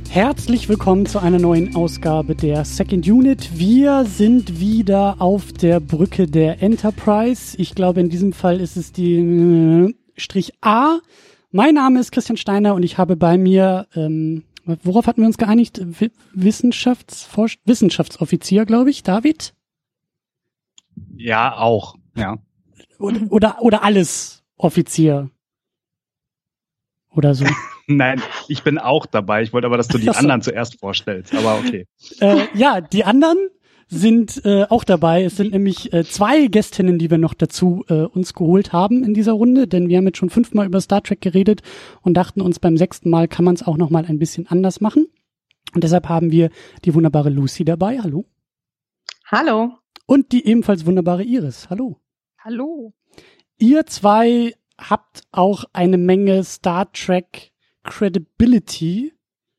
Herzlich willkommen zu einer neuen Ausgabe der Second Unit. Wir sind wieder auf der Brücke der Enterprise. Ich glaube, in diesem Fall ist es die Strich A. Mein Name ist Christian Steiner und ich habe bei mir, worauf hatten wir uns geeinigt? Wissenschaftsoffizier, glaube ich, David? Ja, auch, ja. Oder alles Offizier. Oder so. Nein, ich bin auch dabei. Ich wollte aber, dass du die anderen zuerst vorstellst, aber okay. Ja, die anderen sind auch dabei. Es sind nämlich zwei Gästinnen, die wir noch dazu uns geholt haben in dieser Runde, denn wir haben jetzt schon 5-mal über Star Trek geredet und dachten uns, beim 6. Mal kann man es auch noch mal ein bisschen anders machen. Und deshalb haben wir die wunderbare Lucy dabei. Hallo. Hallo. Und die ebenfalls wunderbare Iris. Hallo. Hallo. Ihr zwei habt auch eine Menge Star Trek Credibility.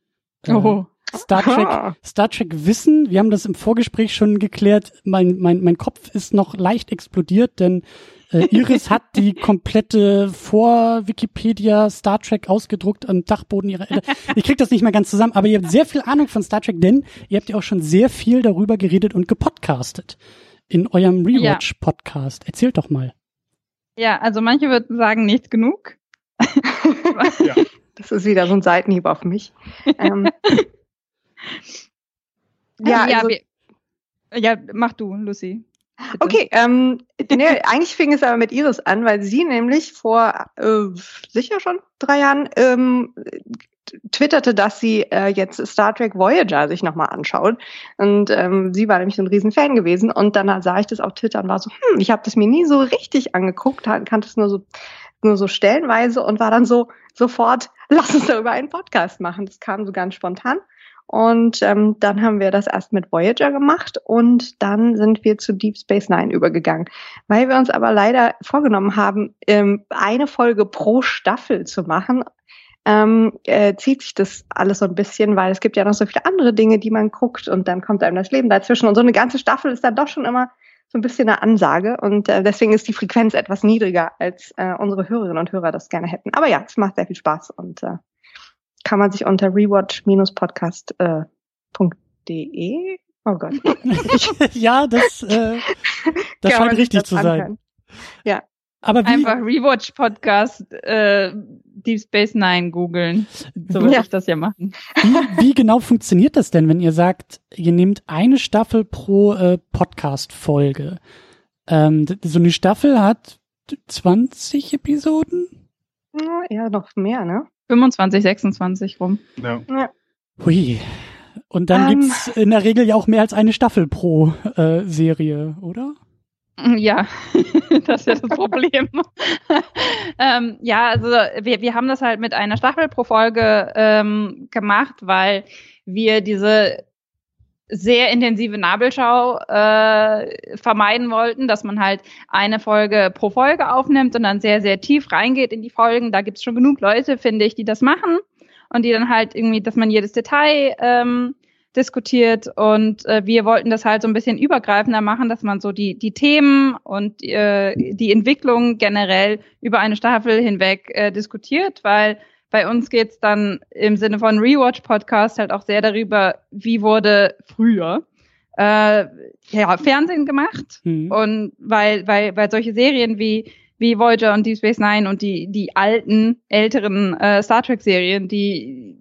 Star Trek Wissen. Wir haben das im Vorgespräch schon geklärt. Mein Kopf ist noch leicht explodiert, denn Iris hat die komplette Vor-Wikipedia Star Trek ausgedruckt am Dachboden ihrer Eltern. Ich krieg das nicht mehr ganz zusammen, aber ihr habt sehr viel Ahnung von Star Trek, denn ihr habt ja auch schon sehr viel darüber geredet und gepodcastet in eurem Rewatch-Podcast. Erzählt doch mal. Ja, also manche würden sagen, nicht genug. Ja. Das ist wieder so ein Seitenhieb auf mich. Mach du, Lucy. Bitte. Okay, eigentlich fing es aber mit Iris an, weil sie nämlich vor sicher schon 3 Jahren twitterte, dass sie jetzt Star Trek Voyager sich nochmal anschaut. Und sie war nämlich so ein Riesenfan gewesen. Und dann sah ich das auf Twitter und war so, ich habe das mir nie so richtig angeguckt, kannte es nur so stellenweise und war dann so sofort, lass uns darüber einen Podcast machen. Das kam so ganz spontan. Und dann haben wir das erst mit Voyager gemacht und dann sind wir zu Deep Space Nine übergegangen. Weil wir uns aber leider vorgenommen haben, eine Folge pro Staffel zu machen, zieht sich das alles so ein bisschen, weil es gibt ja noch so viele andere Dinge, die man guckt und dann kommt einem das Leben dazwischen. Und so eine ganze Staffel ist dann doch schon immer so ein bisschen eine Ansage und deswegen ist die Frequenz etwas niedriger, als unsere Hörerinnen und Hörer das gerne hätten. Aber ja, es macht sehr viel Spaß und kann man sich unter rewatch-podcast.de oh Gott. Ja, das scheint richtig zu sein. Ja. Aber einfach Rewatch Podcast Deep Space Nine googeln. So würde ich das ja machen. Wie genau funktioniert das denn, wenn ihr sagt, ihr nehmt eine Staffel pro Podcast-Folge? So eine Staffel hat 20 Episoden? Ja, noch mehr, ne? 25, 26 rum. Ja. Hui. Und dann gibt's in der Regel ja auch mehr als eine Staffel pro Serie, oder? Ja, das ist ja das Problem. Ja, also wir haben das halt mit einer Staffel pro Folge gemacht, weil wir diese sehr intensive Nabelschau vermeiden wollten, dass man halt eine Folge pro Folge aufnimmt und dann sehr, sehr tief reingeht in die Folgen. Da gibt's schon genug Leute, finde ich, die das machen und die dann halt irgendwie, dass man jedes Detail diskutiert und wir wollten das halt so ein bisschen übergreifender machen, dass man so die Themen und die Entwicklung generell über eine Staffel hinweg diskutiert, weil bei uns geht's dann im Sinne von Rewatch-Podcast halt auch sehr darüber, wie wurde früher Fernsehen gemacht und weil werden Serien wie Voyager und Deep Space Nine und die alten, älteren Star Trek-Serien, die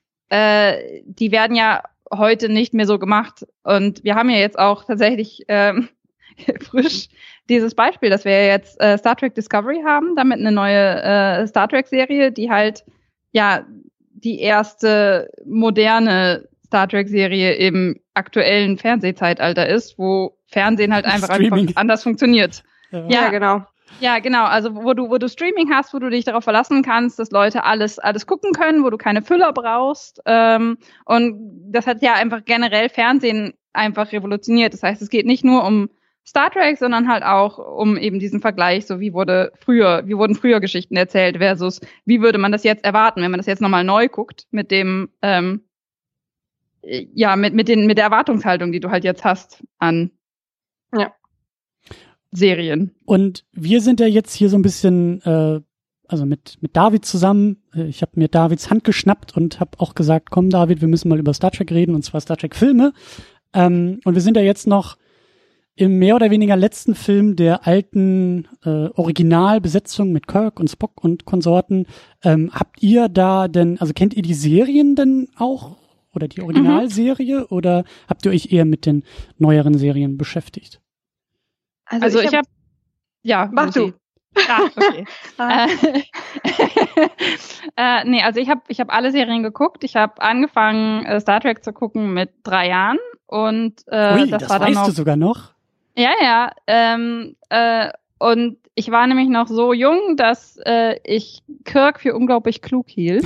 werden ja heute nicht mehr so gemacht. Und wir haben ja jetzt auch tatsächlich frisch dieses Beispiel, dass wir jetzt Star Trek Discovery haben, damit eine neue Star Trek-Serie, die halt ja die erste moderne Star Trek-Serie im aktuellen Fernsehzeitalter ist, wo Fernsehen halt einfach anders funktioniert. Ja, genau. Ja, genau. Also wo du Streaming hast, wo du dich darauf verlassen kannst, dass Leute alles gucken können, wo du keine Füller brauchst. Und das hat ja einfach generell Fernsehen einfach revolutioniert. Das heißt, es geht nicht nur um Star Trek, sondern halt auch um eben diesen Vergleich, so wie wurden früher Geschichten erzählt versus wie würde man das jetzt erwarten, wenn man das jetzt nochmal neu guckt mit dem mit der Erwartungshaltung, die du halt jetzt hast an Serien. Und wir sind ja jetzt hier so ein bisschen also mit David zusammen. Ich habe mir Davids Hand geschnappt und habe auch gesagt, komm David, wir müssen mal über Star Trek reden, und zwar Star Trek Filme. Und wir sind ja jetzt noch im mehr oder weniger letzten Film der alten Originalbesetzung mit Kirk und Spock und Konsorten. Habt ihr da denn, also kennt ihr die Serien denn auch? Oder die Originalserie? Oder habt ihr euch eher mit den neueren Serien beschäftigt? Also ich habe, ja. Mach du. Ah, okay. Nee, also ich hab alle Serien geguckt. Ich habe angefangen, Star Trek zu gucken mit 3 Jahren. Und Ui, das das war dann weißt noch, du sogar noch? Ja. Und ich war nämlich noch so jung, dass ich Kirk für unglaublich klug hielt,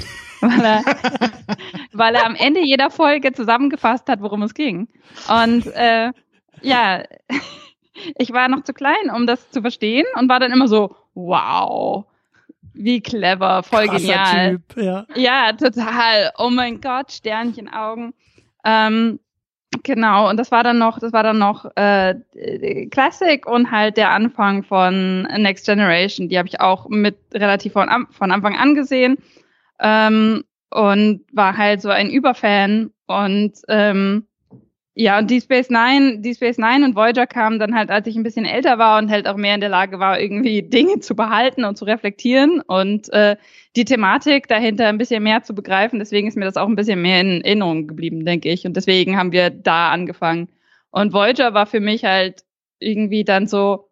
weil er am Ende jeder Folge zusammengefasst hat, worum es ging. Und ja, ich war noch zu klein, um das zu verstehen, und war dann immer so, wow, wie clever, voll Krasser genial. Typ, ja. Ja, total. Oh mein Gott, Sternchenaugen. Genau, und das war dann noch Classic und halt der Anfang von Next Generation. Die habe ich auch mit relativ von Anfang an gesehen, und war halt so ein Überfan. Und ja, und Deep Space Nine und Voyager kamen dann halt, als ich ein bisschen älter war und halt auch mehr in der Lage war, irgendwie Dinge zu behalten und zu reflektieren und die Thematik dahinter ein bisschen mehr zu begreifen. Deswegen ist mir das auch ein bisschen mehr in Erinnerung geblieben, denke ich. Und deswegen haben wir da angefangen. Und Voyager war für mich halt irgendwie dann so,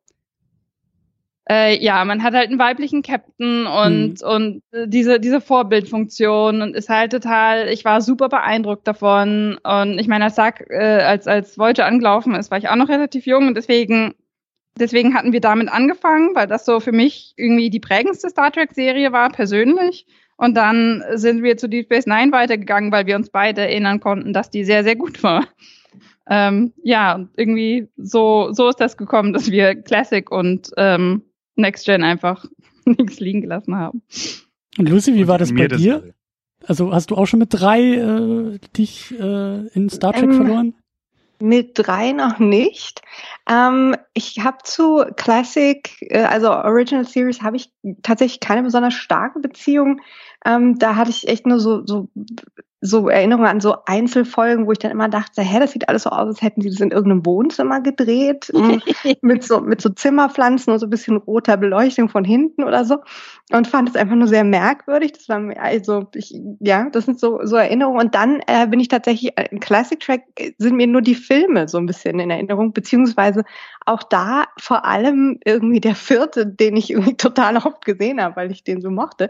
ja, man hat halt einen weiblichen Captain und diese Vorbildfunktion, und ist halt total, ich war super beeindruckt davon. Und ich meine, als Voyager angelaufen ist, war ich auch noch relativ jung, und deswegen hatten wir damit angefangen, weil das so für mich irgendwie die prägendste Star Trek-Serie war, persönlich. Und dann sind wir zu Deep Space Nine weitergegangen, weil wir uns beide erinnern konnten, dass die sehr, sehr gut war. Ja, und irgendwie so ist das gekommen, dass wir Classic und Next Gen einfach nichts liegen gelassen haben. Und Lucy, wie war das bei dir? Also hast du auch schon mit 3 dich in Star Trek verloren? Mit 3 noch nicht. Ich habe zu Classic, also Original Series, habe ich tatsächlich keine besonders starke Beziehung. Da hatte ich echt nur so Erinnerungen an so Einzelfolgen, wo ich dann immer dachte, das sieht alles so aus, als hätten sie das in irgendeinem Wohnzimmer gedreht, mit so Zimmerpflanzen und so ein bisschen roter Beleuchtung von hinten oder so, und fand es einfach nur sehr merkwürdig. Das war das sind so Erinnerungen. Und dann bin ich tatsächlich, in Classic Track sind mir nur die Filme so ein bisschen in Erinnerung, beziehungsweise auch da vor allem irgendwie der 4., den ich irgendwie total oft gesehen habe, weil ich den so mochte.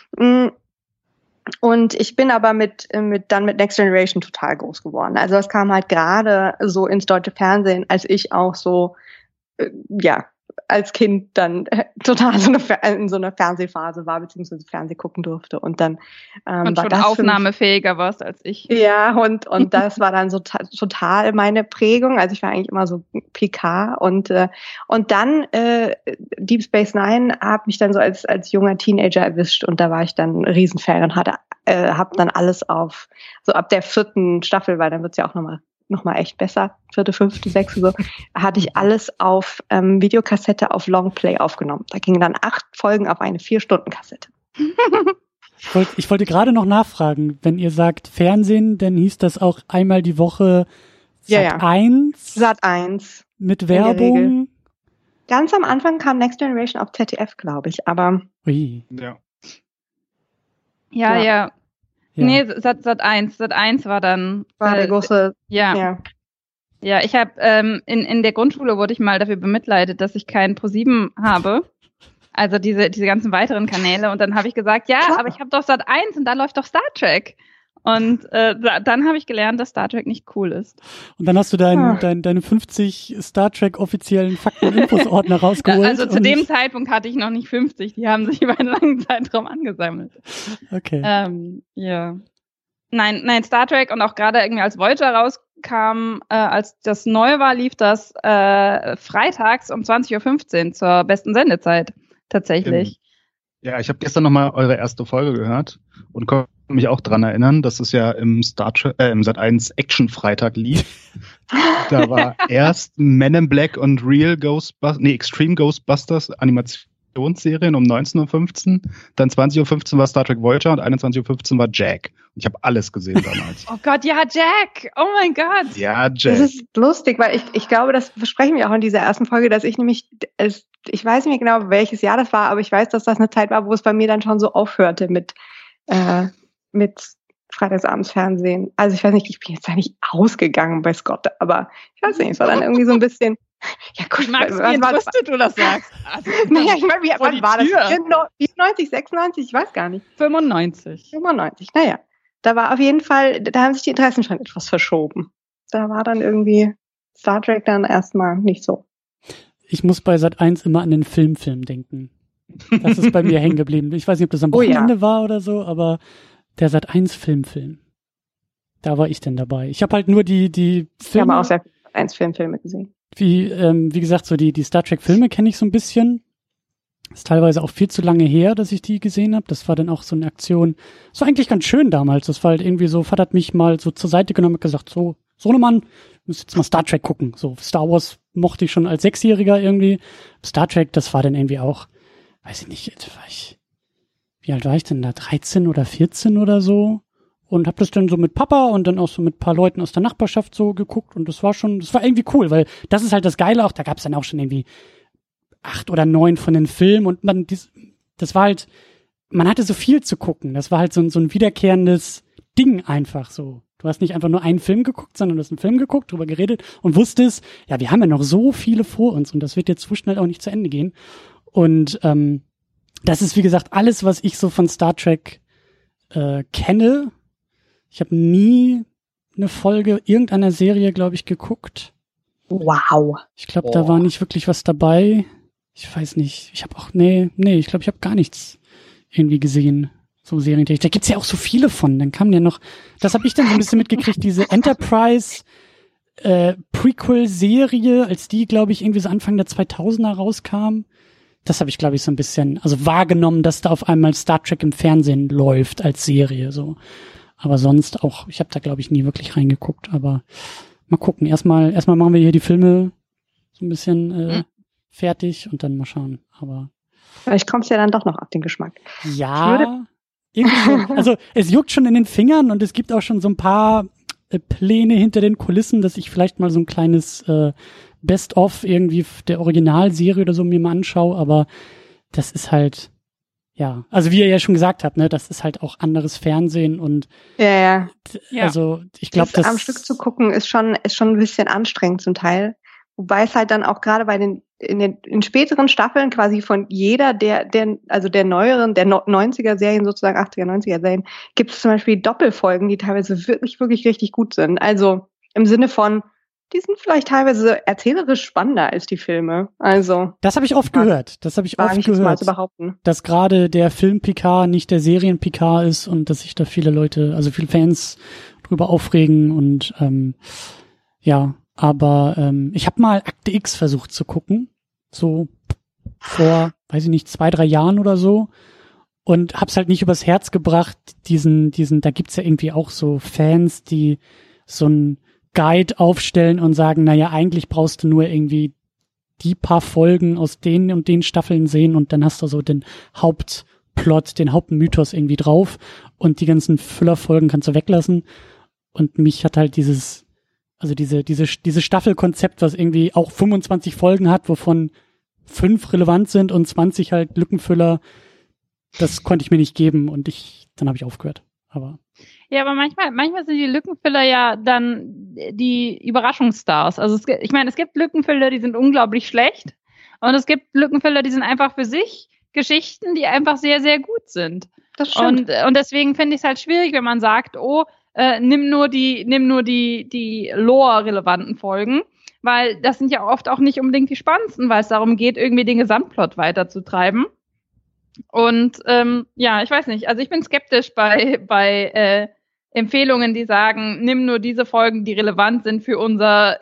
Und ich bin aber mit Next Generation total groß geworden. Also das kam halt gerade so ins deutsche Fernsehen, als ich auch so, als Kind dann total in so einer Fernsehphase war, beziehungsweise Fernseh gucken durfte. Und dann und war schon das aufnahmefähiger warst als ich. Ja, und das war dann so total meine Prägung. Also ich war eigentlich immer so PK, und dann Deep Space Nine hat mich dann so als junger Teenager erwischt, und da war ich dann ein Riesenfan und hab dann alles auf, so ab der 4. Staffel, weil dann wird's ja auch noch mal echt besser, 4., 5., 6. so, hatte ich alles auf Videokassette auf Longplay aufgenommen. Da gingen dann 8 Folgen auf eine 4-Stunden-Kassette. Ich wollte gerade noch nachfragen, wenn ihr sagt Fernsehen, dann hieß das auch einmal die Woche Sat.1? Sat.1. Mit Werbung? Ganz am Anfang kam Next Generation auf ZDF, glaube ich, aber... Ui. Ja. Nee, Sat.1. Sat.1 war dann... War der große... Ja, ich habe in der Grundschule wurde ich mal dafür bemitleidet, dass ich kein ProSieben habe. Also diese ganzen weiteren Kanäle. Und dann habe ich gesagt, ja, klar, aber ich habe doch Sat.1 und da läuft doch Star Trek. Und dann habe ich gelernt, dass Star Trek nicht cool ist. Und dann hast du deine 50 Star Trek offiziellen Fakten-Infos-Ordner rausgeholt. Also zu dem Zeitpunkt hatte ich noch nicht 50. Die haben sich über einen langen Zeitraum angesammelt. Okay. Ja. Nein, Star Trek, und auch gerade irgendwie als Voyager rauskam, als das neu war, lief das freitags um 20:15 Uhr zur besten Sendezeit. Tatsächlich. Ja, ich habe gestern nochmal eure erste Folge gehört und konnte mich auch dran erinnern, dass es ja im Sat.1 Action Freitag lief. Da war erst Men in Black und Extreme Ghostbusters Animation Animationsserien um 19:15 Uhr, dann 20:15 Uhr war Star Trek Voyager und 21:15 Uhr war Jack. Und ich habe alles gesehen damals. Oh Gott, ja, Jack! Oh mein Gott! Ja, Jack. Das ist lustig, weil ich glaube, das besprechen wir auch in dieser ersten Folge, dass ich nämlich, ich weiß nicht genau, welches Jahr das war, aber ich weiß, dass das eine Zeit war, wo es bei mir dann schon so aufhörte mit Freitagsabends Fernsehen. Also ich weiß nicht, ich bin jetzt da nicht ausgegangen bei Scott, aber ich weiß nicht, es war dann irgendwie so ein bisschen, ja gut. Max, wie entrüstet du das sagst. Also, naja, ich meine, wann war das? 94, 96, ich weiß gar nicht. 95, naja. Da war auf jeden Fall, da haben sich die Interessen schon etwas verschoben. Da war dann irgendwie Star Trek dann erstmal nicht so. Ich muss bei Sat.1 immer an den Film denken. Das ist bei mir hängen geblieben. Ich weiß nicht, ob das am Wochenende war oder so, aber der Sat.1 Film. Da war ich denn dabei. Ich habe halt nur die Filme. Ich habe auch Sat.1 Filme gesehen. Wie gesagt, so die Star Trek Filme kenne ich so ein bisschen. Ist teilweise auch viel zu lange her, dass ich die gesehen habe. Das war dann auch so eine Aktion. Das war eigentlich ganz schön damals. Das war halt irgendwie so, Vater hat mich mal so zur Seite genommen und gesagt, so, Sohnemann, du musst jetzt mal Star Trek gucken. So, Star Wars mochte ich schon als 6-Jähriger irgendwie. Star Trek, das war dann irgendwie auch, weiß ich nicht, wie alt war ich denn da? 13 oder 14 oder so? Und hab das dann so mit Papa und dann auch so mit ein paar Leuten aus der Nachbarschaft so geguckt. Und das war irgendwie cool, weil das ist halt das Geile auch. Da gab's dann auch schon irgendwie 8 oder 9 von den Filmen und das war halt, man hatte so viel zu gucken. Das war halt so ein wiederkehrendes Ding einfach so. Du hast nicht einfach nur einen Film geguckt, sondern du hast einen Film geguckt, drüber geredet und wusstest, ja, wir haben ja noch so viele vor uns und das wird jetzt so schnell auch nicht zu Ende gehen. Und das ist, wie gesagt, alles, was ich so von Star Trek kenne. Ich habe nie eine Folge irgendeiner Serie, glaube ich, geguckt. Wow. Ich glaube, da war nicht wirklich was dabei. Ich weiß nicht. Ich habe auch, ich glaube, ich habe gar nichts irgendwie gesehen. So Serien. Da gibt's ja auch so viele von. Dann kam ja noch, das habe ich dann so ein bisschen mitgekriegt, diese Enterprise Prequel-Serie, als die, glaube ich, irgendwie so Anfang der 2000er rauskam. Das habe ich, glaube ich, so ein bisschen, also wahrgenommen, dass da auf einmal Star Trek im Fernsehen läuft als Serie, so. Aber sonst auch, ich habe da, glaube ich, nie wirklich reingeguckt, aber mal gucken. Erstmal machen wir hier die Filme so ein bisschen fertig und dann mal schauen, aber. Vielleicht kommt's ja dann doch noch auf den Geschmack. Ja, irgendwie, also es juckt schon in den Fingern und es gibt auch schon so ein paar Pläne hinter den Kulissen, dass ich vielleicht mal so ein kleines Best-of irgendwie der Originalserie oder so mir mal anschaue, aber das ist halt, ja, also wie ihr ja schon gesagt habt, ne, das ist halt auch anderes Fernsehen und ja. Also ich glaube, das am Stück zu gucken ist schon ein bisschen anstrengend zum Teil, wobei es halt dann auch gerade bei in späteren Staffeln quasi von jeder der neueren, der 90er Serien sozusagen, 80er, 90er Serien, gibt es zum Beispiel Doppelfolgen, die teilweise wirklich, wirklich richtig gut sind. Also im Sinne von, die sind vielleicht teilweise erzählerisch spannender als die Filme. Also das habe ich oft gehört. Mal zu behaupten. Dass gerade der Film Picard nicht der Serien Picard ist und dass sich da viele Leute, also viele Fans drüber aufregen und ja. Aber ich habe mal Akte X versucht zu gucken, so vor, weiß ich nicht, 2-3 Jahren oder so und hab's halt nicht übers Herz gebracht, da gibt's ja irgendwie auch so Fans, die so ein Guide aufstellen und sagen, naja, eigentlich brauchst du nur irgendwie die paar Folgen aus den und den Staffeln sehen und dann hast du so den Hauptplot, den Hauptmythos irgendwie drauf und die ganzen Füllerfolgen kannst du weglassen und mich hat halt dieses Staffelkonzept, was irgendwie auch 25 Folgen hat, wovon 5 relevant sind und 20 halt Lückenfüller, das konnte ich mir nicht geben und dann habe ich aufgehört. Aber manchmal sind die Lückenfüller ja dann die Überraschungsstars. Also es gibt Lückenfüller, die sind unglaublich schlecht und es gibt Lückenfüller, die sind einfach für sich Geschichten, die einfach sehr, sehr gut sind. Das stimmt. Und deswegen finde ich es halt schwierig, wenn man sagt, nimm nur die Lore-relevanten Folgen, weil das sind ja oft auch nicht unbedingt die spannendsten, weil es darum geht, irgendwie den Gesamtplot weiterzutreiben. Und ich weiß nicht, also ich bin skeptisch bei Empfehlungen, die sagen, nimm nur diese Folgen, die relevant sind für unser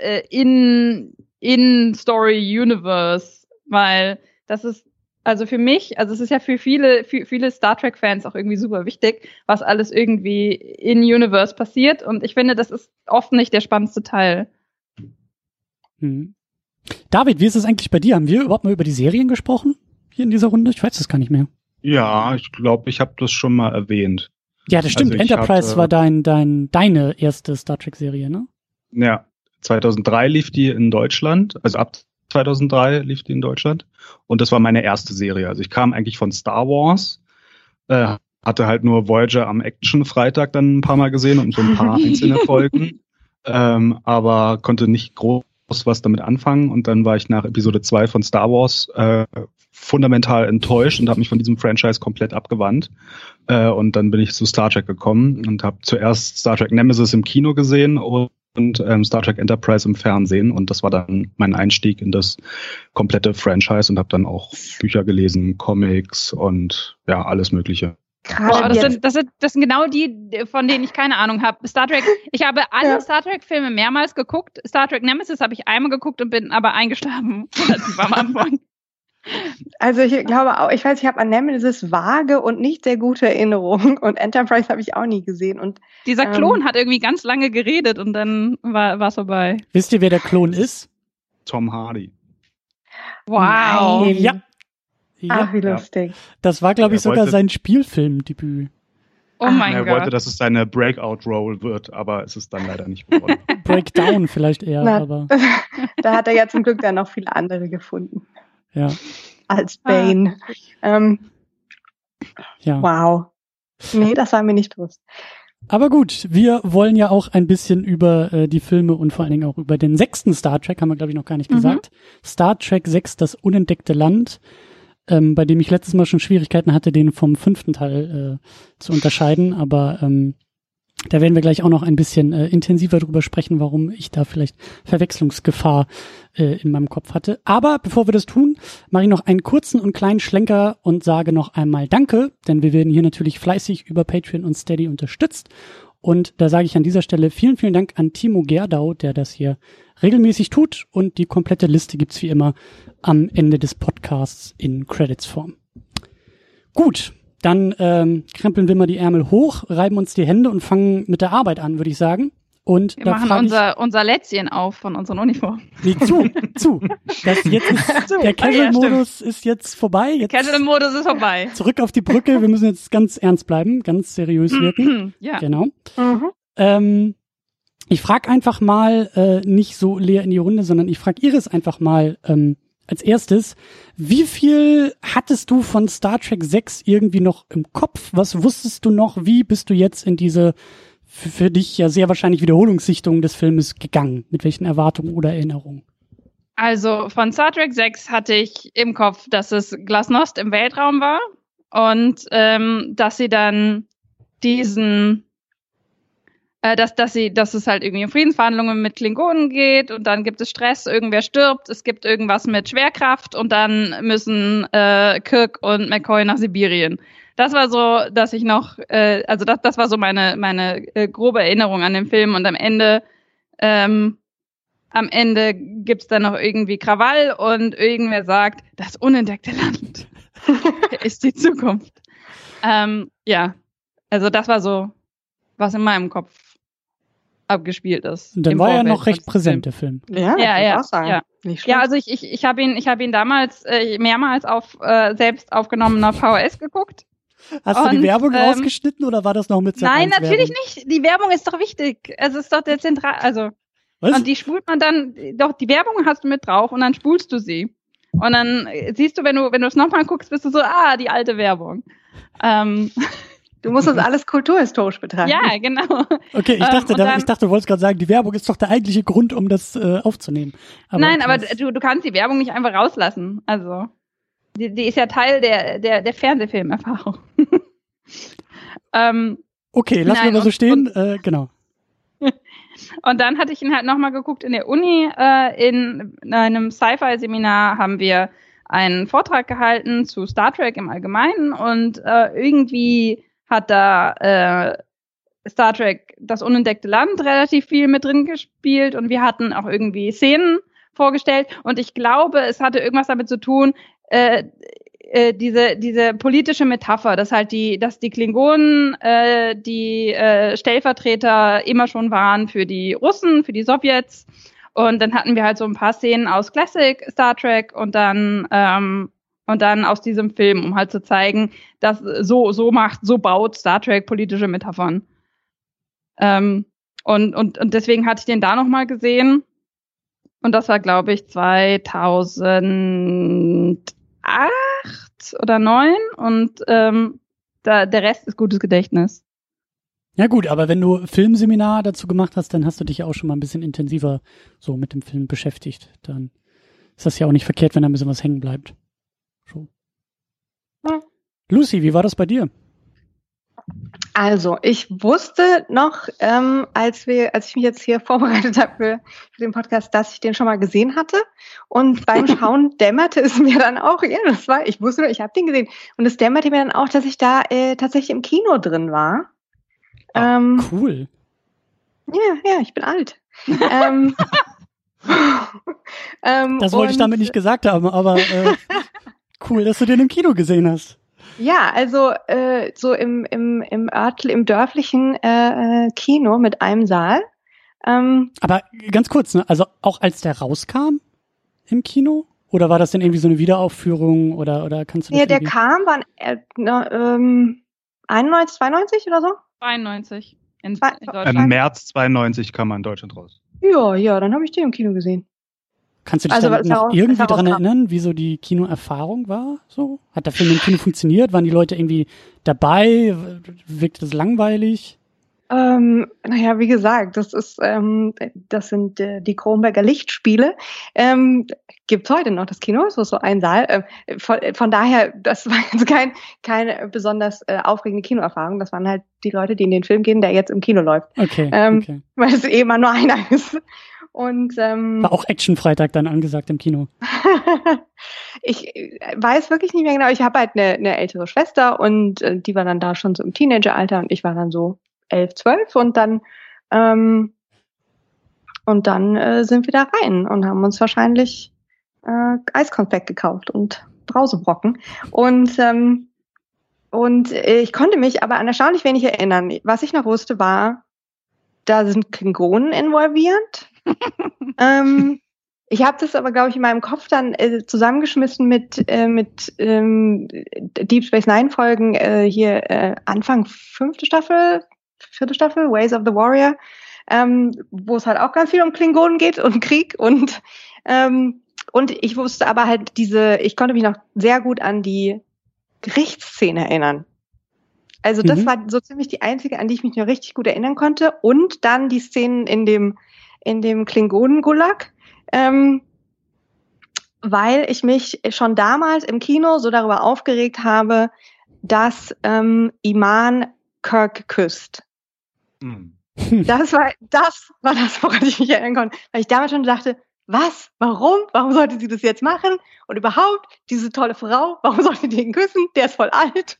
In-Story-Universe, weil das ist also für mich, also es ist ja für viele Star Trek-Fans auch irgendwie super wichtig, was alles irgendwie in Universe passiert. Und ich finde, das ist oft nicht der spannendste Teil. David, wie ist es eigentlich bei dir? Haben wir überhaupt mal über die Serien gesprochen? hier in dieser Runde? Ich weiß es gar nicht mehr. Ja, ich glaube, ich habe das schon mal erwähnt. Ja, das stimmt. Also ich Enterprise war deine erste Star Trek-Serie, ne? Ja, 2003 lief die in Deutschland, also ab 2003 lief die in Deutschland. Und das war meine erste Serie. Also ich kam eigentlich von Star Wars, hatte halt nur Voyager am Action-Freitag dann ein paar Mal gesehen und so ein paar einzelne Folgen, aber konnte nicht groß was damit anfangen. Und dann war ich nach Episode 2 von Star Wars fundamental enttäuscht und habe mich von diesem Franchise komplett abgewandt. Und dann bin ich zu Star Trek gekommen und habe zuerst Star Trek Nemesis im Kino gesehen und Star Trek Enterprise im Fernsehen. Und das war dann mein Einstieg in das komplette Franchise und habe dann auch Bücher gelesen, Comics und ja, alles Mögliche. Boah, das sind genau die, von denen ich keine Ahnung habe. Star Trek, ich habe alle Star Trek-Filme mehrmals geguckt. Star Trek Nemesis habe ich einmal geguckt und bin aber eingeschlafen. Am Anfang. Also ich glaube auch, ich habe an Nemesis vage und nicht sehr gute Erinnerungen und Enterprise habe ich auch nie gesehen. Und dieser Klon hat irgendwie ganz lange geredet und dann war es vorbei. Wisst ihr, wer der Klon ist? Tom Hardy. Wow. Nein. Ja. Ach, wie lustig. Das war, glaube ich, sogar sein Spielfilmdebüt. Oh mein Er Gott. wollte, dass es seine Breakout-Role wird, aber es ist dann leider nicht geworden. Breakdown vielleicht eher, aber. Da hat er ja zum Glück dann noch viele andere gefunden. Ja. Als Bane. Ja. Wow. Nee, das war mir nicht bewusst. Aber gut, wir wollen ja auch ein bisschen über die Filme und vor allen Dingen auch über den 6. Star Trek, haben wir, glaube ich, noch gar nicht gesagt. Star Trek 6, das unentdeckte Land, bei dem ich letztes Mal schon Schwierigkeiten hatte, den vom 5. Teil zu unterscheiden. Aber da werden wir gleich auch noch ein bisschen intensiver drüber sprechen, warum ich da vielleicht Verwechslungsgefahr in meinem Kopf hatte. Aber bevor wir das tun, mache ich noch einen kurzen und kleinen Schlenker und sage noch einmal Danke, denn wir werden hier natürlich fleißig über Patreon und Steady unterstützt. Und da sage ich an dieser Stelle vielen, vielen Dank an Timo Gerdau, der das hier regelmäßig tut. Und die komplette Liste gibt's wie immer am Ende des Podcasts in Credits-Form. Gut. Dann krempeln wir mal die Ärmel hoch, reiben uns die Hände und fangen mit der Arbeit an, würde ich sagen. Und wir machen unser Lätzchen auf von unseren Uniformen. Nee, zu. Das jetzt ist, der Casual-Modus ist jetzt vorbei. Jetzt der Casual-Modus ist vorbei. Zurück auf die Brücke. Wir müssen jetzt ganz ernst bleiben, ganz seriös wirken. Ja. Genau. Ich frage einfach mal, nicht so leer in die Runde, sondern ich frage Iris einfach mal, als erstes, wie viel hattest du von Star Trek 6 irgendwie noch im Kopf? Was wusstest du noch? Wie bist du jetzt in diese für dich ja sehr wahrscheinlich Wiederholungssichtung des Filmes gegangen? Mit welchen Erwartungen oder Erinnerungen? Also von Star Trek 6 hatte ich im Kopf, dass es Glasnost im Weltraum war und dass sie dann dass es halt irgendwie um Friedensverhandlungen mit Klingonen geht und dann gibt es Stress, irgendwer stirbt, es gibt irgendwas mit Schwerkraft und dann müssen Kirk und McCoy nach Sibirien. Das war so, dass ich noch, das war so meine grobe Erinnerung an den Film und am Ende gibt's dann noch irgendwie Krawall und irgendwer sagt, das unentdeckte Land ist die Zukunft. Ja, also das war so, was in meinem Kopf abgespielt ist. Und dann war er noch recht präsent, der Film. Ja. Ja, also ich habe ihn damals mehrmals auf selbst aufgenommener VHS geguckt. Hast du die Werbung rausgeschnitten oder war das noch mit Nein, natürlich nicht. Die Werbung ist doch wichtig. Es ist doch der Was? Und die spult man dann, doch, die Werbung hast du mit drauf und dann spulst du sie. Und dann siehst du, wenn du es nochmal guckst, bist du so, die alte Werbung. Du musst das alles kulturhistorisch betrachten. Ja, genau. Okay, ich dachte, du wolltest gerade sagen, die Werbung ist doch der eigentliche Grund, um das aufzunehmen. Aber nein, okay. aber du kannst die Werbung nicht einfach rauslassen. Also, die ist ja Teil der Fernsehfilmerfahrung. Okay, lassen wir mal so stehen. Genau. Und dann hatte ich ihn halt nochmal geguckt in der Uni. In einem Sci-Fi-Seminar haben wir einen Vortrag gehalten zu Star Trek im Allgemeinen und irgendwie hat da Star Trek das unentdeckte Land relativ viel mit drin gespielt und wir hatten auch irgendwie Szenen vorgestellt und ich glaube, es hatte irgendwas damit zu tun, diese politische Metapher, dass die Klingonen die Stellvertreter immer schon waren für die Russen, für die Sowjets. Und dann hatten wir halt so ein paar Szenen aus Classic Star Trek und dann Und dann aus diesem Film, um halt zu zeigen, dass so baut Star Trek politische Metaphern. Und deswegen hatte ich den da nochmal gesehen. Und das war, glaube ich, 2008 oder 2009. Und der Rest ist gutes Gedächtnis. Ja gut, aber wenn du Filmseminar dazu gemacht hast, dann hast du dich ja auch schon mal ein bisschen intensiver so mit dem Film beschäftigt. Dann ist das ja auch nicht verkehrt, wenn da ein bisschen was hängen bleibt. So. Ja. Lucy, wie war das bei dir? Also, ich wusste noch, als ich mich jetzt hier vorbereitet habe für den Podcast, dass ich den schon mal gesehen hatte. Und beim Schauen dämmerte es mir dann auch, ich wusste nur, ich habe den gesehen. Und es dämmerte mir dann auch, dass ich da tatsächlich im Kino drin war. Cool. Ja, ich bin alt. Das wollte ich damit nicht gesagt haben, aber cool, dass du den im Kino gesehen hast. Ja, also so im dörflichen Kino mit einem Saal. Aber ganz kurz, ne? Also auch als der rauskam im Kino? Oder war das denn irgendwie so eine Wiederaufführung oder kannst du das? Ja, der kam, waren 91, 92 oder so? 92 in Deutschland. Im März 92 kam er in Deutschland raus. Ja, dann habe ich den im Kino gesehen. Kannst du dich dann noch irgendwie dran erinnern, wie so die Kinoerfahrung war? So? Hat der Film im Kino funktioniert? Waren die Leute irgendwie dabei? Wirkte das langweilig? Naja, wie gesagt, das sind die Kronberger Lichtspiele. Gibt's heute noch das Kino, so ein Saal. Von daher, das war jetzt keine besonders aufregende Kinoerfahrung. Das waren halt die Leute, die in den Film gehen, der jetzt im Kino läuft. Okay. Weil es immer nur einer ist. Und war auch Action-Freitag dann angesagt im Kino. Ich weiß wirklich nicht mehr genau. Ich habe halt eine ältere Schwester und die war dann da schon so im Teenageralter und ich war dann so 11, 12 und dann sind wir da rein und haben uns wahrscheinlich Eiskonfekt gekauft und Brausebrocken und ich konnte mich aber an erstaunlich wenig erinnern. Was ich noch wusste war, da sind Klingonen involviert. Ich habe das aber, glaube ich, in meinem Kopf dann zusammengeschmissen mit Deep Space Nine Folgen hier Anfang 4. Staffel, Ways of the Warrior, wo es halt auch ganz viel um Klingonen geht und Krieg und ich wusste aber halt ich konnte mich noch sehr gut an die Gerichtsszene erinnern. Also das war so ziemlich die einzige, an die ich mich noch richtig gut erinnern konnte und dann die Szenen in dem Klingonen-Gulag, weil ich mich schon damals im Kino so darüber aufgeregt habe, dass Iman Kirk küsst. Das war das, woran ich mich erinnern konnte. Weil ich damals schon dachte, was? Warum? Warum sollte sie das jetzt machen? Und überhaupt, diese tolle Frau, warum sollte die ihn küssen? Der ist voll alt.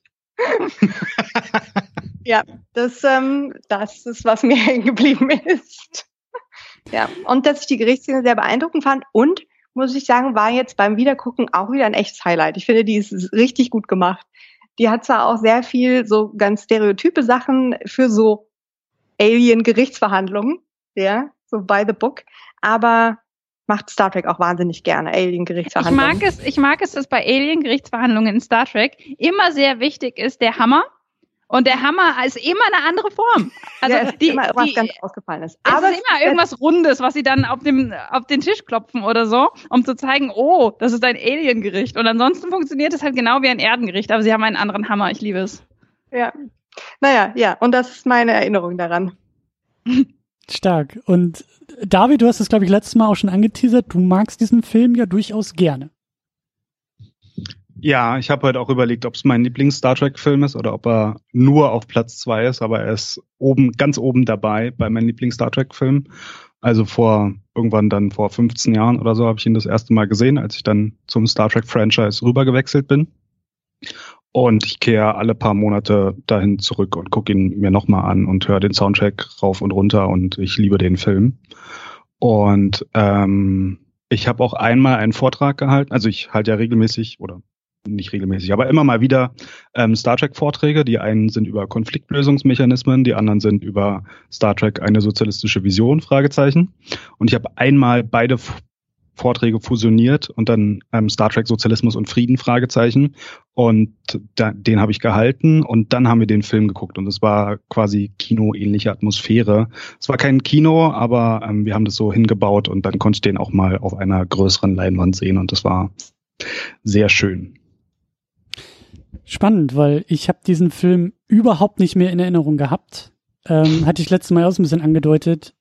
Ja, das ist, was mir hängen geblieben ist. Ja, und dass ich die Gerichtsszene sehr beeindruckend fand und, muss ich sagen, war jetzt beim Wiedergucken auch wieder ein echtes Highlight. Ich finde, die ist richtig gut gemacht. Die hat zwar auch sehr viel so ganz stereotype Sachen für so Alien-Gerichtsverhandlungen, ja, so by the book, aber macht Star Trek auch wahnsinnig gerne, Alien-Gerichtsverhandlungen. Ich mag es, dass bei Alien-Gerichtsverhandlungen in Star Trek immer sehr wichtig ist der Hammer. Und der Hammer ist immer eine andere Form. Also ja, immer was ganz ausgefallen ist. Aber es ist immer irgendwas Rundes, was sie dann auf den Tisch klopfen oder so, um zu zeigen, oh, das ist ein Aliengericht. Und ansonsten funktioniert es halt genau wie ein Erdengericht, aber sie haben einen anderen Hammer. Ich liebe es. Ja. Naja, ja. Und das ist meine Erinnerung daran. Stark. Und David, du hast es, glaube ich, letztes Mal auch schon angeteasert. Du magst diesen Film ja durchaus gerne. Ja, ich habe heute auch überlegt, ob es mein Lieblings-Star Trek-Film ist oder ob er nur auf Platz 2 ist, aber er ist ganz oben dabei bei meinem Lieblings-Star Trek-Film. Also irgendwann dann vor 15 Jahren oder so habe ich ihn das erste Mal gesehen, als ich dann zum Star Trek-Franchise rübergewechselt bin. Und ich kehre alle paar Monate dahin zurück und gucke ihn mir nochmal an und höre den Soundtrack rauf und runter und ich liebe den Film. Und ich habe auch einmal einen Vortrag gehalten, also ich halte ja regelmäßig oder nicht regelmäßig, aber immer mal wieder Star Trek-Vorträge. Die einen sind über Konfliktlösungsmechanismen, die anderen sind über Star Trek eine sozialistische Vision, Fragezeichen. Und ich habe einmal beide Vorträge fusioniert und dann Star Trek Sozialismus und Frieden Fragezeichen. Und den habe ich gehalten und dann haben wir den Film geguckt und es war quasi kinoähnliche Atmosphäre. Es war kein Kino, aber wir haben das so hingebaut und dann konnte ich den auch mal auf einer größeren Leinwand sehen und das war sehr schön. Spannend, weil ich habe diesen Film überhaupt nicht mehr in Erinnerung gehabt. Hatte ich letztes Mal auch so ein bisschen angedeutet.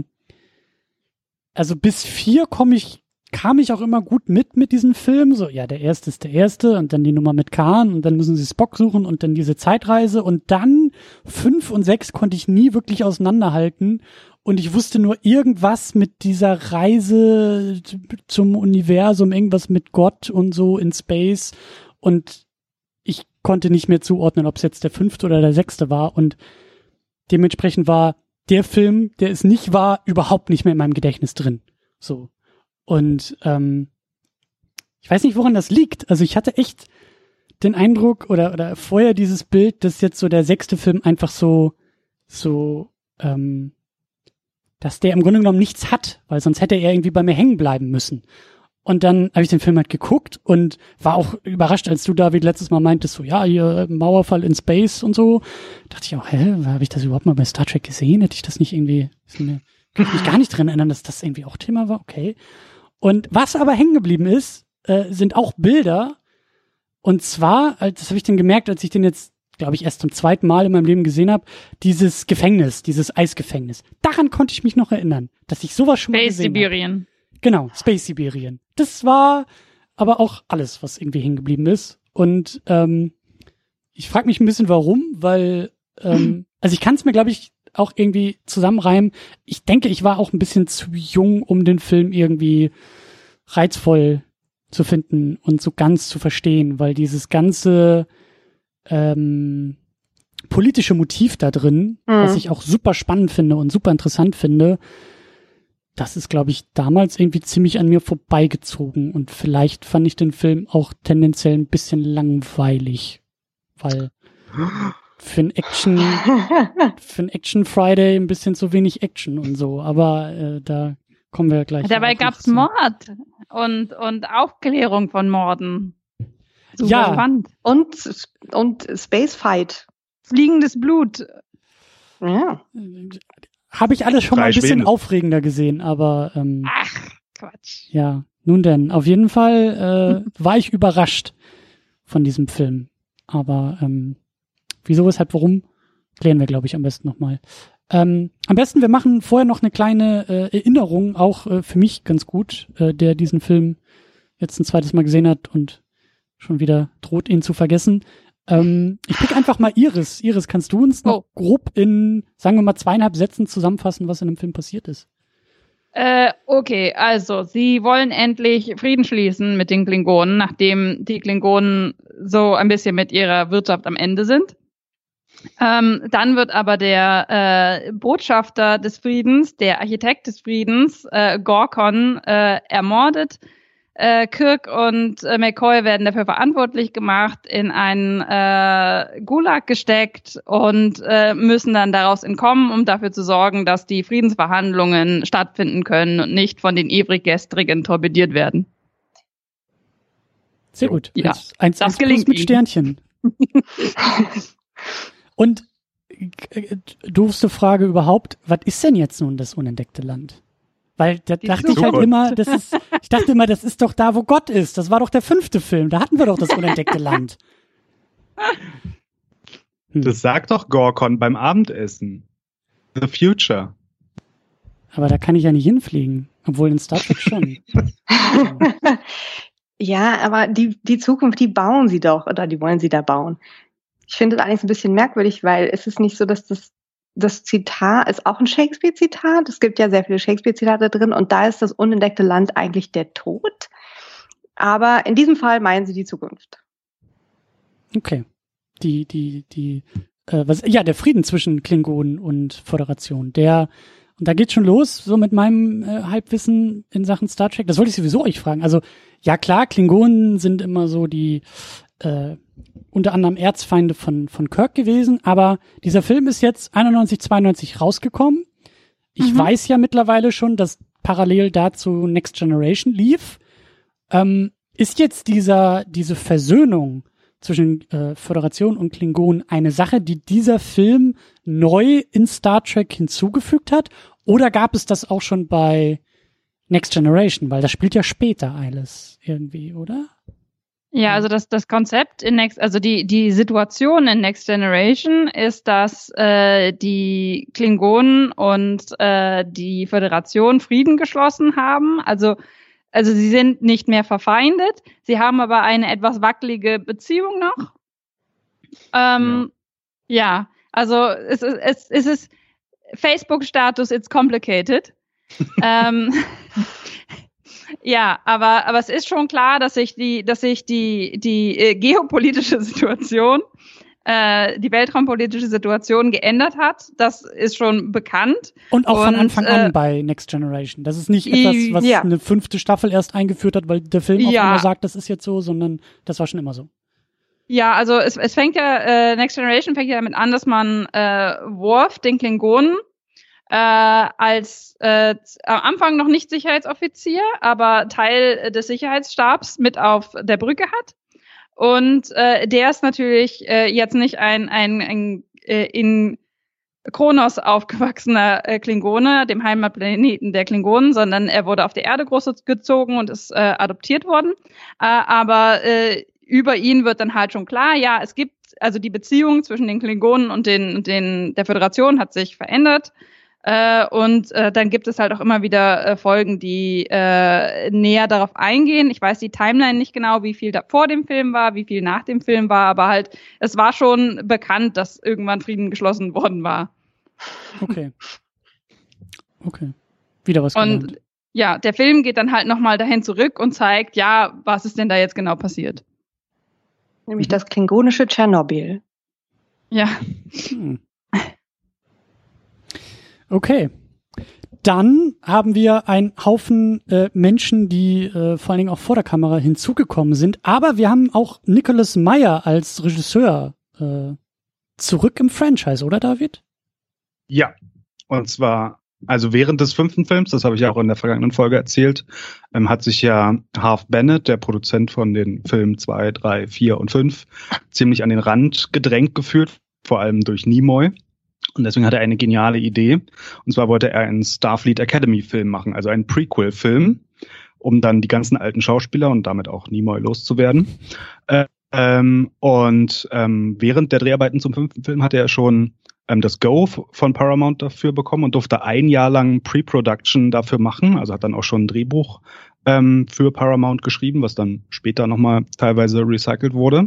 Also bis 4 kam ich auch immer gut mit diesem Film. So, ja, der erste ist der erste und dann die Nummer mit Khan und dann müssen sie Spock suchen und dann diese Zeitreise und dann 5 und 6 konnte ich nie wirklich auseinanderhalten und ich wusste nur irgendwas mit dieser Reise zum Universum, irgendwas mit Gott und so in Space und ich konnte nicht mehr zuordnen, ob es jetzt der 5. oder der 6. war und dementsprechend war der Film, der es nicht war, überhaupt nicht mehr in meinem Gedächtnis drin. So. Und ich weiß nicht, woran das liegt. Also ich hatte echt den Eindruck oder vorher dieses Bild, dass jetzt so der 6. Film einfach so dass der im Grunde genommen nichts hat, weil sonst hätte er irgendwie bei mir hängen bleiben müssen. Und dann habe ich den Film halt geguckt und war auch überrascht, als du, David, letztes Mal meintest, so, ja, hier Mauerfall in Space und so. Dachte ich auch, habe ich das überhaupt mal bei Star Trek gesehen? Hätte ich das nicht irgendwie, kann ich mich gar nicht dran erinnern, dass das irgendwie auch Thema war? Okay. Und was aber hängen geblieben ist, sind auch Bilder. Und zwar, das habe ich dann gemerkt, als ich den jetzt, glaube ich, erst zum 2. Mal in meinem Leben gesehen habe, dieses Gefängnis, dieses Eisgefängnis. Daran konnte ich mich noch erinnern, dass ich sowas schon mal gesehen habe. Space Sibirien. Genau, Space Sibirien. Das war aber auch alles, was irgendwie hängen geblieben ist. Und ich frage mich ein bisschen, warum, weil, also ich kann es mir, glaube ich, auch irgendwie zusammenreimen. Ich denke, ich war auch ein bisschen zu jung, um den Film irgendwie reizvoll zu finden und so ganz zu verstehen, weil dieses ganze politische Motiv da drin, was ich auch super spannend finde und super interessant finde, das ist, glaube ich, damals irgendwie ziemlich an mir vorbeigezogen und vielleicht fand ich den Film auch tendenziell ein bisschen langweilig, weil für ein Action Friday ein bisschen zu wenig Action und so, aber da kommen wir gleich. Dabei gab's Mord und Aufklärung von Morden. Super ja. Spannend. Und Space Fight. Fliegendes Blut. Ja. Habe ich alles schon mal ein bisschen aufregender gesehen, aber ach, Quatsch. Ja, nun denn. Auf jeden Fall war ich überrascht von diesem Film. Aber wieso, weshalb, warum, klären wir, glaube ich, am besten nochmal. Am besten, wir machen vorher noch eine kleine Erinnerung, auch für mich ganz gut, der diesen Film jetzt ein 2. Mal gesehen hat und schon wieder droht, ihn zu vergessen. Ich pick einfach mal Iris. Iris, kannst du uns noch grob in, sagen wir mal, 2,5 Sätzen zusammenfassen, was in dem Film passiert ist? Okay, also sie wollen endlich Frieden schließen mit den Klingonen, nachdem die Klingonen so ein bisschen mit ihrer Wirtschaft am Ende sind. Dann wird aber der Botschafter des Friedens, der Architekt des Friedens, Gorkon, ermordet. Kirk und McCoy werden dafür verantwortlich gemacht, in einen Gulag gesteckt und müssen dann daraus entkommen, um dafür zu sorgen, dass die Friedensverhandlungen stattfinden können und nicht von den Ewiggestrigen torpediert werden. Sehr gut. Ja, das gelingt mit Sternchen. Und doofste Frage überhaupt, was ist denn jetzt nun das unentdeckte Land? Weil da dachte ich halt immer, das ist doch da, wo Gott ist. Das war doch der 5. Film. Da hatten wir doch das unentdeckte Land. Das sagt doch Gorkon beim Abendessen. The Future. Aber da kann ich ja nicht hinfliegen. Obwohl in Star Trek schon. Ja, aber die Zukunft, die bauen sie doch. Oder die wollen sie da bauen. Ich finde das eigentlich ein bisschen merkwürdig, weil es ist nicht so, dass das Zitat ist auch ein Shakespeare-Zitat. Es gibt ja sehr viele Shakespeare-Zitate drin und da ist das unentdeckte Land eigentlich der Tod. Aber in diesem Fall meinen sie die Zukunft. Okay. Der Frieden zwischen Klingonen und Föderation, und da geht's schon los, so mit meinem Halbwissen in Sachen Star Trek. Das wollte ich sowieso euch fragen. Also, ja klar, Klingonen sind immer so die unter anderem Erzfeinde von Kirk gewesen, aber dieser Film ist jetzt 91, 92 rausgekommen. Ich weiß ja mittlerweile schon, dass parallel dazu Next Generation lief. Ist jetzt diese Versöhnung zwischen Föderation und Klingonen eine Sache, die dieser Film neu in Star Trek hinzugefügt hat? Oder gab es das auch schon bei Next Generation? Weil das spielt ja später alles irgendwie, oder? Ja, also das Konzept also die Situation in Next Generation ist, dass die Klingonen und die Föderation Frieden geschlossen haben. Also sie sind nicht mehr verfeindet. Sie haben aber eine etwas wackelige Beziehung noch. Ja, also es ist Facebook-Status, it's complicated. Ja, aber es ist schon klar, dass sich die geopolitische Situation, die weltraumpolitische Situation geändert hat. Das ist schon bekannt. Und auch von Anfang an bei Next Generation. Das ist nicht etwas, was eine 5. Staffel erst eingeführt hat, weil der Film auf einmal sagt, das ist jetzt so, sondern das war schon immer so. Ja, also es fängt ja, Next Generation fängt ja damit an, dass man Worf, den Klingonen, als am Anfang noch nicht Sicherheitsoffizier, aber Teil des Sicherheitsstabs mit auf der Brücke hat. Und der ist natürlich jetzt nicht ein in Kronos aufgewachsener Klingone, dem Heimatplaneten der Klingonen, sondern er wurde auf der Erde großgezogen und ist adoptiert worden. Aber über ihn wird dann halt schon klar, ja, es gibt, also die Beziehung zwischen den Klingonen und der Föderation hat sich verändert. Und dann gibt es halt auch immer wieder Folgen, die näher darauf eingehen. Ich weiß die Timeline nicht genau, wie viel da vor dem Film war, wie viel nach dem Film war, aber halt, es war schon bekannt, dass irgendwann Frieden geschlossen worden war. Okay. Wieder was gelernt. Und ja, der Film geht dann halt nochmal dahin zurück und zeigt, ja, was ist denn da jetzt genau passiert? Nämlich das klingonische Tschernobyl. Ja. Okay. Dann haben wir einen Haufen Menschen, die vor allen Dingen auch vor der Kamera hinzugekommen sind. Aber wir haben auch Nicholas Meyer als Regisseur zurück im Franchise, oder David? Ja, und zwar, also während des 5. Films, das habe ich ja auch in der vergangenen Folge erzählt, hat sich ja Harve Bennett, der Produzent von den Filmen 2, 3, 4 und 5, ziemlich an den Rand gedrängt gefühlt, vor allem durch Nimoy. Und deswegen hatte er eine geniale Idee. Und zwar wollte er einen Starfleet Academy-Film machen, also einen Prequel-Film, um dann die ganzen alten Schauspieler und damit auch Nimoy loszuwerden. Während der Dreharbeiten zum 5. Film hatte er schon das Go von Paramount dafür bekommen und durfte 1 Jahr lang Pre-Production dafür machen. Also hat dann auch schon ein Drehbuch für Paramount geschrieben, was dann später nochmal teilweise recycelt wurde.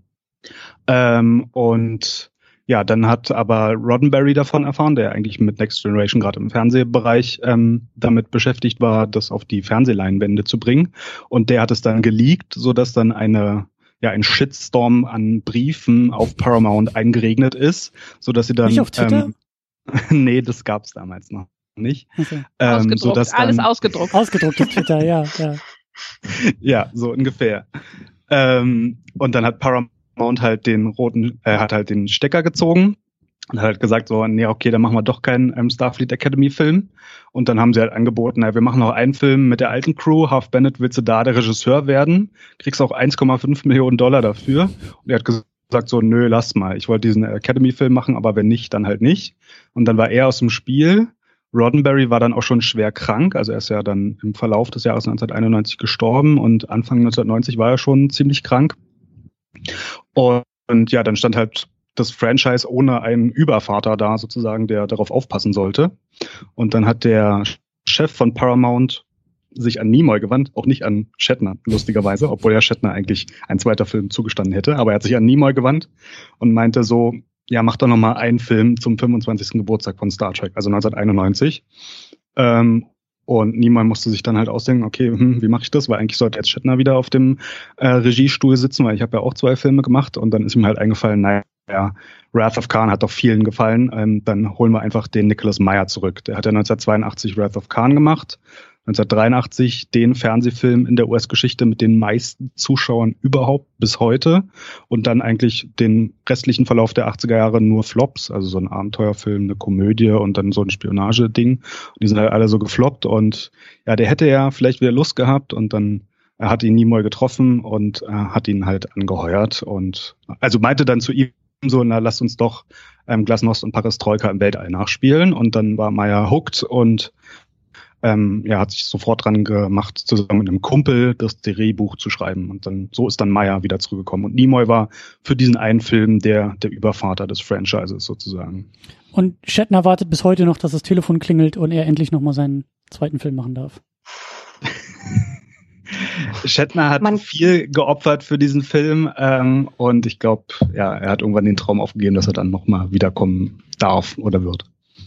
Ja, dann hat aber Roddenberry davon erfahren, der eigentlich mit Next Generation gerade im Fernsehbereich damit beschäftigt war, das auf die Fernsehleinwände zu bringen. Und der hat es dann geleakt, sodass dann ein Shitstorm an Briefen auf Paramount eingeregnet ist, sodass sie dann... Nicht auf Twitter? Nee, das gab's damals noch nicht. Okay. Ausgedruckt, sodass dann, alles ausgedruckt. Ausgedrucktes Twitter, ja. Ja, so ungefähr. Und dann hat Paramount halt den Stecker gezogen und hat halt gesagt so, nee, okay, dann machen wir doch keinen Starfleet Academy Film. Und dann haben sie halt angeboten, wir machen noch einen Film mit der alten Crew, Harve Bennett, willst du da der Regisseur werden? Kriegst auch $1,5 Millionen dafür. Und er hat gesagt so, nö, lass mal, ich wollte diesen Academy Film machen, aber wenn nicht, dann halt nicht. Und dann war er aus dem Spiel. Roddenberry war dann auch schon schwer krank, also er ist ja dann im Verlauf des Jahres 1991 gestorben und Anfang 1990 war er schon ziemlich krank. Und ja, dann stand halt das Franchise ohne einen Übervater da sozusagen, der darauf aufpassen sollte. Und dann hat der Chef von Paramount sich an Nimoy gewandt, auch nicht an Shatner, lustigerweise, obwohl ja Shatner eigentlich ein zweiter Film zugestanden hätte. Aber er hat sich an Nimoy gewandt und meinte so, ja, mach doch noch mal einen Film zum 25. Geburtstag von Star Trek, also 1991. Und Nimoy musste sich dann halt ausdenken, okay, wie mache ich das? Weil eigentlich sollte jetzt Shatner wieder auf dem Regiestuhl sitzen, weil ich habe ja auch 2 Filme gemacht. Und dann ist ihm halt eingefallen, naja, Wrath of Khan hat doch vielen gefallen. Dann holen wir einfach den Nicholas Meyer zurück. Der hat ja 1982 Wrath of Khan gemacht. 1983 den Fernsehfilm in der US-Geschichte mit den meisten Zuschauern überhaupt bis heute und dann eigentlich den restlichen Verlauf der 80er Jahre nur Flops, also so ein Abenteuerfilm, eine Komödie und dann so ein Spionageding. Die sind halt alle so gefloppt und ja, der hätte ja vielleicht wieder Lust gehabt und dann er hat ihn Nimoy getroffen und hat ihn halt angeheuert und also meinte dann zu ihm so, na, lass uns doch Glasnost und Perestroika im Weltall nachspielen und dann war Meyer hooked und hat sich sofort dran gemacht, zusammen mit einem Kumpel das Drehbuch zu schreiben. Und dann so ist dann Meyer wieder zurückgekommen. Und Nimoy war für diesen einen Film der Übervater des Franchises sozusagen. Und Shatner wartet bis heute noch, dass das Telefon klingelt und er endlich nochmal seinen zweiten Film machen darf. Shatner hat viel geopfert für diesen Film und ich glaube, ja, er hat irgendwann den Traum aufgegeben, dass er dann nochmal wiederkommen darf oder wird.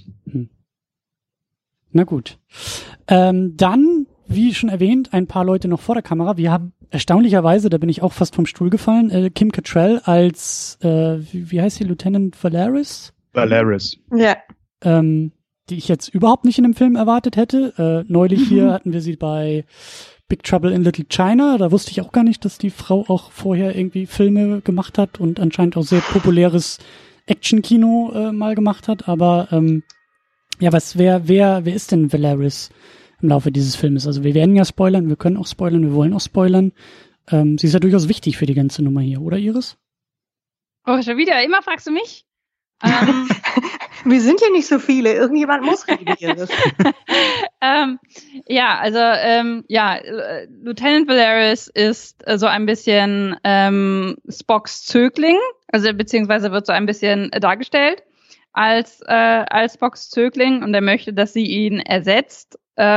Na gut. Dann, wie schon erwähnt, ein paar Leute noch vor der Kamera. Wir haben erstaunlicherweise, da bin ich auch fast vom Stuhl gefallen, Kim Cattrall als, wie heißt sie, Lieutenant Valeris? Valeris. Ja. Die ich jetzt überhaupt nicht in dem Film erwartet hätte. Neulich hier hatten wir sie bei Big Trouble in Little China. Da wusste ich auch gar nicht, dass die Frau auch vorher irgendwie Filme gemacht hat und anscheinend auch sehr populäres Action-Kino mal gemacht hat. Aber ja, wer ist denn Valeris im Laufe dieses Filmes? Also wir werden ja spoilern, wir können auch spoilern, wir wollen auch spoilern. Sie ist ja durchaus wichtig für die ganze Nummer hier, oder Iris? Oh, schon wieder? Immer fragst du mich? Wir sind hier nicht so viele. Irgendjemand muss reden, Iris. Lieutenant Valeris ist so ein bisschen Spocks Zögling, also beziehungsweise wird so ein bisschen dargestellt als Spocks Zögling und er möchte, dass sie ihn ersetzt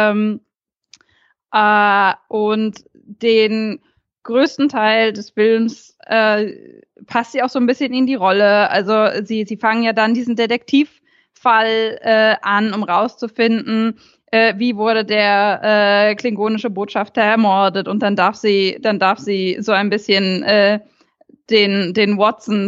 und den größten Teil des Films passt sie auch so ein bisschen in die Rolle. Also sie fangen ja dann diesen Detektivfall an, um rauszufinden, wie wurde der klingonische Botschafter ermordet und dann darf sie so ein bisschen den Watson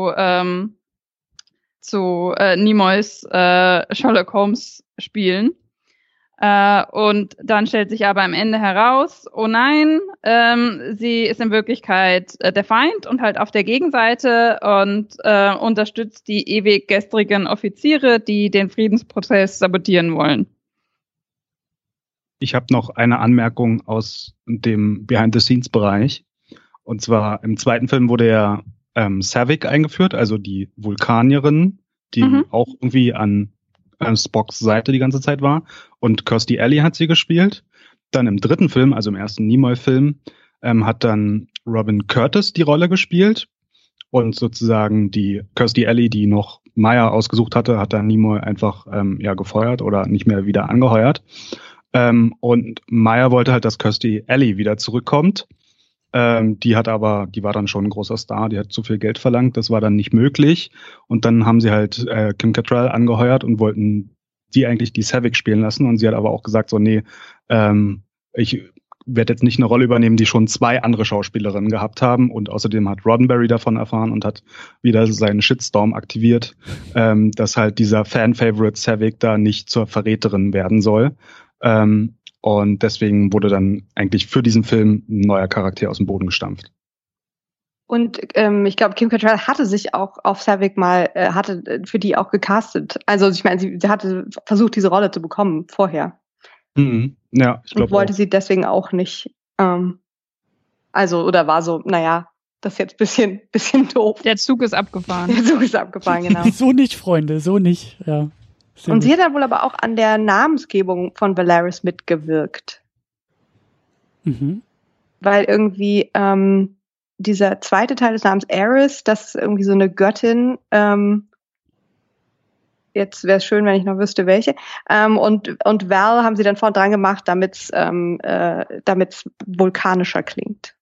zu Nimoys Sherlock Holmes spielen. Und dann stellt sich aber am Ende heraus, oh nein, sie ist in Wirklichkeit der Feind und halt auf der Gegenseite und unterstützt die ewig gestrigen Offiziere, die den Friedensprozess sabotieren wollen. Ich habe noch eine Anmerkung aus dem Behind-the-Scenes-Bereich. Und zwar im zweiten Film wurde ja Savick eingeführt, also die Vulkanierin, die auch irgendwie an Spocks Seite die ganze Zeit war. Und Kirstie Alley hat sie gespielt. Dann im dritten Film, also im ersten Nimoy-Film, hat dann Robin Curtis die Rolle gespielt. Und sozusagen die Kirstie Alley, die noch Meyer ausgesucht hatte, hat dann Nimoy einfach gefeuert oder nicht mehr wieder angeheuert. Und Meyer wollte halt, dass Kirstie Alley wieder zurückkommt. Die war dann schon ein großer Star, die hat zu viel Geld verlangt, das war dann nicht möglich. Und dann haben sie halt Kim Cattrall angeheuert und wollten die eigentlich die Savick spielen lassen. Und sie hat aber auch gesagt, so nee, ich werde jetzt nicht eine Rolle übernehmen, die schon 2 andere Schauspielerinnen gehabt haben. Und außerdem hat Roddenberry davon erfahren und hat wieder seinen Shitstorm aktiviert, dass halt dieser Fan-Favorite Savick da nicht zur Verräterin werden soll. Und deswegen wurde dann eigentlich für diesen Film ein neuer Charakter aus dem Boden gestampft. Und ich glaube, Kim Cattrall hatte sich auch auf Savick hatte für die auch gecastet. Also ich meine, sie hatte versucht, diese Rolle zu bekommen vorher. Mhm. Ja, ich glaube. Und wollte sie deswegen auch nicht. Oder war so, naja, das ist jetzt bisschen doof. Der Zug ist abgefahren. Der Zug ist abgefahren, genau. So nicht, Freunde, so nicht, ja. Und sie hat dann wohl aber auch an der Namensgebung von Valeris mitgewirkt. Mhm. Weil irgendwie dieser zweite Teil des Namens Eris, das ist irgendwie so eine Göttin, jetzt wäre es schön, wenn ich noch wüsste, welche. Und Val haben sie dann vorne dran gemacht, damit's vulkanischer klingt.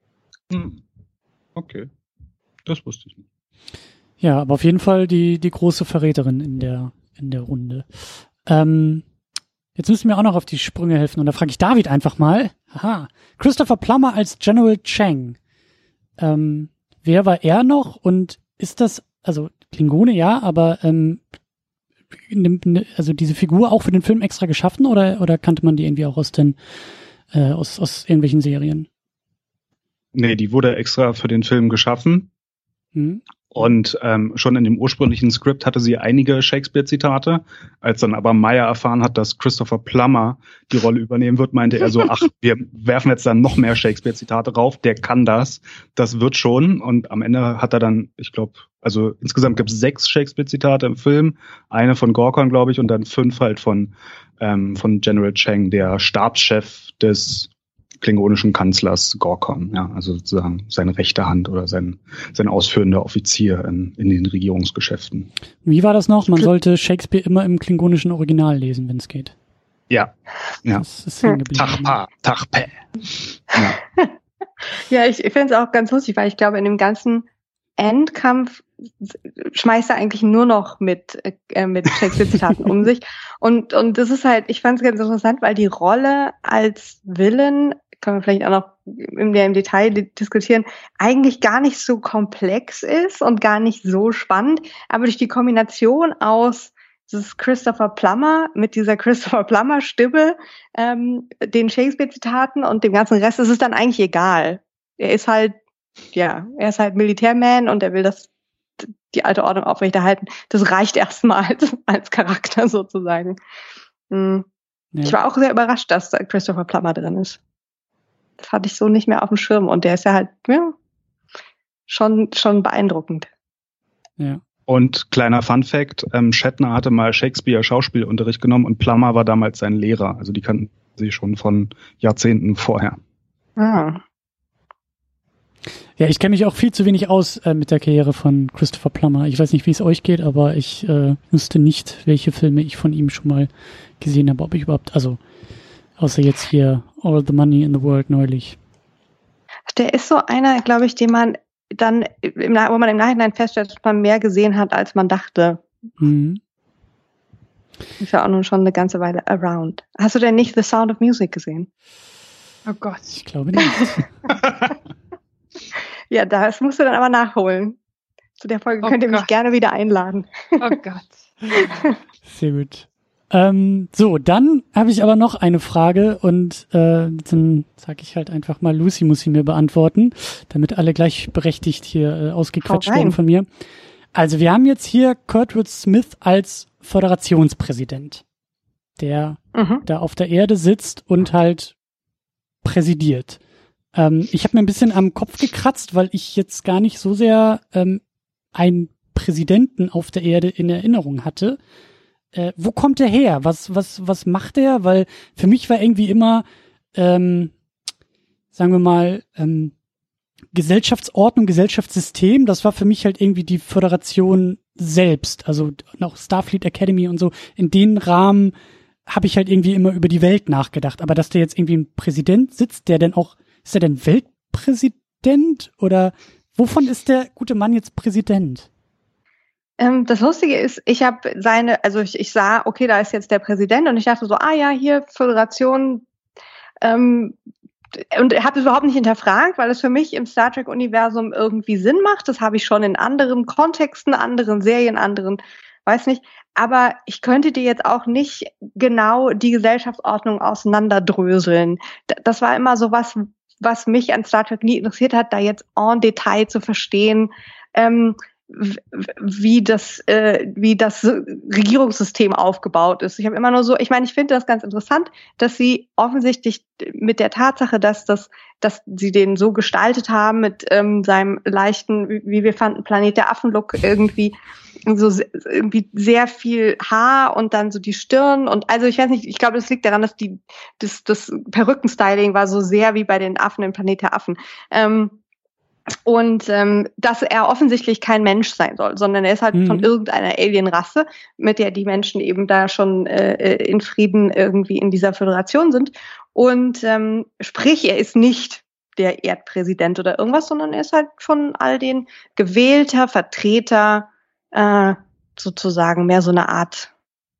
Okay. Das wusste ich nicht. Ja, aber auf jeden Fall die große Verräterin in der Runde. Jetzt müssen wir auch noch auf die Sprünge helfen und da frage ich David einfach mal. Aha. Christopher Plummer als General Chang. Wer war er noch und ist das, also Klingone ja, aber also diese Figur auch für den Film extra geschaffen oder kannte man die irgendwie auch aus irgendwelchen Serien? Nee, die wurde extra für den Film geschaffen. Mhm. Und schon in dem ursprünglichen Skript hatte sie einige Shakespeare-Zitate. Als dann aber Meyer erfahren hat, dass Christopher Plummer die Rolle übernehmen wird, meinte er so, ach, wir werfen jetzt dann noch mehr Shakespeare-Zitate rauf, der kann das wird schon. Und am Ende hat er dann, ich glaube, also insgesamt gibt es 6 Shakespeare-Zitate im Film, eine von Gorkon, glaube ich, und dann 5 halt von General Cheng, der Stabschef des klingonischen Kanzlers Gorkon, ja, also sozusagen seine rechte Hand oder sein ausführender Offizier in den Regierungsgeschäften. Wie war das noch? Man sollte Shakespeare immer im klingonischen Original lesen, wenn es geht. Ja. Das ist hängen geblieben. Tachpe. Ja. Ja, ich finde es auch ganz lustig, weil ich glaube, in dem ganzen Endkampf schmeißt er eigentlich nur noch mit Shakespeare-Zitaten um sich. Und das ist halt, ich fand es ganz interessant, weil die Rolle als Villain, können wir vielleicht auch noch im Detail diskutieren, eigentlich gar nicht so komplex ist und gar nicht so spannend, aber durch die Kombination aus dieses Christopher Plummer mit dieser Christopher Plummer Stimme, den Shakespeare-Zitaten und dem ganzen Rest, ist es dann eigentlich egal. Er ist halt Militärman und er will die alte Ordnung aufrechterhalten. Das reicht erstmal als Charakter sozusagen. Ja. Ich war auch sehr überrascht, dass da Christopher Plummer drin ist. Das hatte ich so nicht mehr auf dem Schirm und der ist ja halt schon beeindruckend. Ja. Und kleiner Fun-Fact, Shatner hatte mal Shakespeare Schauspielunterricht genommen und Plummer war damals sein Lehrer. Also die kannten sie schon von Jahrzehnten vorher. Ah. Ja, ich kenne mich auch viel zu wenig aus mit der Karriere von Christopher Plummer. Ich weiß nicht, wie es euch geht, aber ich wüsste nicht, welche Filme ich von ihm schon mal gesehen habe, ob ich überhaupt, also außer jetzt hier All the Money in the World neulich. Der ist so einer, glaube ich, den man dann, wo man im Nachhinein feststellt, dass man mehr gesehen hat, als man dachte. Mhm. Ist ja auch nun schon eine ganze Weile around. Hast du denn nicht The Sound of Music gesehen? Oh Gott. Ich glaube nicht. Ja, das musst du dann aber nachholen. Zu der Folge könnt ihr mich gerne wieder einladen. Oh Gott. Sehr gut. So, dann habe ich aber noch eine Frage und dann sage ich halt einfach mal, Lucy muss sie mir beantworten, damit alle gleichberechtigt hier ausgequetscht werden von mir. Also wir haben jetzt hier Kurtwood Smith als Föderationspräsident, der da auf der Erde sitzt und halt präsidiert. Ich habe mir ein bisschen am Kopf gekratzt, weil ich jetzt gar nicht so sehr einen Präsidenten auf der Erde in Erinnerung hatte. Wo kommt er her? Was macht er? Weil für mich war irgendwie immer, sagen wir mal, Gesellschaftsordnung, Gesellschaftssystem, das war für mich halt irgendwie die Föderation selbst, also auch Starfleet Academy und so. In den Rahmen habe ich halt irgendwie immer über die Welt nachgedacht. Aber dass da jetzt irgendwie ein Präsident sitzt, der denn auch, ist er denn Weltpräsident? Oder wovon ist der gute Mann jetzt Präsident? Das Lustige ist, ich sah, okay, da ist jetzt der Präsident und ich dachte so, hier, Föderation, und habe es überhaupt nicht hinterfragt, weil es für mich im Star Trek-Universum irgendwie Sinn macht. Das habe ich schon in anderen Kontexten, anderen Serien, weiß nicht. Aber ich könnte dir jetzt auch nicht genau die Gesellschaftsordnung auseinanderdröseln. Das war immer so was mich an Star Trek nie interessiert hat, da jetzt en Detail zu verstehen, wie das Regierungssystem aufgebaut ist. Ich habe immer nur so, ich finde das ganz interessant, dass sie offensichtlich mit der Tatsache, dass sie den so gestaltet haben mit seinem leichten, wie wir fanden, Planet der Affen-Look irgendwie sehr viel Haar und dann so die Stirn und also ich weiß nicht, ich glaube, das liegt daran, dass das Perückenstyling war so sehr wie bei den Affen im Planet der Affen. Und dass er offensichtlich kein Mensch sein soll, sondern er ist halt von irgendeiner Alien-Rasse, mit der die Menschen eben da schon in Frieden irgendwie in dieser Föderation sind. Und sprich, er ist nicht der Erdpräsident oder irgendwas, sondern er ist halt von all den gewählter Vertreter, sozusagen mehr so eine Art,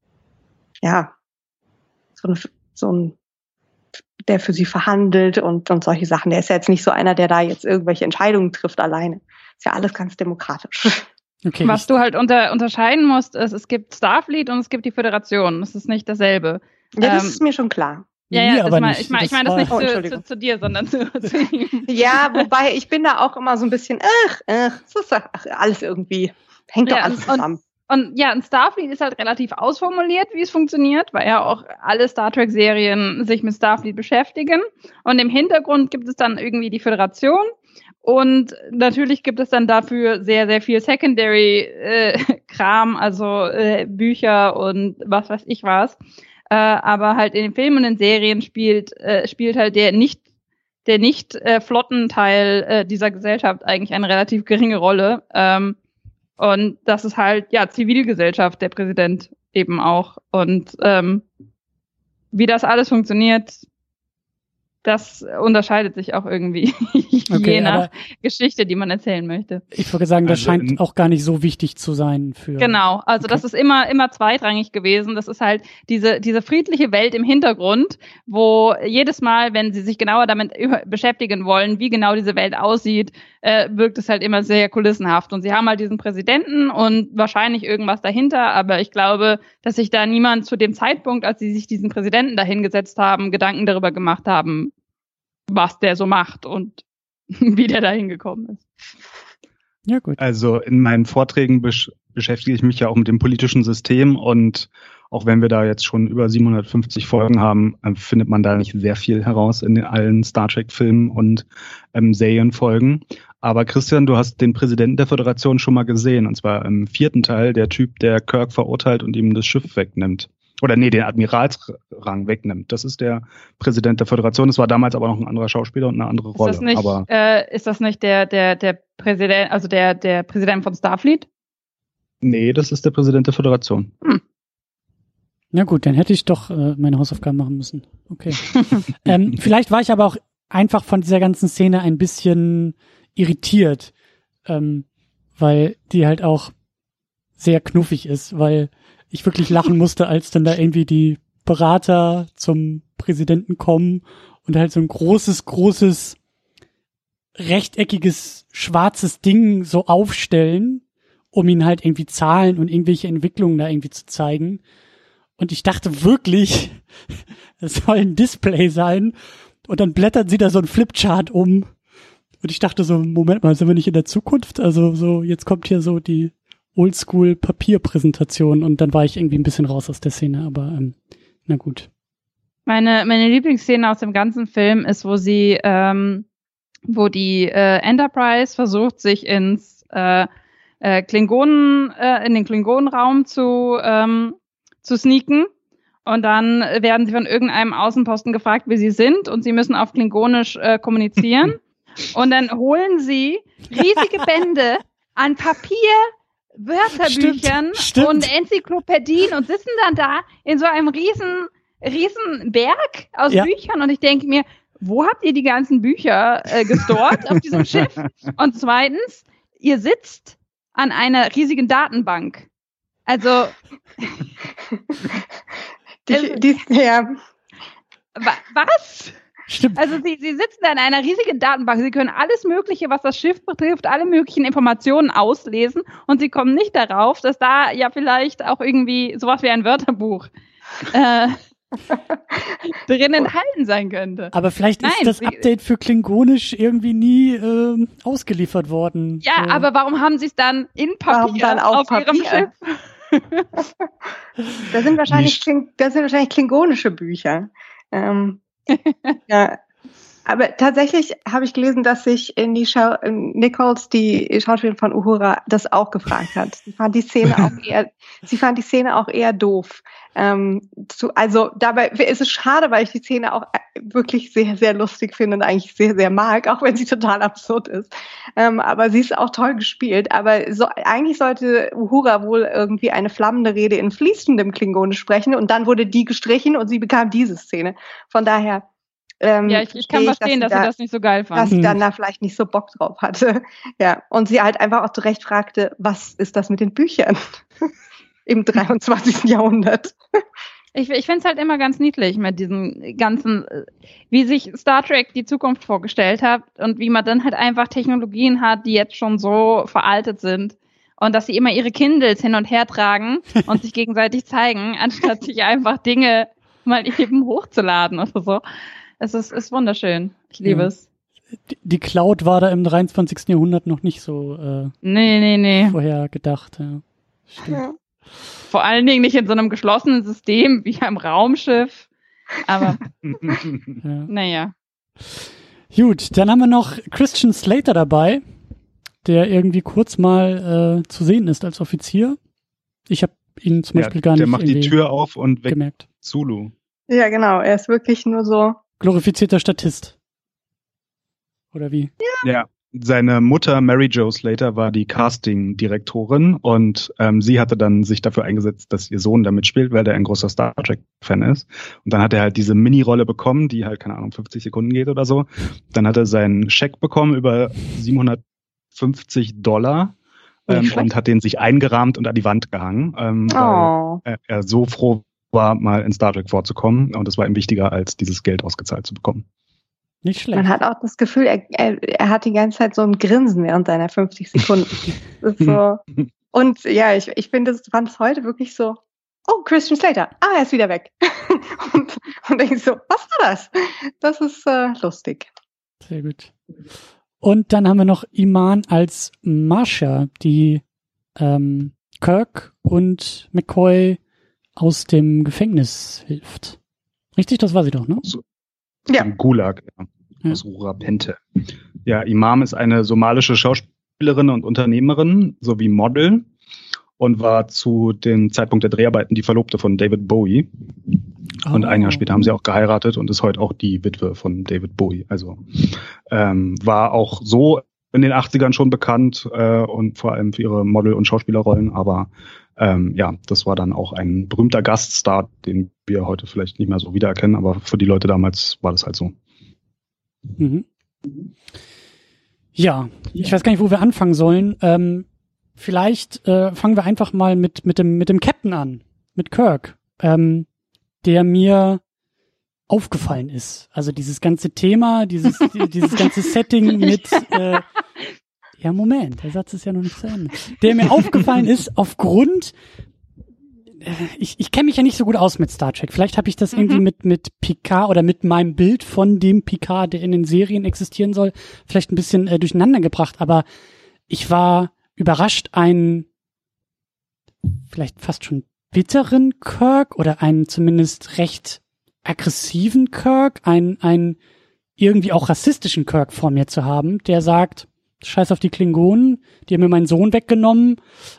so ein der für sie verhandelt und solche Sachen. Der ist ja jetzt nicht so einer, der da jetzt irgendwelche Entscheidungen trifft alleine. Ist ja alles ganz demokratisch. Okay, Was du halt unterscheiden musst, ist, es gibt Starfleet und es gibt die Föderation. Das ist nicht dasselbe. Ja, das ist mir schon klar. Mir aber nicht. Ich meine das nicht zu dir, sondern zu ihm. Ja, wobei ich bin da auch immer so ein bisschen, das ist alles irgendwie, hängt doch alles zusammen. Und ein Starfleet ist halt relativ ausformuliert, wie es funktioniert, weil ja auch alle Star Trek-Serien sich mit Starfleet beschäftigen. Und im Hintergrund gibt es dann irgendwie die Föderation. Und natürlich gibt es dann dafür sehr, sehr viel Secondary-Kram, also Bücher und was weiß ich was. Aber halt in den Filmen und in den Serien spielt halt der nicht Flottenteil dieser Gesellschaft eigentlich eine relativ geringe Rolle. Und das ist halt, Zivilgesellschaft, der Präsident eben auch. Und wie das alles funktioniert, das unterscheidet sich auch irgendwie je nach Geschichte, die man erzählen möchte. Ich würde sagen, das scheint auch gar nicht so wichtig zu sein für. Genau, also das ist immer zweitrangig gewesen. Das ist halt diese friedliche Welt im Hintergrund, wo jedes Mal, wenn sie sich genauer damit beschäftigen wollen, wie genau diese Welt aussieht, wirkt es halt immer sehr kulissenhaft. Und sie haben halt diesen Präsidenten und wahrscheinlich irgendwas dahinter, aber ich glaube, dass sich da niemand zu dem Zeitpunkt, als sie sich diesen Präsidenten dahingesetzt haben, Gedanken darüber gemacht haben, was der so macht und wie der da hingekommen ist. Ja, gut. Also in meinen Vorträgen beschäftige ich mich ja auch mit dem politischen System und auch wenn wir da jetzt schon über 750 Folgen haben, findet man da nicht sehr viel heraus in allen Star Trek-Filmen und Serienfolgen. Aber Christian, du hast den Präsidenten der Föderation schon mal gesehen, und zwar im 4. Teil, der Typ, der Kirk verurteilt und ihm das Schiff wegnimmt. Oder nee, den Admiralsrang wegnimmt. Das ist der Präsident der Föderation. Das war damals aber noch ein anderer Schauspieler und eine andere Rolle. Ist das nicht der Präsident, also der Präsident von Starfleet? Nee, das ist der Präsident der Föderation. Na gut, dann hätte ich doch meine Hausaufgaben machen müssen. Okay. Vielleicht war ich aber auch einfach von dieser ganzen Szene ein bisschen irritiert, weil die halt auch sehr knuffig ist, weil ich wirklich lachen musste, als dann da irgendwie die Berater zum Präsidenten kommen und halt so ein großes, rechteckiges, schwarzes Ding so aufstellen, um ihnen halt irgendwie Zahlen und irgendwelche Entwicklungen da irgendwie zu zeigen. Und ich dachte wirklich, es soll ein Display sein. Und dann blättern sie da so ein Flipchart um. Und ich dachte so, Moment mal, sind wir nicht in der Zukunft? Also so, jetzt kommt hier so die Oldschool-Papierpräsentation und dann war ich irgendwie ein bisschen raus aus der Szene, aber na gut. Meine Lieblingsszene aus dem ganzen Film ist, wo die Enterprise versucht, sich in den Klingonenraum zu sneaken. Und dann werden sie von irgendeinem Außenposten gefragt, wie sie sind, und sie müssen auf Klingonisch kommunizieren. Und dann holen sie riesige Bände an Papier, Wörterbüchern und Enzyklopädien und sitzen dann da in so einem riesen Berg aus Büchern. Und ich denke mir, wo habt ihr die ganzen Bücher gestort auf diesem Schiff? Und zweitens, ihr sitzt an einer riesigen Datenbank. Also was? Stimmt. Also sie sitzen da in einer riesigen Datenbank. Sie können alles Mögliche, was das Schiff betrifft, alle möglichen Informationen auslesen und sie kommen nicht darauf, dass da ja vielleicht auch irgendwie sowas wie ein Wörterbuch drin enthalten sein könnte. Aber vielleicht ist das Update für Klingonisch irgendwie nie ausgeliefert worden. Ja, so. Aber warum haben sie es dann in Papier auf ihrem Schiff? Das sind wahrscheinlich klingonische Bücher. Ja, aber tatsächlich habe ich gelesen, dass sich Nichols, die Schauspielerin von Uhura, das auch gefragt hat. Sie fand die Szene auch eher doof. Also dabei ist es schade, weil ich die Szene auch wirklich sehr, sehr lustig finde und eigentlich sehr, sehr mag, auch wenn sie total absurd ist. Aber sie ist auch toll gespielt. Aber eigentlich sollte Uhura wohl irgendwie eine flammende Rede in fließendem Klingonisch sprechen und dann wurde die gestrichen und sie bekam diese Szene. Von daher ich kann verstehen, dass sie das nicht so geil fand. Dass sie dann da vielleicht nicht so Bock drauf hatte. Ja, und sie halt einfach auch zurecht fragte, was ist das mit den Büchern im 23. Jahrhundert? Ich finde es halt immer ganz niedlich mit diesem ganzen, wie sich Star Trek die Zukunft vorgestellt hat und wie man dann halt einfach Technologien hat, die jetzt schon so veraltet sind und dass sie immer ihre Kindles hin und her tragen und sich gegenseitig zeigen, anstatt sich einfach Dinge mal eben hochzuladen oder so. Es ist wunderschön. Ich liebe es. Die Cloud war da im 23. Jahrhundert noch nicht so Nee. vorher gedacht. Ja. Stimmt. Ja. Vor allen Dingen nicht in so einem geschlossenen System wie einem Raumschiff. Aber naja. Gut, dann haben wir noch Christian Slater dabei, der irgendwie kurz mal zu sehen ist als Offizier. Ich habe ihn zum Beispiel gar nicht der macht die Tür auf und weg gemerkt. Zulu. Ja, genau. Er ist wirklich nur so. Glorifizierter Statist. Oder wie? Ja, seine Mutter Mary Jo Slater war die Casting-Direktorin und sie hatte dann sich dafür eingesetzt, dass ihr Sohn da mitspielt, weil der ein großer Star Trek-Fan ist. Und dann hat er halt diese Mini-Rolle bekommen, die halt, keine Ahnung, 50 Sekunden geht oder so. Dann hat er seinen Scheck bekommen über $750 und hat den sich eingerahmt und an die Wand gehangen, weil er so froh war, mal in Star Trek vorzukommen. Und das war ihm wichtiger, als dieses Geld ausgezahlt zu bekommen. Nicht schlecht. Man hat auch das Gefühl, er hat die ganze Zeit so ein Grinsen während seiner 50 Sekunden. Das ist so. Und ja, ich finde, fand es heute wirklich so, oh, Christian Slater, er ist wieder weg. und denke so, was war das? Das ist lustig. Sehr gut. Und dann haben wir noch Iman als Marsha, die Kirk und McCoy aus dem Gefängnis hilft. Richtig, das war sie doch, ne? So, Ja. Im Gulag, aus Urapente. Ja, Imam ist eine somalische Schauspielerin und Unternehmerin sowie Model und war zu dem Zeitpunkt der Dreharbeiten die Verlobte von David Bowie. Und ein Jahr später haben sie auch geheiratet und ist heute auch die Witwe von David Bowie. Also war auch so in den 80ern schon bekannt und vor allem für ihre Model- und Schauspielerrollen, aber das war dann auch ein berühmter Gaststar, den wir heute vielleicht nicht mehr so wiedererkennen, aber für die Leute damals war das halt so. Mhm. Ja, ich weiß gar nicht, wo wir anfangen sollen. Vielleicht fangen wir einfach mal mit dem Captain an, mit Kirk, der mir aufgefallen ist. Also dieses ganze Thema, dieses ganze Setting mit ja, Moment, der Satz ist ja noch nicht zu Ende. Der mir aufgefallen ist aufgrund, ich kenne mich ja nicht so gut aus mit Star Trek. Vielleicht habe ich das irgendwie mit Picard oder mit meinem Bild von dem Picard, der in den Serien existieren soll, vielleicht ein bisschen durcheinander gebracht. Aber ich war überrascht, einen vielleicht fast schon bitteren Kirk oder einen zumindest recht aggressiven Kirk, einen irgendwie auch rassistischen Kirk vor mir zu haben, der sagt, scheiß auf die Klingonen, die haben mir meinen Sohn weggenommen,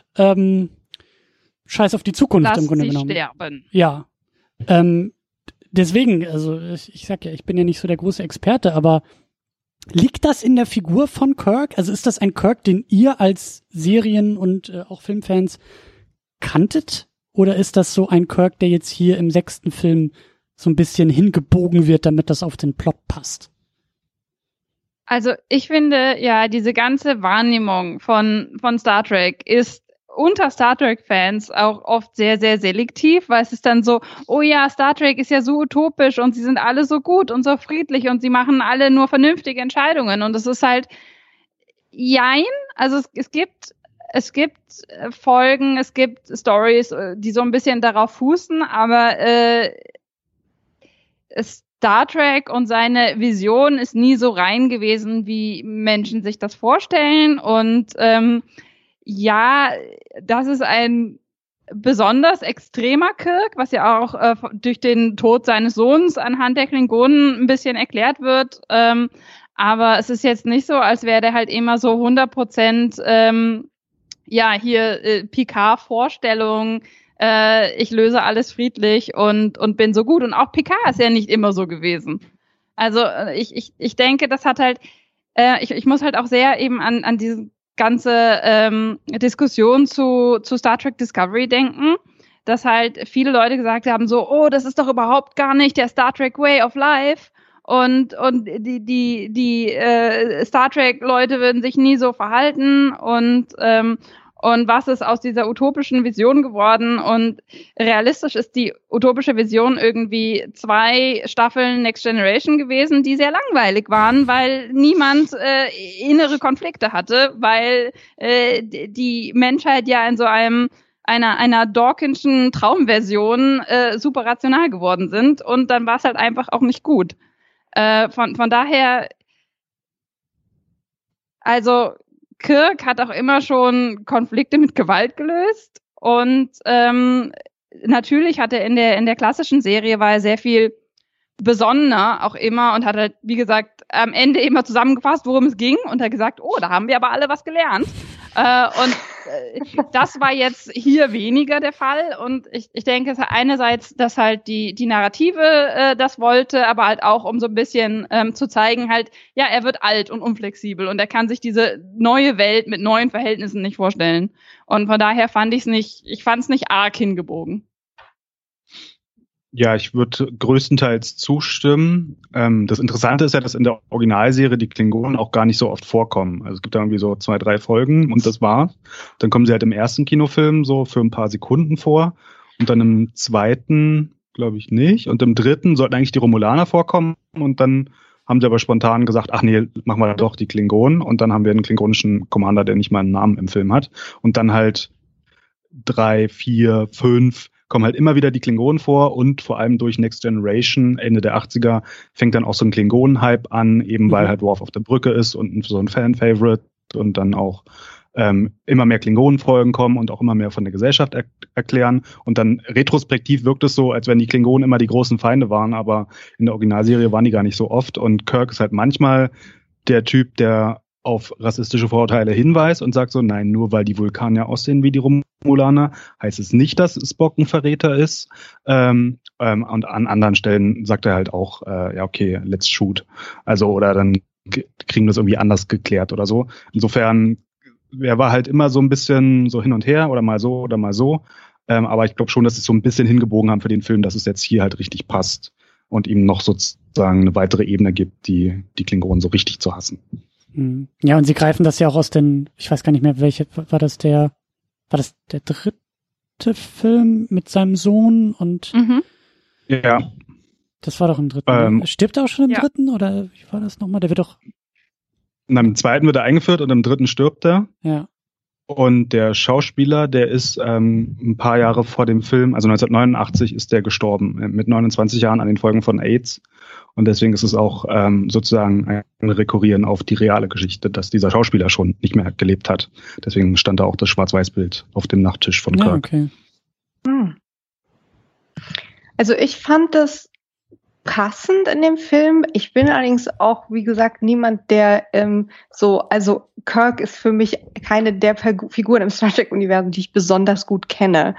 scheiß auf die Zukunft im Grunde genommen. Sterben. Ja. Deswegen, also ich sag ja, ich bin ja nicht so der große Experte, aber liegt das in der Figur von Kirk? Also ist das ein Kirk, den ihr als Serien- und auch Filmfans kanntet? Oder ist das so ein Kirk, der jetzt hier im 6. Film so ein bisschen hingebogen wird, damit das auf den Plot passt? Also ich finde, ja, diese ganze Wahrnehmung von Star Trek ist unter Star Trek-Fans auch oft sehr, sehr selektiv, weil es ist dann so, oh ja, Star Trek ist ja so utopisch und sie sind alle so gut und so friedlich und sie machen alle nur vernünftige Entscheidungen und es ist halt, jein, also es gibt Folgen, es gibt Stories, die so ein bisschen darauf fußen, aber Star Trek und seine Vision ist nie so rein gewesen, wie Menschen sich das vorstellen. Und ja, das ist ein besonders extremer Kirk, was ja auch durch den Tod seines Sohns anhand der Klingonen ein bisschen erklärt wird. Aber es ist jetzt nicht so, als wäre der halt immer so 100% Picard-Vorstellung, ich löse alles friedlich und bin so gut. Und auch Picard ist ja nicht immer so gewesen. Also ich denke, das hat halt, ich muss halt auch sehr eben an diese ganze Diskussion zu Star Trek Discovery denken, dass halt viele Leute gesagt haben, so, oh, das ist doch überhaupt gar nicht der Star Trek Way of Life. Und die Star Trek Leute würden sich nie so verhalten und was ist aus dieser utopischen Vision geworden. Und realistisch ist die utopische Vision irgendwie 2 Staffeln Next Generation gewesen, die sehr langweilig waren, weil niemand innere Konflikte hatte, weil die Menschheit ja in so einer Dawkinschen Traumversion super rational geworden sind, und dann war es halt einfach auch nicht gut. Von daher, also Kirk hat auch immer schon Konflikte mit Gewalt gelöst, und natürlich hat er in der klassischen Serie war er sehr viel besonnener auch immer und hat halt, wie gesagt, am Ende immer zusammengefasst, worum es ging, und hat gesagt, oh, da haben wir aber alle was gelernt. Das war jetzt hier weniger der Fall, und ich denke, es ist einerseits, dass halt die Narrative das wollte, aber halt auch, um so ein bisschen zu zeigen, halt, ja, er wird alt und unflexibel und er kann sich diese neue Welt mit neuen Verhältnissen nicht vorstellen. Und von daher fand ich es nicht arg hingebogen. Ja, ich würde größtenteils zustimmen. Das Interessante ist ja, dass in der Originalserie die Klingonen auch gar nicht so oft vorkommen. Also es gibt da irgendwie so 2, 3 Folgen und das war's. Dann kommen sie halt im ersten Kinofilm so für ein paar Sekunden vor und dann im zweiten, glaube ich, nicht. Und im dritten sollten eigentlich die Romulaner vorkommen, und dann haben sie aber spontan gesagt, ach nee, machen wir doch die Klingonen, und dann haben wir einen klingonischen Commander, der nicht mal einen Namen im Film hat. Und dann halt 3, 4, 5 kommen halt immer wieder die Klingonen vor, und vor allem durch Next Generation, Ende der 80er, fängt dann auch so ein Klingonen-Hype an, eben weil halt Worf auf der Brücke ist und so ein Fan-Favorite, und dann auch immer mehr Klingonen-Folgen kommen und auch immer mehr von der Gesellschaft erklären. Und dann retrospektiv wirkt es so, als wenn die Klingonen immer die großen Feinde waren, aber in der Originalserie waren die gar nicht so oft, und Kirk ist halt manchmal der Typ, der auf rassistische Vorurteile hinweist und sagt so, nein, nur weil die Vulkanier aussehen wie die Romulaner, heißt es nicht, dass Spock ein Verräter ist. Und an anderen Stellen sagt er halt auch, ja, okay, let's shoot. Also, oder dann kriegen wir das irgendwie anders geklärt oder so. Insofern, er war halt immer so ein bisschen so hin und her, oder mal so oder mal so. Aber ich glaube schon, dass sie es so ein bisschen hingebogen haben für den Film, dass es jetzt hier halt richtig passt und ihm noch sozusagen eine weitere Ebene gibt, die Klingonen so richtig zu hassen. Ja, und sie greifen das ja auch aus ich weiß gar nicht mehr, war das der 3. Film mit seinem Sohn, und ja. Das war doch im 3. Stirbt er auch schon im 3. oder wie war das nochmal? Der wird doch. Im 2. wird er eingeführt und im 3. stirbt er. Ja. Und der Schauspieler, der ist ein paar Jahre vor dem Film, also 1989 ist der gestorben, mit 29 Jahren an den Folgen von AIDS. Und deswegen ist es auch sozusagen ein Rekurrieren auf die reale Geschichte, dass dieser Schauspieler schon nicht mehr gelebt hat. Deswegen stand da auch das Schwarz-Weiß-Bild auf dem Nachttisch von Kirk. Ja, okay. Also ich fand das passend in dem Film. Ich bin allerdings auch, wie gesagt, niemand, der also Kirk ist für mich keine der Figuren im Star Trek-Universum, die ich besonders gut kenne.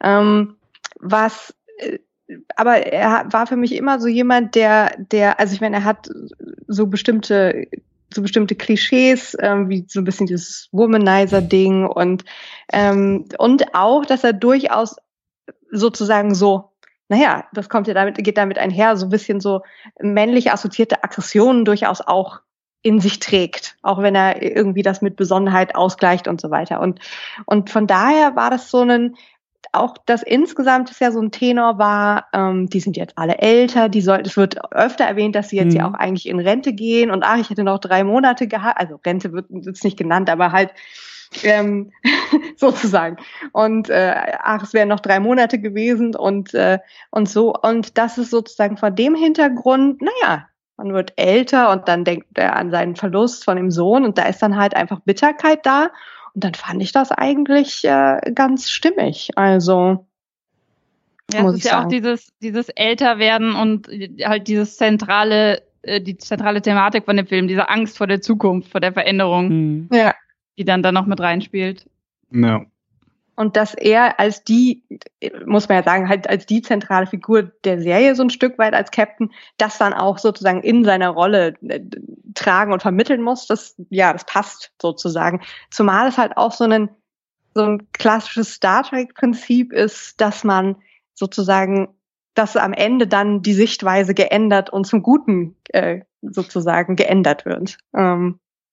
Aber er war für mich immer so jemand, der, also ich meine, er hat so bestimmte Klischees, wie so ein bisschen dieses Womanizer-Ding und auch, dass er durchaus sozusagen so, naja, das geht damit einher, so ein bisschen so männlich assoziierte Aggressionen durchaus auch in sich trägt, auch wenn er irgendwie das mit Besonnenheit ausgleicht und so weiter. Und von daher war das so auch das insgesamt ist ja so ein Tenor war, die sind jetzt alle älter, es wird öfter erwähnt, dass sie jetzt ja auch eigentlich in Rente gehen, und ich hätte noch 3 Monate gehabt, also Rente wird jetzt nicht genannt, aber halt sozusagen. Und es wären noch 3 Monate gewesen und so. Und das ist sozusagen vor dem Hintergrund, naja, man wird älter und dann denkt er an seinen Verlust von dem Sohn, und da ist dann halt einfach Bitterkeit da. Und dann fand ich das eigentlich ganz stimmig. Also ja, es ist ja auch dieses Älterwerden und halt die zentrale Thematik von dem Film, diese Angst vor der Zukunft, vor der Veränderung, die dann noch mit reinspielt. Ja. Und dass er muss man ja sagen, halt als die zentrale Figur der Serie so ein Stück weit als Captain, das dann auch sozusagen in seiner Rolle tragen und vermitteln muss, das passt sozusagen. Zumal es halt auch so ein klassisches Star Trek-Prinzip ist, dass man sozusagen, dass am Ende dann die Sichtweise geändert und zum Guten sozusagen geändert wird.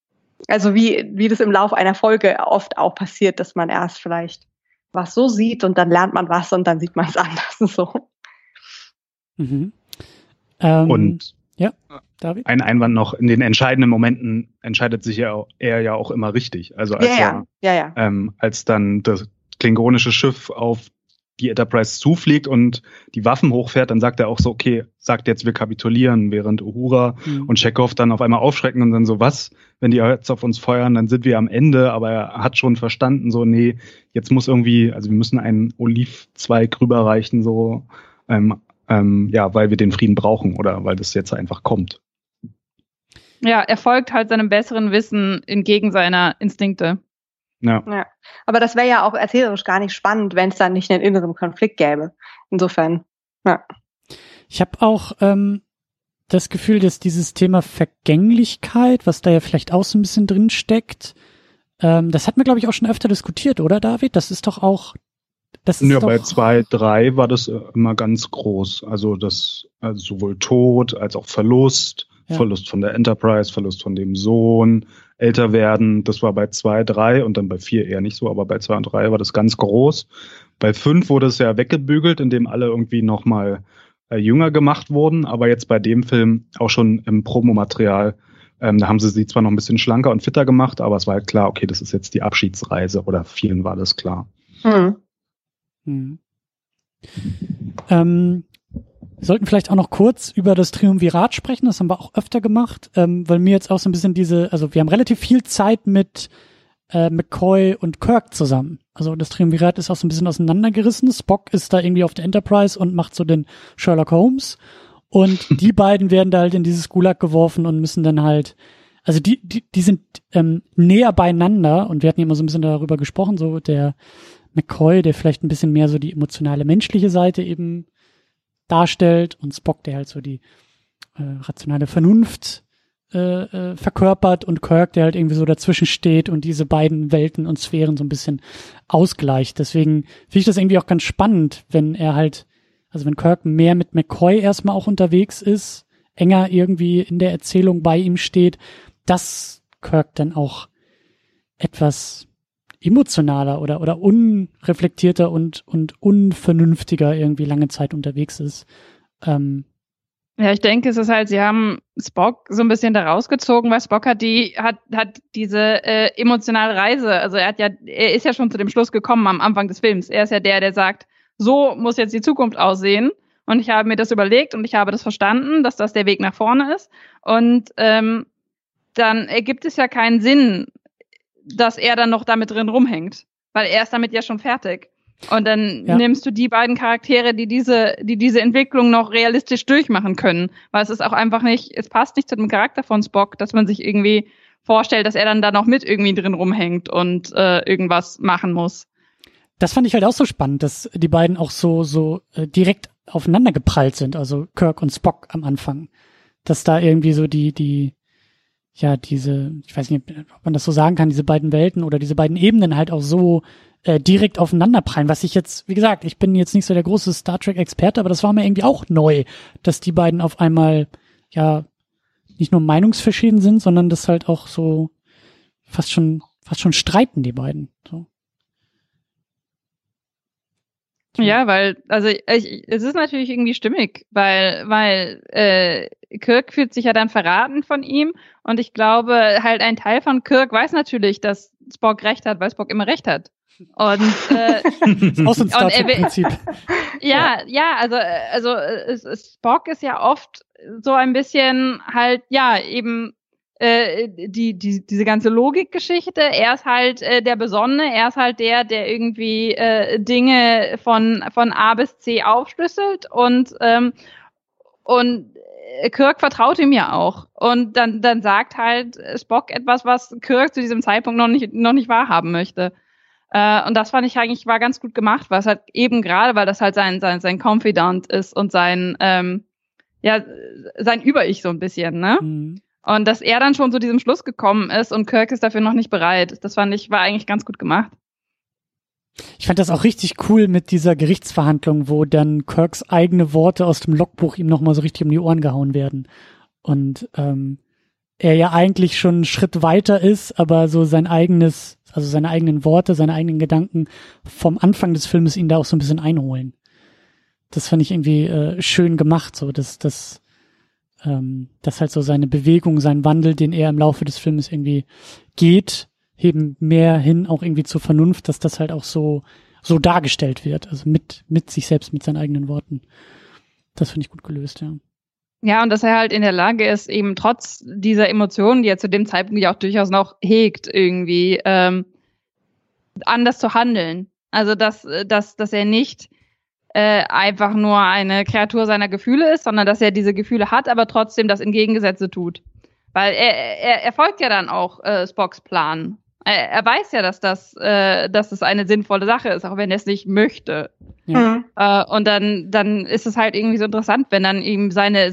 Also wie das im Laufe einer Folge oft auch passiert, dass man erst vielleicht was so sieht und dann lernt man was und dann sieht man es anders und so. Mhm. Und ja, David? ein Einwand noch, in den entscheidenden Momenten entscheidet sich er ja auch immer richtig. Also als als dann das klingonische Schiff auf die Enterprise zufliegt und die Waffen hochfährt, dann sagt er auch so, okay, sagt jetzt, wir kapitulieren, während Uhura und Chekhov dann auf einmal aufschrecken und dann so, was, wenn die jetzt auf uns feuern, dann sind wir am Ende, aber er hat schon verstanden, so, nee, jetzt muss irgendwie, also wir müssen einen Olivzweig rüberreichen, so, weil wir den Frieden brauchen oder weil das jetzt einfach kommt. Ja, er folgt halt seinem besseren Wissen entgegen seiner Instinkte. Ja. Aber das wäre ja auch erzählerisch gar nicht spannend, wenn es dann nicht einen inneren Konflikt gäbe. Insofern, ja. Ich habe auch das Gefühl, dass dieses Thema Vergänglichkeit, was da ja vielleicht auch so ein bisschen drin steckt, das hatten wir, glaube ich, auch schon öfter diskutiert, oder David? Das ist doch auch... bei 2, 3 war das immer ganz groß. Also sowohl Tod als auch Verlust. Ja. Verlust von der Enterprise, Verlust von dem Sohn, älter werden, das war bei 2, 3 und dann bei 4 eher nicht so, aber bei 2 und 3 war das ganz groß. Bei 5 wurde es ja weggebügelt, indem alle irgendwie nochmal jünger gemacht wurden, aber jetzt bei dem Film auch schon im Promomaterial, da haben sie zwar noch ein bisschen schlanker und fitter gemacht, aber es war halt klar, okay, das ist jetzt die Abschiedsreise oder vielen war das klar. Wir sollten vielleicht auch noch kurz über das Triumvirat sprechen, das haben wir auch öfter gemacht, weil mir jetzt auch so ein bisschen wir haben relativ viel Zeit mit McCoy und Kirk zusammen. Also das Triumvirat ist auch so ein bisschen auseinandergerissen. Spock ist da irgendwie auf der Enterprise und macht so den Sherlock Holmes und die beiden werden da halt in dieses Gulag geworfen und müssen dann halt, also die sind näher beieinander und wir hatten ja immer so ein bisschen darüber gesprochen, so der McCoy, der vielleicht ein bisschen mehr so die emotionale, menschliche Seite eben darstellt und Spock, der halt so die rationale Vernunft verkörpert und Kirk, der halt irgendwie so dazwischen steht und diese beiden Welten und Sphären so ein bisschen ausgleicht. Deswegen finde ich das irgendwie auch ganz spannend, wenn wenn Kirk mehr mit McCoy erstmal auch unterwegs ist, enger irgendwie in der Erzählung bei ihm steht, dass Kirk dann auch etwas emotionaler oder unreflektierter und unvernünftiger irgendwie lange Zeit unterwegs ist. Ja, ich denke, es ist halt, sie haben Spock so ein bisschen da rausgezogen, weil Spock hat diese emotionale Reise, also er ist ja schon zu dem Schluss gekommen am Anfang des Films. Er ist ja der sagt, so muss jetzt die Zukunft aussehen. Und ich habe mir das überlegt und ich habe das verstanden, dass das der Weg nach vorne ist. Und dann ergibt es ja keinen Sinn, dass er dann noch damit drin rumhängt, weil er ist damit ja schon fertig. Und dann nimmst du die beiden Charaktere, die diese Entwicklung noch realistisch durchmachen können, weil es ist auch einfach nicht, es passt nicht zu dem Charakter von Spock, dass man sich irgendwie vorstellt, dass er dann da noch mit irgendwie drin rumhängt und irgendwas machen muss. Das fand ich halt auch so spannend, dass die beiden auch so direkt aufeinander geprallt sind, also Kirk und Spock am Anfang. Dass da irgendwie so diese, ich weiß nicht, ob man das so sagen kann, diese beiden Welten oder diese beiden Ebenen halt auch so direkt aufeinander prallen, was ich jetzt, wie gesagt, ich bin jetzt nicht so der große Star Trek-Experte, aber das war mir irgendwie auch neu, dass die beiden auf einmal, nicht nur meinungsverschieden sind, sondern das halt auch so fast schon streiten, die beiden, so. Ja, weil, also es ist natürlich irgendwie stimmig, weil Kirk fühlt sich ja dann verraten von ihm und ich glaube halt ein Teil von Kirk weiß natürlich, dass Spock recht hat, weil Spock immer recht hat. Und auch so ein Star Trek-Prinzip. Also Spock ist ja oft so ein bisschen halt, eben diese ganze Logikgeschichte, er ist halt der Besonnene, er ist halt der irgendwie Dinge von A bis C aufschlüsselt und Kirk vertraut ihm ja auch und dann sagt halt Spock etwas, was Kirk zu diesem Zeitpunkt noch nicht wahrhaben möchte. Und das fand ich eigentlich war ganz gut gemacht, weil es halt eben gerade, weil das halt sein Confidant ist und sein Über-Ich so ein bisschen, ne? Mhm. Und dass er dann schon zu diesem Schluss gekommen ist und Kirk ist dafür noch nicht bereit. Das fand ich, war eigentlich ganz gut gemacht. Ich fand das auch richtig cool mit dieser Gerichtsverhandlung, wo dann Kirks eigene Worte aus dem Logbuch ihm nochmal so richtig um die Ohren gehauen werden. Und er ja eigentlich schon einen Schritt weiter ist, aber so seine eigenen Worte, seine eigenen Gedanken vom Anfang des Filmes ihn da auch so ein bisschen einholen. Das fand ich irgendwie schön gemacht, so dass halt so seine Bewegung, sein Wandel, den er im Laufe des Filmes irgendwie geht, eben mehr hin auch irgendwie zur Vernunft, dass das halt auch so dargestellt wird, also mit sich selbst, mit seinen eigenen Worten. Das finde ich gut gelöst, ja. Ja, und dass er halt in der Lage ist, eben trotz dieser Emotionen, die er zu dem Zeitpunkt ja auch durchaus noch hegt, irgendwie anders zu handeln. Also dass er nicht einfach nur eine Kreatur seiner Gefühle ist, sondern dass er diese Gefühle hat, aber trotzdem das Entgegengesetzte tut. Weil er folgt ja dann auch Spocks Plan. Er weiß ja, dass das eine sinnvolle Sache ist, auch wenn er es nicht möchte. Ja. Und dann ist es halt irgendwie so interessant, wenn dann ihm seine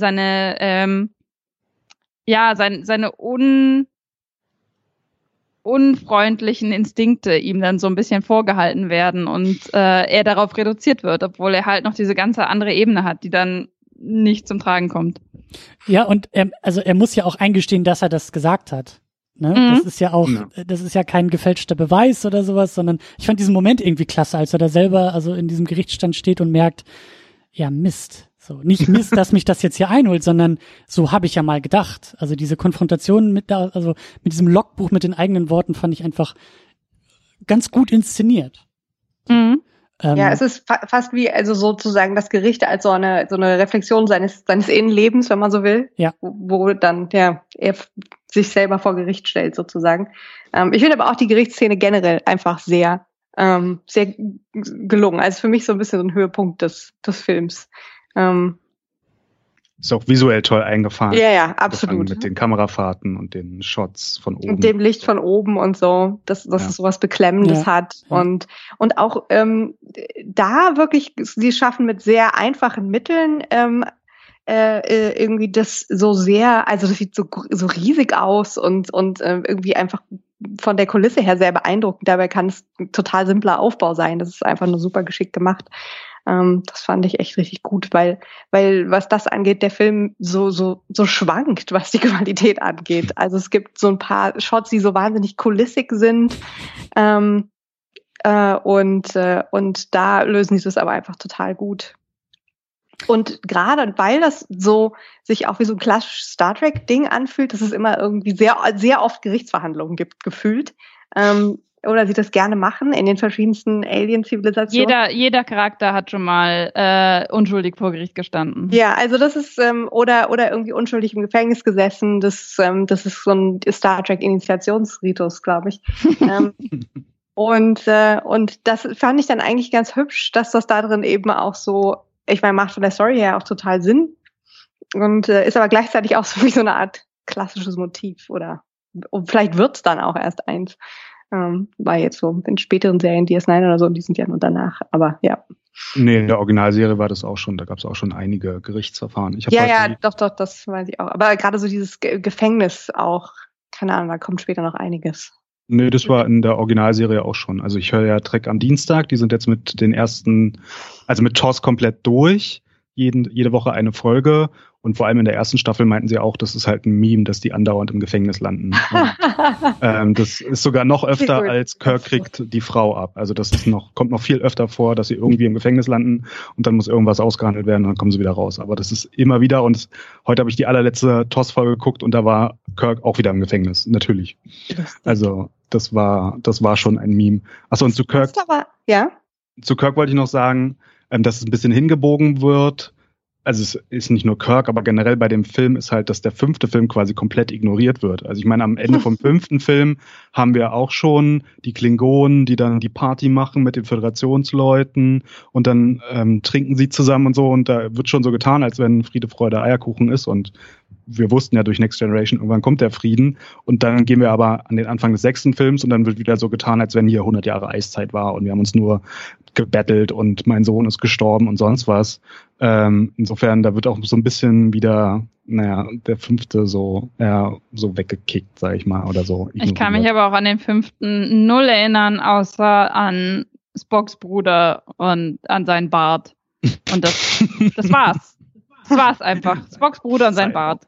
unfreundlichen Instinkte ihm dann so ein bisschen vorgehalten werden und er darauf reduziert wird, obwohl er halt noch diese ganze andere Ebene hat, die dann nicht zum Tragen kommt. Ja, und er muss ja auch eingestehen, dass er das gesagt hat. Ne? Mhm. Das ist ja auch, das ist ja kein gefälschter Beweis oder sowas, sondern ich fand diesen Moment irgendwie klasse, als er da selber also in diesem Gerichtsstand steht und merkt, ja Mist, so nicht Mist, dass mich das jetzt hier einholt, sondern so habe ich ja mal gedacht. Also diese Konfrontation mit diesem Logbuch mit den eigenen Worten fand ich einfach ganz gut inszeniert. Mhm. Ja, es ist fast wie also sozusagen das Gericht als so eine Reflexion seines Innenlebens, wenn man so will, ja. wo dann er sich selber vor Gericht stellt sozusagen. Ich finde aber auch die Gerichtsszene generell einfach sehr gelungen. Also für mich so ein bisschen so ein Höhepunkt des Films. Ist auch visuell toll eingefahren. Ja, absolut. Mit den Kamerafahrten und den Shots von oben. Und dem Licht von oben und so, dass es sowas Beklemmendes hat. Ja. Und auch da wirklich, sie schaffen mit sehr einfachen Mitteln irgendwie das so sehr, also das sieht so riesig aus und irgendwie einfach von der Kulisse her sehr beeindruckend. Dabei kann es ein total simpler Aufbau sein. Das ist einfach nur super geschickt gemacht. Das fand ich echt richtig gut, weil was das angeht, der Film so schwankt, was die Qualität angeht. Also es gibt so ein paar Shots, die so wahnsinnig kulissig sind, und da lösen sie das aber einfach total gut. Und gerade weil das so sich auch wie so ein klassisches Star Trek Ding anfühlt, dass es immer irgendwie sehr, sehr oft Gerichtsverhandlungen gibt, gefühlt. Oder sie das gerne machen in den verschiedensten Alien-Zivilisationen. Jeder Charakter hat schon mal unschuldig vor Gericht gestanden. Ja, also das ist oder irgendwie unschuldig im Gefängnis gesessen. Das ist so ein Star Trek-Initiationsritus, glaube ich. Und das fand ich dann eigentlich ganz hübsch, dass das da drin eben auch so, ich meine, macht von der Story her auch total Sinn und ist aber gleichzeitig auch so wie so eine Art klassisches Motiv und vielleicht wird's dann auch erst eins. War jetzt so in späteren Serien DS9 oder so, die sind ja nur danach, aber ja. Nee, in der Originalserie war das auch schon, da gab es auch schon einige Gerichtsverfahren. Doch, das weiß ich auch. Aber gerade so dieses Gefängnis auch, keine Ahnung, da kommt später noch einiges. Nee, das war in der Originalserie auch schon. Also ich höre ja Trek am Dienstag, die sind jetzt mit den ersten, also mit TOS komplett durch, jede Woche eine Folge. Und vor allem in der ersten Staffel meinten sie auch, das ist halt ein Meme, dass die andauernd im Gefängnis landen. Und, das ist sogar noch öfter als Kirk kriegt die Frau ab. Also das ist kommt noch viel öfter vor, dass sie irgendwie im Gefängnis landen und dann muss irgendwas ausgehandelt werden und dann kommen sie wieder raus. Aber das ist immer wieder und heute habe ich die allerletzte TOS-Folge geguckt und da war Kirk auch wieder im Gefängnis, natürlich. Also das war schon ein Meme. Achso, und zu Kirk. Zu Kirk wollte ich noch sagen, dass es ein bisschen hingebogen wird. Also es ist nicht nur Kirk, aber generell bei dem Film ist halt, dass der 5. Film quasi komplett ignoriert wird. Also ich meine, am Ende vom 5. Film haben wir auch schon die Klingonen, die dann die Party machen mit den Föderationsleuten und dann trinken sie zusammen und so und da wird schon so getan, als wenn Friede, Freude, Eierkuchen ist und wir wussten ja durch Next Generation, irgendwann kommt der Frieden und dann gehen wir aber an den Anfang des 6. Films und dann wird wieder so getan, als wenn hier 100 Jahre Eiszeit war und wir haben uns nur gebettelt und mein Sohn ist gestorben und sonst was. Insofern, da wird auch so ein bisschen wieder, der 5. so weggekickt, sag ich mal, oder so. Ich kann mich aber auch an den 5. null erinnern, außer an Spocks Bruder und an seinen Bart. Und das war's. Das war's einfach. Spocks Bruder und sein Bart.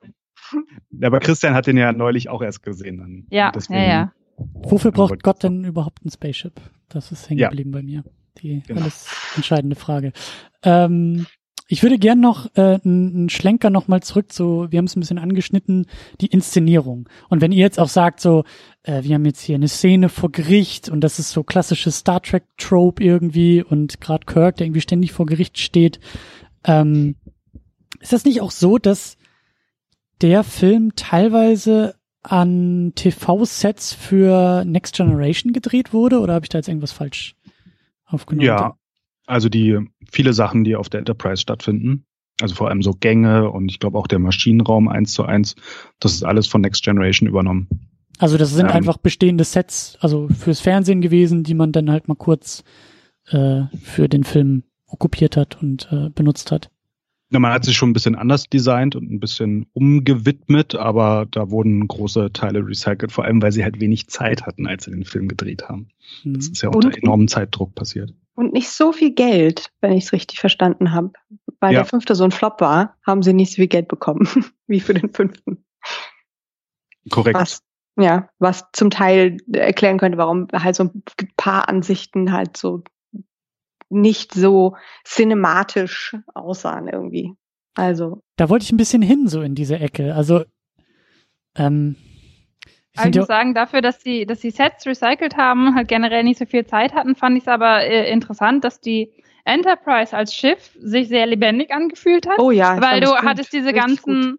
Aber Christian hat den ja neulich auch erst gesehen. Dann. Ja, deswegen, ja. Wofür braucht Gott denn überhaupt ein Spaceship? Das ist hängen geblieben bei mir. Die alles entscheidende Frage. Ich würde gern noch einen Schlenker noch mal zurück zu, wir haben es ein bisschen angeschnitten, die Inszenierung. Und wenn ihr jetzt auch sagt, so, wir haben jetzt hier eine Szene vor Gericht und das ist so klassisches Star Trek Trope irgendwie und gerade Kirk, der irgendwie ständig vor Gericht steht, ist das nicht auch so, dass der Film teilweise an TV-Sets für Next Generation gedreht wurde, oder habe ich da jetzt irgendwas falsch aufgenommen? Ja, also viele Sachen, die auf der Enterprise stattfinden, also vor allem so Gänge und ich glaube auch der Maschinenraum 1:1, das ist alles von Next Generation übernommen. Also das sind einfach bestehende Sets, also fürs Fernsehen gewesen, die man dann halt mal kurz für den Film okkupiert hat und benutzt hat. Ja, man hat sich schon ein bisschen anders designt und ein bisschen umgewidmet, aber da wurden große Teile recycelt, vor allem weil sie halt wenig Zeit hatten, als sie den Film gedreht haben. Das ist ja unter enormem Zeitdruck passiert. Und nicht so viel Geld, wenn ich es richtig verstanden habe. Weil der 5. so ein Flop war, haben sie nicht so viel Geld bekommen wie für den 5. Korrekt. Was zum Teil erklären könnte, warum halt so ein paar Ansichten halt so nicht so cinematisch aussahen irgendwie. Also. Da wollte ich ein bisschen hin, so in diese Ecke. Also, ich muss sagen, dafür, dass die Sets recycelt haben, halt generell nicht so viel Zeit hatten, fand ich es aber interessant, dass die Enterprise als Schiff sich sehr lebendig angefühlt hat. Oh ja. Weil du hattest diese ganzen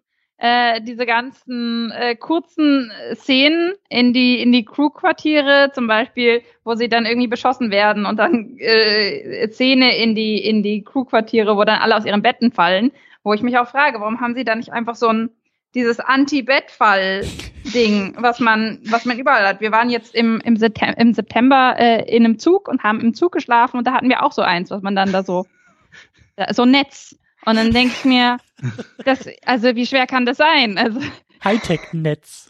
kurzen Szenen in die Crew-Quartiere, zum Beispiel, wo sie dann irgendwie beschossen werden und dann Szene in die Crew-Quartiere, wo dann alle aus ihren Betten fallen, wo ich mich auch frage, warum haben sie da nicht einfach so dieses Anti-Bettfall-Ding, was man überall hat. Wir waren jetzt im September in einem Zug und haben im Zug geschlafen und da hatten wir auch so eins, was man dann da so ein Netz. Und dann denke ich mir, wie schwer kann das sein? Also Hightech-Netz.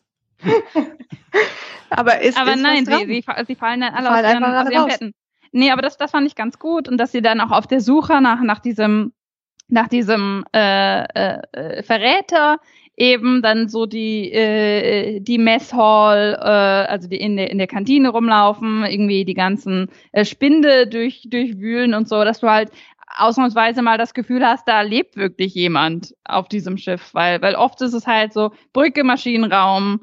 Aber nein, sie fallen dann alle aus ihren Betten. Nee, aber das fand ich ganz gut. Und dass sie dann auch auf der Suche nach diesem Verräter eben dann so die Messhall, also die in der Kantine rumlaufen, irgendwie die ganzen Spinde durchwühlen und so, dass du halt ausnahmsweise mal das Gefühl hast, da lebt wirklich jemand auf diesem Schiff, weil oft ist es halt so Brücke, Maschinenraum,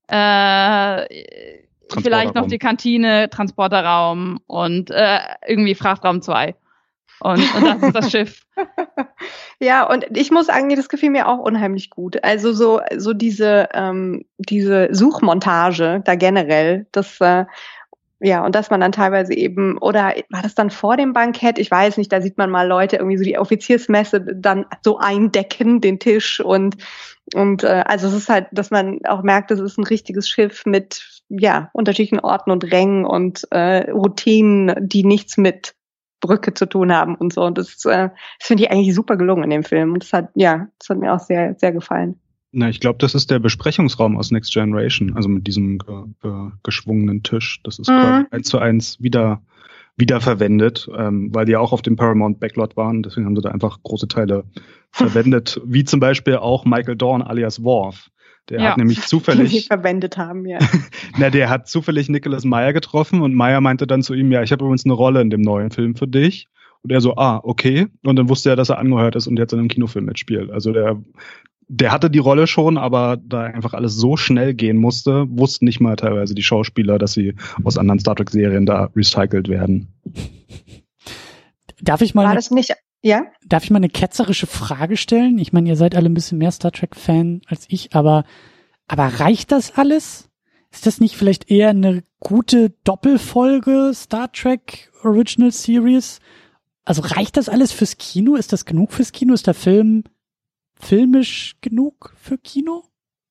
vielleicht noch die Kantine, Transporterraum und irgendwie Frachtraum 2. Und das ist das Schiff. Ja, und ich muss sagen, das gefiel mir auch unheimlich gut. Also so diese Suchmontage da generell, das und dass man dann teilweise eben, oder war das dann vor dem Bankett? Ich weiß nicht, da sieht man mal Leute irgendwie so die Offiziersmesse dann so eindecken, den Tisch und also es ist halt, dass man auch merkt, das ist ein richtiges Schiff mit, unterschiedlichen Orten und Rängen und Routinen, die nichts mit Brücke zu tun haben und so. Und das finde ich eigentlich super gelungen in dem Film. Und das hat mir auch sehr, sehr gefallen. Na, ich glaube, das ist der Besprechungsraum aus Next Generation, also mit diesem geschwungenen Tisch. Das ist 1:1 wiederverwendet, weil die ja auch auf dem Paramount Backlot waren. Deswegen haben sie da einfach große Teile verwendet, wie zum Beispiel auch Michael Dorn alias Worf. Der hat nämlich zufällig die verwendet haben, ja. Der hat zufällig Nicholas Meyer getroffen und Meyer meinte dann zu ihm, ich habe übrigens eine Rolle in dem neuen Film für dich. Und er so, okay. Und dann wusste er, dass er angehört ist und jetzt in einem Kinofilm mitspielt. Also der hatte die Rolle schon, aber da einfach alles so schnell gehen musste, wussten nicht mal teilweise die Schauspieler, dass sie aus anderen Star Trek-Serien da recycelt werden. Darf ich mal Darf ich mal eine ketzerische Frage stellen? Ich meine, ihr seid alle ein bisschen mehr Star Trek-Fan als ich, aber reicht das alles? Ist das nicht vielleicht eher eine gute Doppelfolge Star Trek Original Series? Also reicht das alles fürs Kino? Ist das genug fürs Kino? Ist der Film filmisch genug für Kino?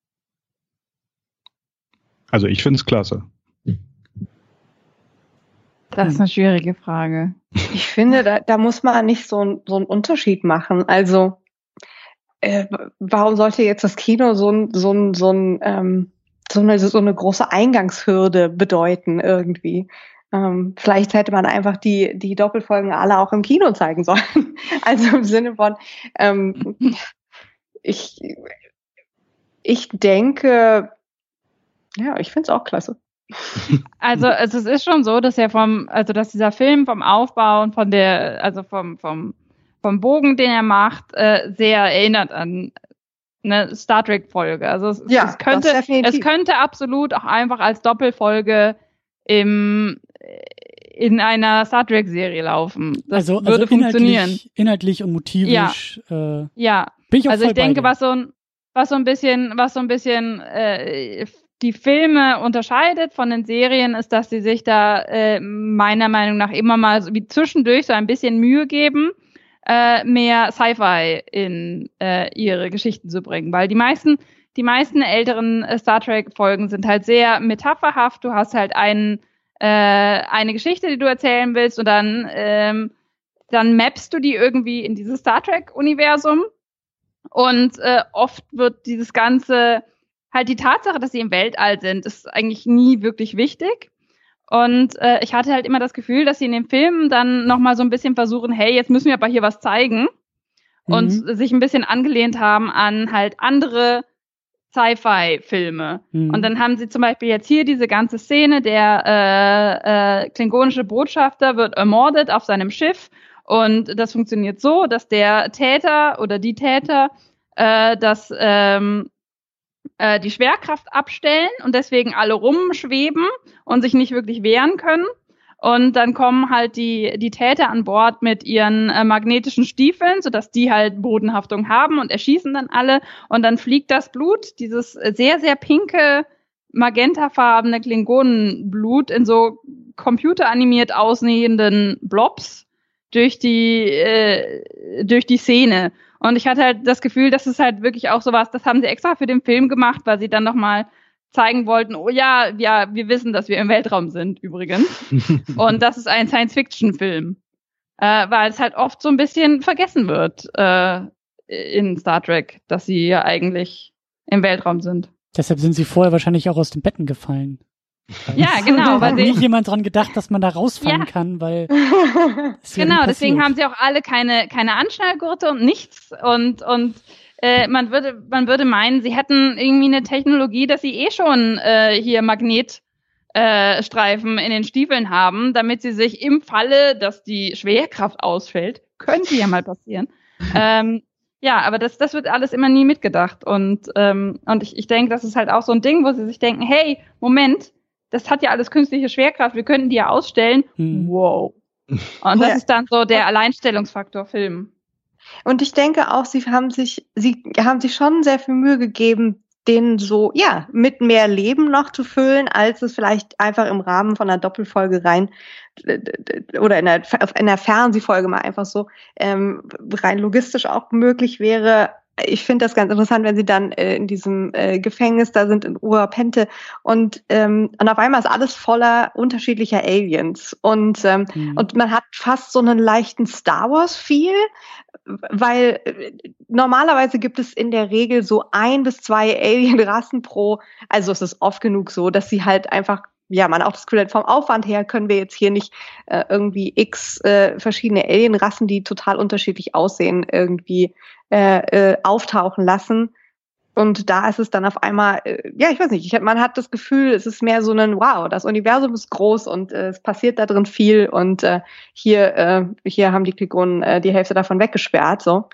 Also ich finde es klasse. Das ist eine schwierige Frage. Ich finde, da muss man nicht so einen Unterschied machen. Also warum sollte jetzt das Kino so eine große Eingangshürde bedeuten irgendwie? Vielleicht hätte man einfach die Doppelfolgen alle auch im Kino zeigen sollen. Also im Sinne von Ich denke, ja, ich finde es auch klasse. Also es ist schon so, dass dass dieser Film vom Aufbau und vom Bogen, den er macht, sehr erinnert an eine Star Trek Folge. Also es könnte absolut auch einfach als Doppelfolge in einer Star Trek Serie laufen. Das würde funktionieren. Inhaltlich und motivisch. Ja. Bin ich auch also ich denke, was so ein bisschen die Filme unterscheidet von den Serien, ist, dass sie sich da meiner Meinung nach immer mal so wie zwischendurch so ein bisschen Mühe geben, mehr Sci-Fi in ihre Geschichten zu bringen. Weil die meisten älteren Star Trek-Folgen sind halt sehr metapherhaft. Du hast halt eine Geschichte, die du erzählen willst, und dann mappst du die irgendwie in dieses Star Trek-Universum. Und oft wird dieses Ganze, halt die Tatsache, dass sie im Weltall sind, ist eigentlich nie wirklich wichtig. Und ich hatte halt immer das Gefühl, dass sie in den Filmen dann nochmal so ein bisschen versuchen, hey, jetzt müssen wir aber hier was zeigen. Und sich ein bisschen angelehnt haben an halt andere Sci-Fi-Filme. Und dann haben sie zum Beispiel jetzt hier diese ganze Szene, der klingonische Botschafter wird ermordet auf seinem Schiff. Und das funktioniert so, dass der Täter oder die Täter die Schwerkraft abstellen und deswegen alle rumschweben und sich nicht wirklich wehren können. Und dann kommen halt die Täter an Bord mit ihren magnetischen Stiefeln, sodass die halt Bodenhaftung haben, und erschießen dann alle. Und dann fliegt das Blut, dieses sehr, sehr pinke, magentafarbene Klingonenblut, in so computeranimiert aussehenden Blobs durch die Szene. Und ich hatte halt das Gefühl, dass es halt wirklich auch sowas, das haben sie extra für den Film gemacht, weil sie dann nochmal zeigen wollten, oh ja, wir wissen, dass wir im Weltraum sind, übrigens. Und das ist ein Science-Fiction-Film. Weil es halt oft so ein bisschen vergessen wird in Star Trek, dass sie ja eigentlich im Weltraum sind. Deshalb sind sie vorher wahrscheinlich auch aus den Betten gefallen. Ja, genau. Da hat nie jemand dran gedacht, dass man da rausfallen kann, weil genau, deswegen haben sie auch alle keine Anschnallgurte und nichts, und man würde meinen, sie hätten irgendwie eine Technologie, dass sie schon hier Magnetstreifen in den Stiefeln haben, damit sie sich im Falle, dass die Schwerkraft ausfällt, könnte ja mal passieren. Ja, aber das wird alles immer nie mitgedacht, und ich denke, das ist halt auch so ein Ding, wo sie sich denken, hey, Moment, das hat ja alles künstliche Schwerkraft, wir könnten die ja ausstellen. Wow. Und das ist dann so der Alleinstellungsfaktor Film. Und ich denke auch, sie haben sich schon sehr viel Mühe gegeben, den so, ja, mit mehr Leben noch zu füllen, als es vielleicht einfach im Rahmen von einer Doppelfolge rein oder in einer Fernsehfolge mal einfach so rein logistisch auch möglich wäre. Ich finde das ganz interessant, wenn sie dann in diesem Gefängnis da sind in Uapente und auf einmal ist alles voller unterschiedlicher Aliens und man hat fast so einen leichten Star Wars Feel, weil normalerweise gibt es in der Regel so 1 bis 2 Alien-Rassen also es ist oft genug so, dass sie halt einfach, ja, man auch das Gefühl hat, vom Aufwand her können wir jetzt hier nicht irgendwie x verschiedene Alien-Rassen, die total unterschiedlich aussehen, irgendwie auftauchen lassen. Und da ist es dann auf einmal, ja, ich weiß nicht, man hat das Gefühl, es ist mehr so ein, wow, das Universum ist groß und es passiert da drin viel und hier haben die Klingonen die Hälfte davon weggesperrt, so.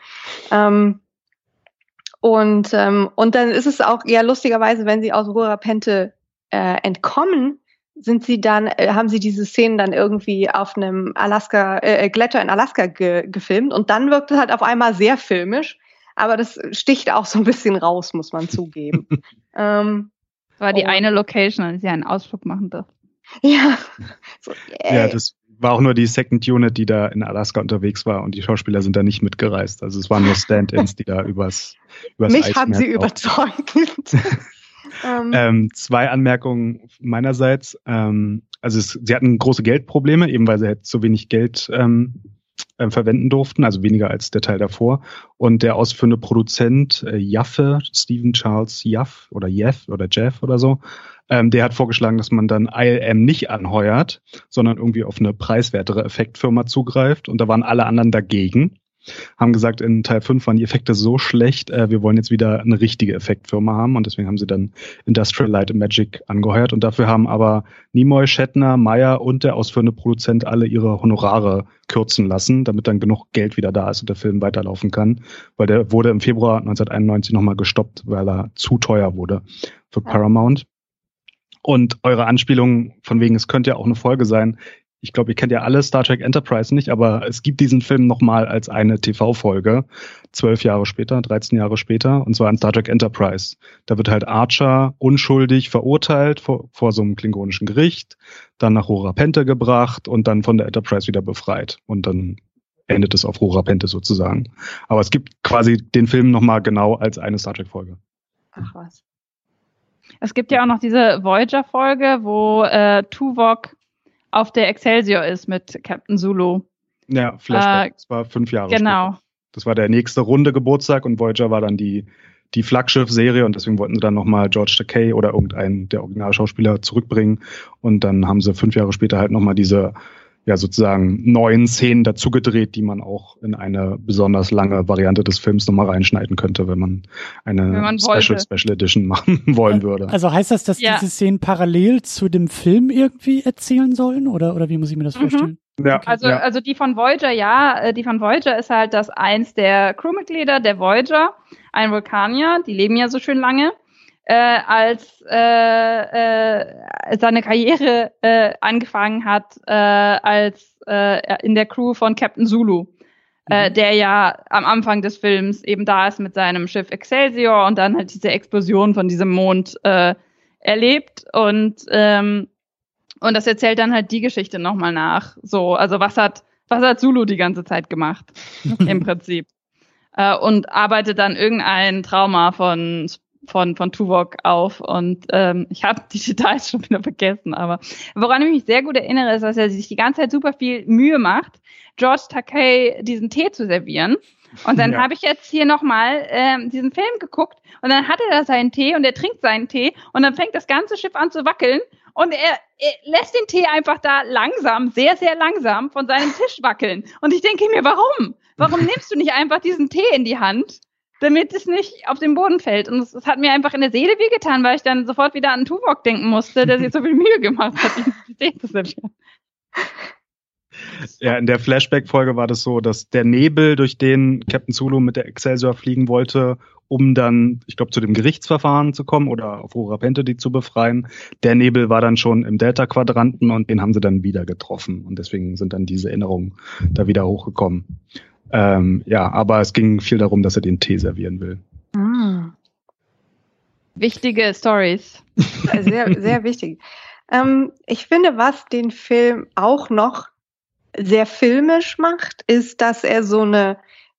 Und dann ist es auch eher lustigerweise, wenn sie aus Uapente entkommen, haben sie diese Szenen dann irgendwie auf einem Gletscher in Alaska gefilmt, und dann wirkt es halt auf einmal sehr filmisch, aber das sticht auch so ein bisschen raus, muss man zugeben. Das war die eine Location, an der sie einen Ausflug machen durften. Ja. So, ja, das war auch nur die Second Unit, die da in Alaska unterwegs war, und die Schauspieler sind da nicht mitgereist. Also es waren nur Stand-ins, die da übers Mich Eismeer haben sie überzeugt. 2 Anmerkungen meinerseits. Sie hatten große Geldprobleme, eben weil sie halt zu wenig Geld verwenden durften, also weniger als der Teil davor. Und der ausführende Produzent Stephen Charles Jeff oder Jeff oder so, der hat vorgeschlagen, dass man dann ILM nicht anheuert, sondern irgendwie auf eine preiswertere Effektfirma zugreift. Und da waren alle anderen dagegen. haben gesagt, in Teil 5 waren die Effekte so schlecht, wir wollen jetzt wieder eine richtige Effektfirma haben und deswegen haben sie dann Industrial Light and Magic angeheuert und dafür haben aber Nimoy, Shatner, Meyer und der ausführende Produzent alle ihre Honorare kürzen lassen, damit dann genug Geld wieder da ist und der Film weiterlaufen kann, weil der wurde im Februar 1991 nochmal gestoppt, weil er zu teuer wurde für Paramount. Und eure Anspielung von wegen, es könnte ja auch eine Folge sein. Ich glaube, ihr kennt ja alle Star Trek Enterprise nicht, aber es gibt diesen Film nochmal als eine TV-Folge, 12 Jahre später, 13 Jahre später, und zwar in Star Trek Enterprise. Da wird halt Archer unschuldig verurteilt vor so einem klingonischen Gericht, dann nach Rura Penthe gebracht und dann von der Enterprise wieder befreit. Und dann endet es auf Rura Penthe sozusagen. Aber es gibt quasi den Film nochmal genau als eine Star Trek-Folge. Ach was. Es gibt ja auch noch diese Voyager-Folge, wo Tuvok auf der Excelsior ist mit Captain Zulu. Ja, Flashback. Das war 5 Jahre genau. später. Das war der nächste runde Geburtstag und Voyager war dann die Flaggschiff-Serie und deswegen wollten sie dann nochmal George Takei oder irgendeinen der Originalschauspieler zurückbringen und dann haben sie 5 Jahre später halt nochmal diese sozusagen neuen Szenen dazu gedreht, die man auch in eine besonders lange Variante des Films nochmal reinschneiden könnte, wenn man eine Special Edition machen wollen würde. Also heißt das, dass diese Szenen parallel zu dem Film irgendwie erzählen sollen? Oder wie muss ich mir das vorstellen? Ja, okay. Also die von Voyager, die von Voyager ist halt, dass eins der Crewmitglieder der Voyager, ein Vulkanier, die leben ja so schön lange, als seine Karriere angefangen hat, als in der Crew von Captain Zulu, der ja am Anfang des Films eben da ist mit seinem Schiff Excelsior und dann halt diese Explosion von diesem Mond erlebt und das erzählt dann halt die Geschichte nochmal nach. So, also was hat Zulu die ganze Zeit gemacht, im Prinzip. Und arbeitet dann irgendein Trauma von Tuvok auf und ich habe die Details schon wieder vergessen, aber woran ich mich sehr gut erinnere, ist, dass er sich die ganze Zeit super viel Mühe macht, George Takei diesen Tee zu servieren und dann habe ich jetzt hier nochmal diesen Film geguckt und dann hat er da seinen Tee und er trinkt seinen Tee und dann fängt das ganze Schiff an zu wackeln und er lässt den Tee einfach da langsam, sehr, sehr langsam von seinem Tisch wackeln und ich denke mir, warum? Warum nimmst du nicht einfach diesen Tee in die Hand, damit es nicht auf den Boden fällt. Und es hat mir einfach in der Seele wehgetan, weil ich dann sofort wieder an Tuvok denken musste, der sich so viel Mühe gemacht hat, die Tee zu servieren. Ja, in der Flashback-Folge war das so, dass der Nebel, durch den Captain Zulu mit der Excelsior fliegen wollte, um dann, ich glaube, zu dem Gerichtsverfahren zu kommen oder auf Rura Penthe die zu befreien, der Nebel war dann schon im Delta-Quadranten und den haben sie dann wieder getroffen. Und deswegen sind dann diese Erinnerungen da wieder hochgekommen. Aber es ging viel darum, dass er den Tee servieren will. Wichtige Stories. Sehr, sehr wichtig. Ich finde, was den Film auch noch sehr filmisch macht, ist, dass er so eine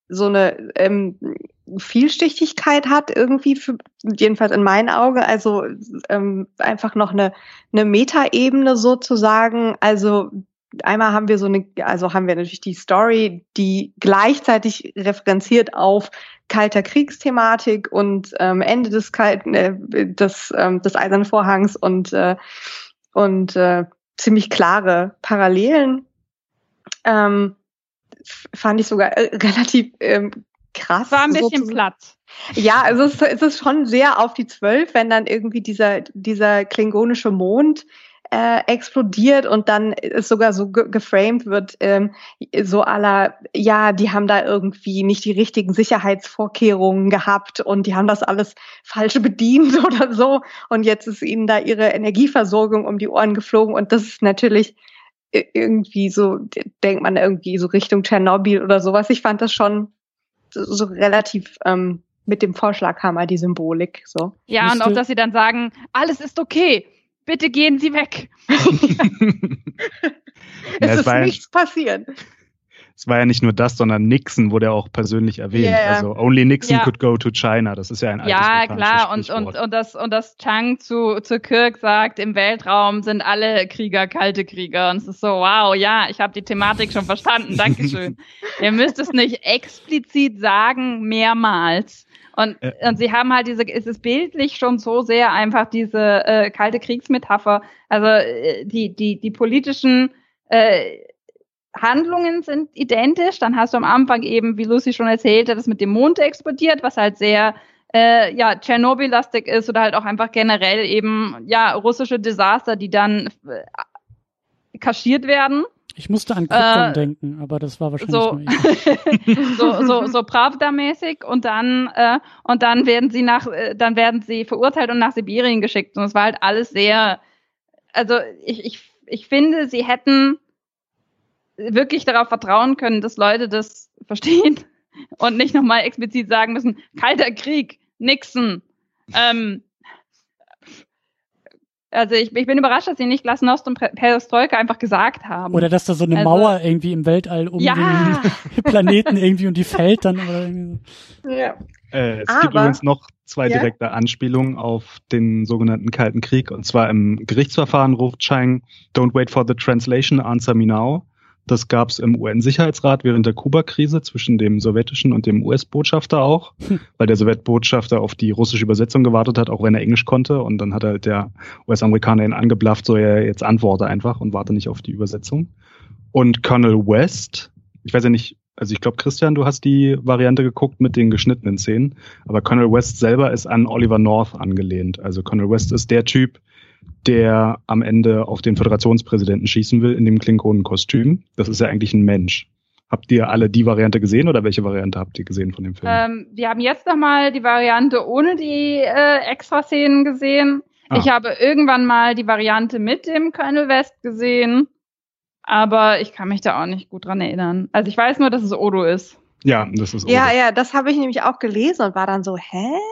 Vielschichtigkeit hat irgendwie, jedenfalls in meinen Augen, also einfach noch eine Metaebene sozusagen, also einmal haben wir haben wir natürlich die Story, die gleichzeitig referenziert auf kalter Kriegsthematik und Ende des Eisernen Vorhangs und ziemlich klare Parallelen. Fand ich sogar relativ krass. War ein bisschen platt. Ja, also es ist schon sehr auf die 12, wenn dann irgendwie dieser klingonische Mond explodiert und dann es sogar so geframed wird, so à la, ja, die haben da irgendwie nicht die richtigen Sicherheitsvorkehrungen gehabt und die haben das alles falsch bedient oder so und jetzt ist ihnen da ihre Energieversorgung um die Ohren geflogen und das ist natürlich irgendwie so, denkt man irgendwie so Richtung Tschernobyl oder sowas. Ich fand das schon so relativ mit dem Vorschlaghammer, die Symbolik, so. Ja, und auch, dass sie dann sagen, alles ist okay. Bitte gehen Sie weg. Es ist nichts passiert. Es war ja nicht nur das, sondern Nixon wurde ja auch persönlich erwähnt. Yeah. Also only Nixon could go to China. Das ist ja ein altes amerikanisches Sprichwort. Und das Chang zu Kirk sagt, im Weltraum sind alle Krieger kalte Krieger. Und es ist so, wow, ja, ich habe die Thematik schon verstanden. Dankeschön. Ihr müsst es nicht explizit sagen, mehrmals. Und sie haben halt es ist bildlich schon so sehr einfach diese kalte Kriegsmetapher. Also die politischen Handlungen sind identisch. Dann hast du am Anfang eben, wie Lucy schon erzählt hat, das mit dem Mond explodiert, was halt sehr Tschernobyl-lastig ist oder halt auch einfach generell eben russische Desaster, die dann kaschiert werden. Ich musste an Krypton denken, aber das war wahrscheinlich nur ich. so Pravda-mäßig und dann werden sie verurteilt und nach Sibirien geschickt und es war halt alles sehr, also ich finde, sie hätten wirklich darauf vertrauen können, dass Leute das verstehen und nicht nochmal explizit sagen müssen, Kalter Krieg, Nixon. Also ich bin überrascht, dass sie nicht Glasnost und Perestroika einfach gesagt haben. Oder dass da so eine Mauer irgendwie im Weltall um den Planeten irgendwie und die fällt dann. Oder irgendwie so. Ja. Es gibt übrigens noch 2 direkte Anspielungen auf den sogenannten Kalten Krieg. Und zwar im Gerichtsverfahren ruft Chang, "Don't wait for the translation, answer me now." Das gab es im UN-Sicherheitsrat während der Kuba-Krise zwischen dem sowjetischen und dem US-Botschafter auch, weil der Sowjetbotschafter auf die russische Übersetzung gewartet hat, auch wenn er Englisch konnte. Und dann hat halt der US-Amerikaner ihn angeblafft, so ja, jetzt antworte einfach und warte nicht auf die Übersetzung. Und Colonel West, ich weiß ja nicht, also ich glaube, Christian, du hast die Variante geguckt mit den geschnittenen Szenen, aber Colonel West selber ist an Oliver North angelehnt. Also Colonel West ist der Typ, der am Ende auf den Föderationspräsidenten schießen will in dem Klingonenkostüm. Das ist ja eigentlich ein Mensch. Habt ihr alle die Variante gesehen oder welche Variante habt ihr gesehen von dem Film? Wir haben jetzt nochmal die Variante ohne die Extraszenen gesehen. Ich habe irgendwann mal die Variante mit dem Colonel West gesehen, aber ich kann mich da auch nicht gut dran erinnern. Also ich weiß nur, dass es Odo ist. Ja, das ist Odo. Ja, das habe ich nämlich auch gelesen und war dann so,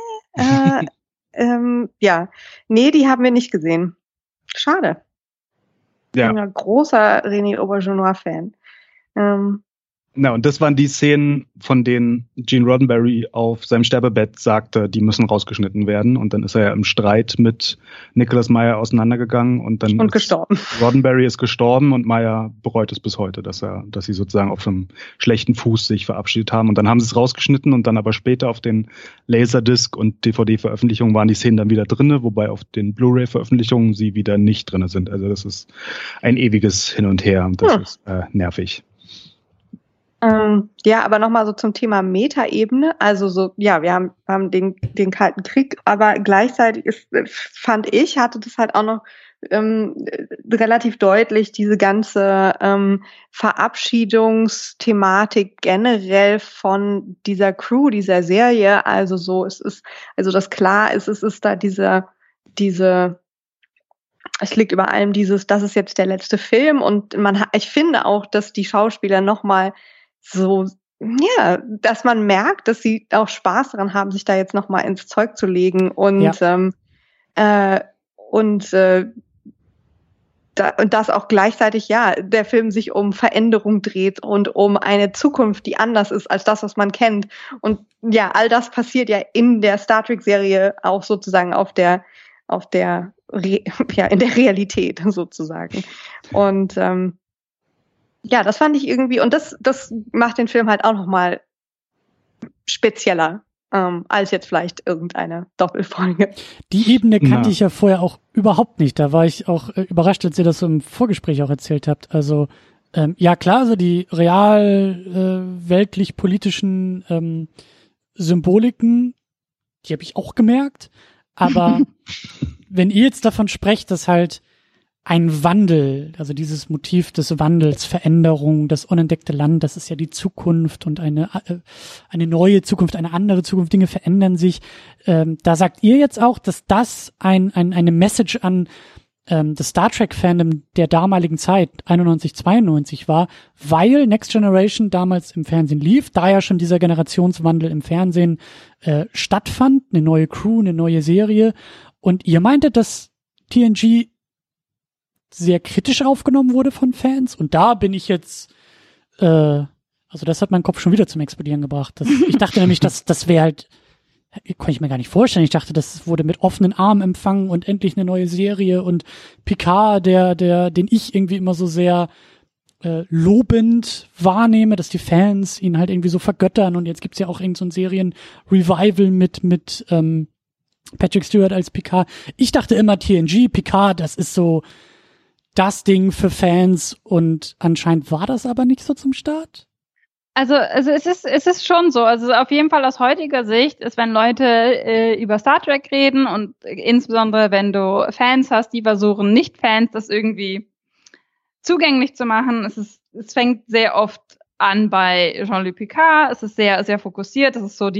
nee, die haben wir nicht gesehen. Schade. Ja. Ich bin ein großer René Auberjonois-Fan. Na, und das waren die Szenen, von denen Gene Roddenberry auf seinem Sterbebett sagte, die müssen rausgeschnitten werden. Und dann ist er ja im Streit mit Nicholas Meyer auseinandergegangen und dann gestorben. Roddenberry ist gestorben und Meyer bereut es bis heute, dass sie sozusagen auf einem schlechten Fuß sich verabschiedet haben. Und dann haben sie es rausgeschnitten und dann aber später auf den Laserdisc und DVD-Veröffentlichungen waren die Szenen dann wieder drinne, wobei auf den Blu-ray-Veröffentlichungen sie wieder nicht drinne sind. Also das ist ein ewiges Hin und Her und das ist nervig. Aber nochmal so zum Thema Metaebene. Also so, ja, wir haben den Kalten Krieg, aber gleichzeitig hatte das halt auch noch relativ deutlich diese ganze Verabschiedungsthematik generell von dieser Crew, dieser Serie. Also so, es ist da es liegt über allem das ist jetzt der letzte Film und ich finde auch, dass die Schauspieler nochmal so, ja, dass man merkt, dass sie auch Spaß daran haben, sich da jetzt nochmal ins Zeug zu legen und dass auch gleichzeitig, der Film sich um Veränderung dreht und um eine Zukunft, die anders ist als das, was man kennt. Und ja, all das passiert ja in der Star Trek-Serie auch sozusagen in der Realität sozusagen. Und das fand ich irgendwie, und das macht den Film halt auch nochmal spezieller als jetzt vielleicht irgendeine Doppelfolge. Die Ebene kannte ich ja vorher auch überhaupt nicht. Da war ich auch überrascht, als ihr das so im Vorgespräch auch erzählt habt. Also ja klar, so die real weltlich-politischen Symboliken, die habe ich auch gemerkt. Aber wenn ihr jetzt davon sprecht, dass halt ein Wandel, also dieses Motiv des Wandels, Veränderung, das unentdeckte Land, das ist ja die Zukunft und eine neue Zukunft, eine andere Zukunft, Dinge verändern sich. Da sagt ihr jetzt auch, dass das eine Message an das Star Trek-Fandom der damaligen Zeit, 91, 92 war, weil Next Generation damals im Fernsehen lief, da ja schon dieser Generationswandel im Fernsehen stattfand, eine neue Crew, eine neue Serie. Und ihr meintet, dass TNG sehr kritisch aufgenommen wurde von Fans. Und da bin ich jetzt, also das hat meinen Kopf schon wieder zum Explodieren gebracht. Ich dachte nämlich, das wäre halt, konnte ich mir gar nicht vorstellen. Ich dachte, das wurde mit offenen Armen empfangen und endlich eine neue Serie und Picard, den ich irgendwie immer so sehr lobend wahrnehme, dass die Fans ihn halt irgendwie so vergöttern und jetzt gibt's ja auch irgend so ein Serien-Revival mit Patrick Stewart als Picard. Ich dachte immer, TNG, Picard, das ist so das Ding für Fans und anscheinend war das aber nicht so zum Start? Also es ist schon so. Also auf jeden Fall aus heutiger Sicht ist, wenn Leute über Star Trek reden und insbesondere wenn du Fans hast, die versuchen, Nicht-Fans das irgendwie zugänglich zu machen, es fängt sehr oft an bei Jean-Luc Picard. Es ist sehr, sehr fokussiert. Das ist so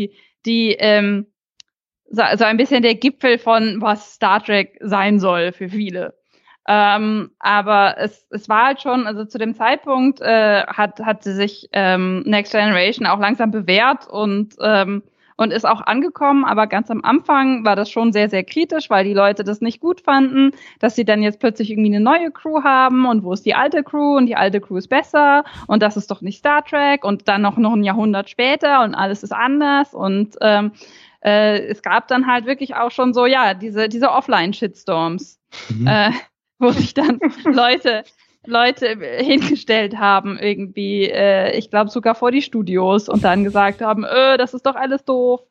so ein bisschen der Gipfel von, was Star Trek sein soll für viele. Aber es war halt schon, also zu dem Zeitpunkt hat sich Next Generation auch langsam bewährt und ist auch angekommen, aber ganz am Anfang war das schon sehr, sehr kritisch, weil die Leute das nicht gut fanden, dass sie dann jetzt plötzlich irgendwie eine neue Crew haben und wo ist die alte Crew und die alte Crew ist besser und das ist doch nicht Star Trek und dann noch ein Jahrhundert später und alles ist anders und es gab dann halt wirklich auch schon so, ja, diese Offline-Shitstorms, wo sich dann Leute hingestellt haben irgendwie, ich glaube sogar vor die Studios und dann gesagt haben, das ist doch alles doof.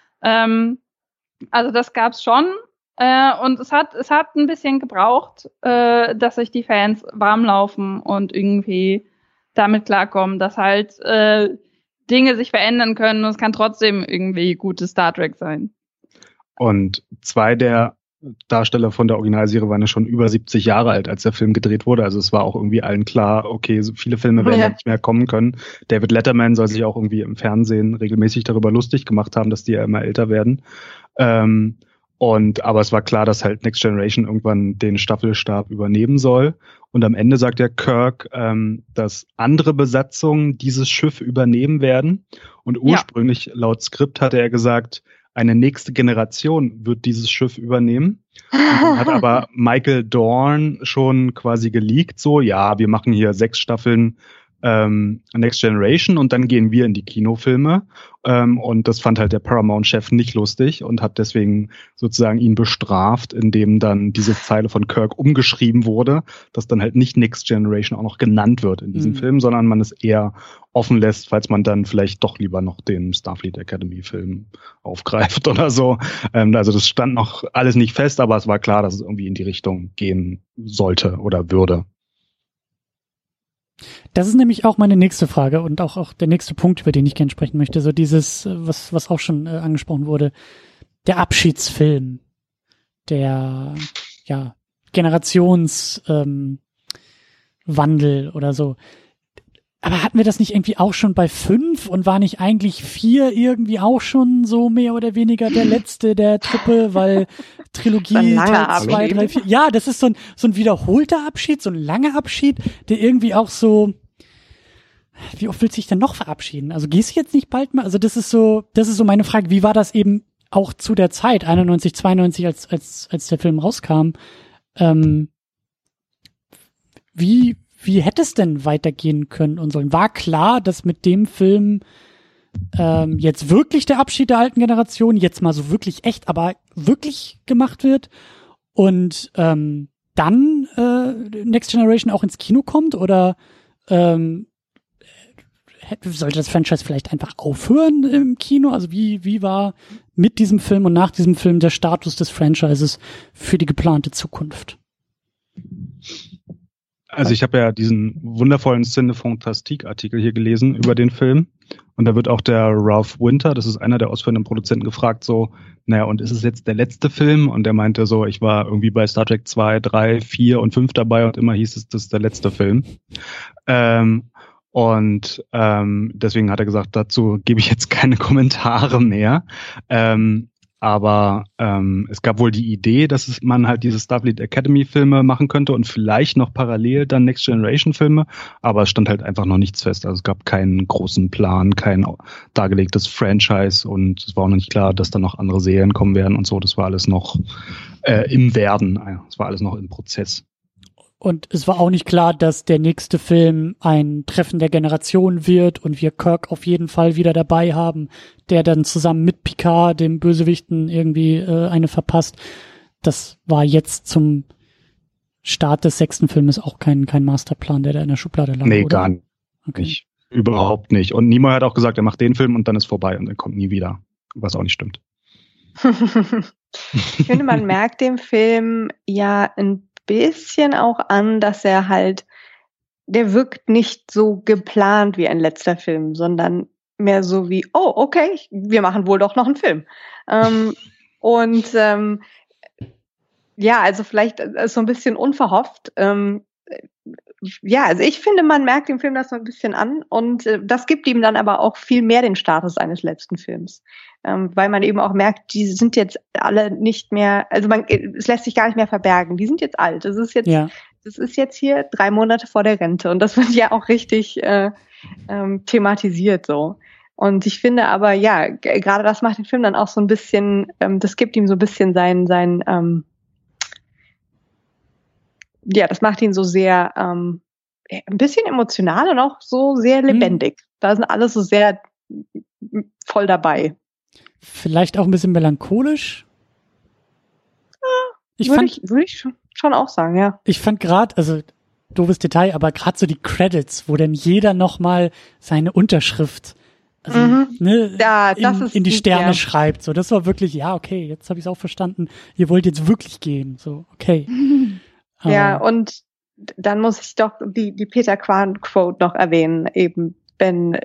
Also das gab's schon und es hat ein bisschen gebraucht, dass sich die Fans warm laufen und irgendwie damit klarkommen, dass halt Dinge sich verändern können und es kann trotzdem irgendwie gutes Star Trek sein. Und 2 der Darsteller von der Originalserie waren ja schon über 70 Jahre alt, als der Film gedreht wurde. Also es war auch irgendwie allen klar, okay, so viele Filme werden ja nicht mehr kommen können. David Letterman soll sich auch irgendwie im Fernsehen regelmäßig darüber lustig gemacht haben, dass die ja immer älter werden. Aber es war klar, dass halt Next Generation irgendwann den Staffelstab übernehmen soll. Und am Ende sagt ja Kirk, dass andere Besatzungen dieses Schiff übernehmen werden. Und ursprünglich laut Skript hatte er gesagt, eine nächste Generation wird dieses Schiff übernehmen. Und dann hat aber Michael Dorn schon quasi geleakt, so, ja, wir machen hier 6 Staffeln Next Generation und dann gehen wir in die Kinofilme. Und das fand halt der Paramount-Chef nicht lustig und hat deswegen sozusagen ihn bestraft, indem dann diese Zeile von Kirk umgeschrieben wurde, dass dann halt nicht Next Generation auch noch genannt wird in diesem Film, sondern man es eher offen lässt, falls man dann vielleicht doch lieber noch den Starfleet Academy-Film aufgreift oder so. Also das stand noch alles nicht fest, aber es war klar, dass es irgendwie in die Richtung gehen sollte oder würde. Das ist nämlich auch meine nächste Frage und auch der nächste Punkt, über den ich gerne sprechen möchte. So dieses, was auch schon angesprochen wurde, der Abschiedsfilm, der Generationswandel oder so. Aber hatten wir das nicht irgendwie auch schon bei 5 und war nicht eigentlich 4 irgendwie auch schon so mehr oder weniger der letzte der Truppe, weil Trilogie Teil 2, 3, 4. Ja, das ist so ein wiederholter Abschied, so ein langer Abschied, der irgendwie auch so, wie oft willst du dich denn noch verabschieden? Also gehst du jetzt nicht bald mal? Also das ist so meine Frage, wie war das eben auch zu der Zeit, 91, 92, als der Film rauskam? Wie hätte es denn weitergehen können und sollen? War klar, dass mit dem Film jetzt wirklich der Abschied der alten Generation, jetzt mal so wirklich echt, aber wirklich gemacht wird und dann Next Generation auch ins Kino kommt? Oder sollte das Franchise vielleicht einfach aufhören im Kino? Also wie war mit diesem Film und nach diesem Film der Status des Franchises für die geplante Zukunft? Also ich habe ja diesen wundervollen Cinefantastique-Artikel hier gelesen über den Film. Und da wird auch der Ralph Winter, das ist einer der ausführenden Produzenten, gefragt so, naja, und ist es jetzt der letzte Film? Und er meinte so, ich war irgendwie bei Star Trek 2, 3, 4 und 5 dabei und immer hieß es, das ist der letzte Film. Deswegen hat er gesagt, dazu gebe ich jetzt keine Kommentare mehr. Aber es gab wohl die Idee, dass man halt diese Starfleet Academy Filme machen könnte und vielleicht noch parallel dann Next Generation Filme, aber es stand halt einfach noch nichts fest. Also es gab keinen großen Plan, kein dargelegtes Franchise und es war auch noch nicht klar, dass dann noch andere Serien kommen werden und so. Das war alles noch im Werden. Es war alles noch im Prozess. Und es war auch nicht klar, dass der nächste Film ein Treffen der Generation wird und wir Kirk auf jeden Fall wieder dabei haben, der dann zusammen mit Picard, dem Bösewichten, irgendwie eine verpasst. Das war jetzt zum Start des 6. Filmes auch kein Masterplan, der da in der Schublade lag, Nee, oder? Gar nicht. Okay. Überhaupt nicht. Und Nimoy hat auch gesagt, er macht den Film und dann ist vorbei und er kommt nie wieder. Was auch nicht stimmt. Ich finde, man merkt dem Film ja ein bisschen auch an, dass er halt, der wirkt nicht so geplant wie ein letzter Film, sondern mehr so wie, oh, okay, wir machen wohl doch noch einen Film. Ja, also vielleicht so ein bisschen unverhofft. Ja, also ich finde, man merkt dem Film das so ein bisschen an und das gibt ihm dann aber auch viel mehr den Status eines letzten Films, weil man eben auch merkt, die sind jetzt alle nicht mehr, also es lässt sich gar nicht mehr verbergen, die sind jetzt alt, das ist jetzt hier 3 Monate vor der Rente und das wird ja auch richtig thematisiert so. Und ich finde aber, ja, gerade das macht den Film dann auch so ein bisschen, das gibt ihm so ein bisschen ja, das macht ihn so sehr, ein bisschen emotional und auch so sehr lebendig. Da sind alle so sehr voll dabei. Vielleicht auch ein bisschen melancholisch? Ja, würde ich schon auch sagen, ja. Ich fand gerade, also doofes Detail, aber gerade so die Credits, wo dann jeder nochmal seine Unterschrift in die Sterne schreibt. So, das war wirklich, ja, okay, jetzt habe ich es auch verstanden. Ihr wollt jetzt wirklich gehen. So, okay. Ja, und dann muss ich doch die Peter Quan-Quote noch erwähnen, eben wenn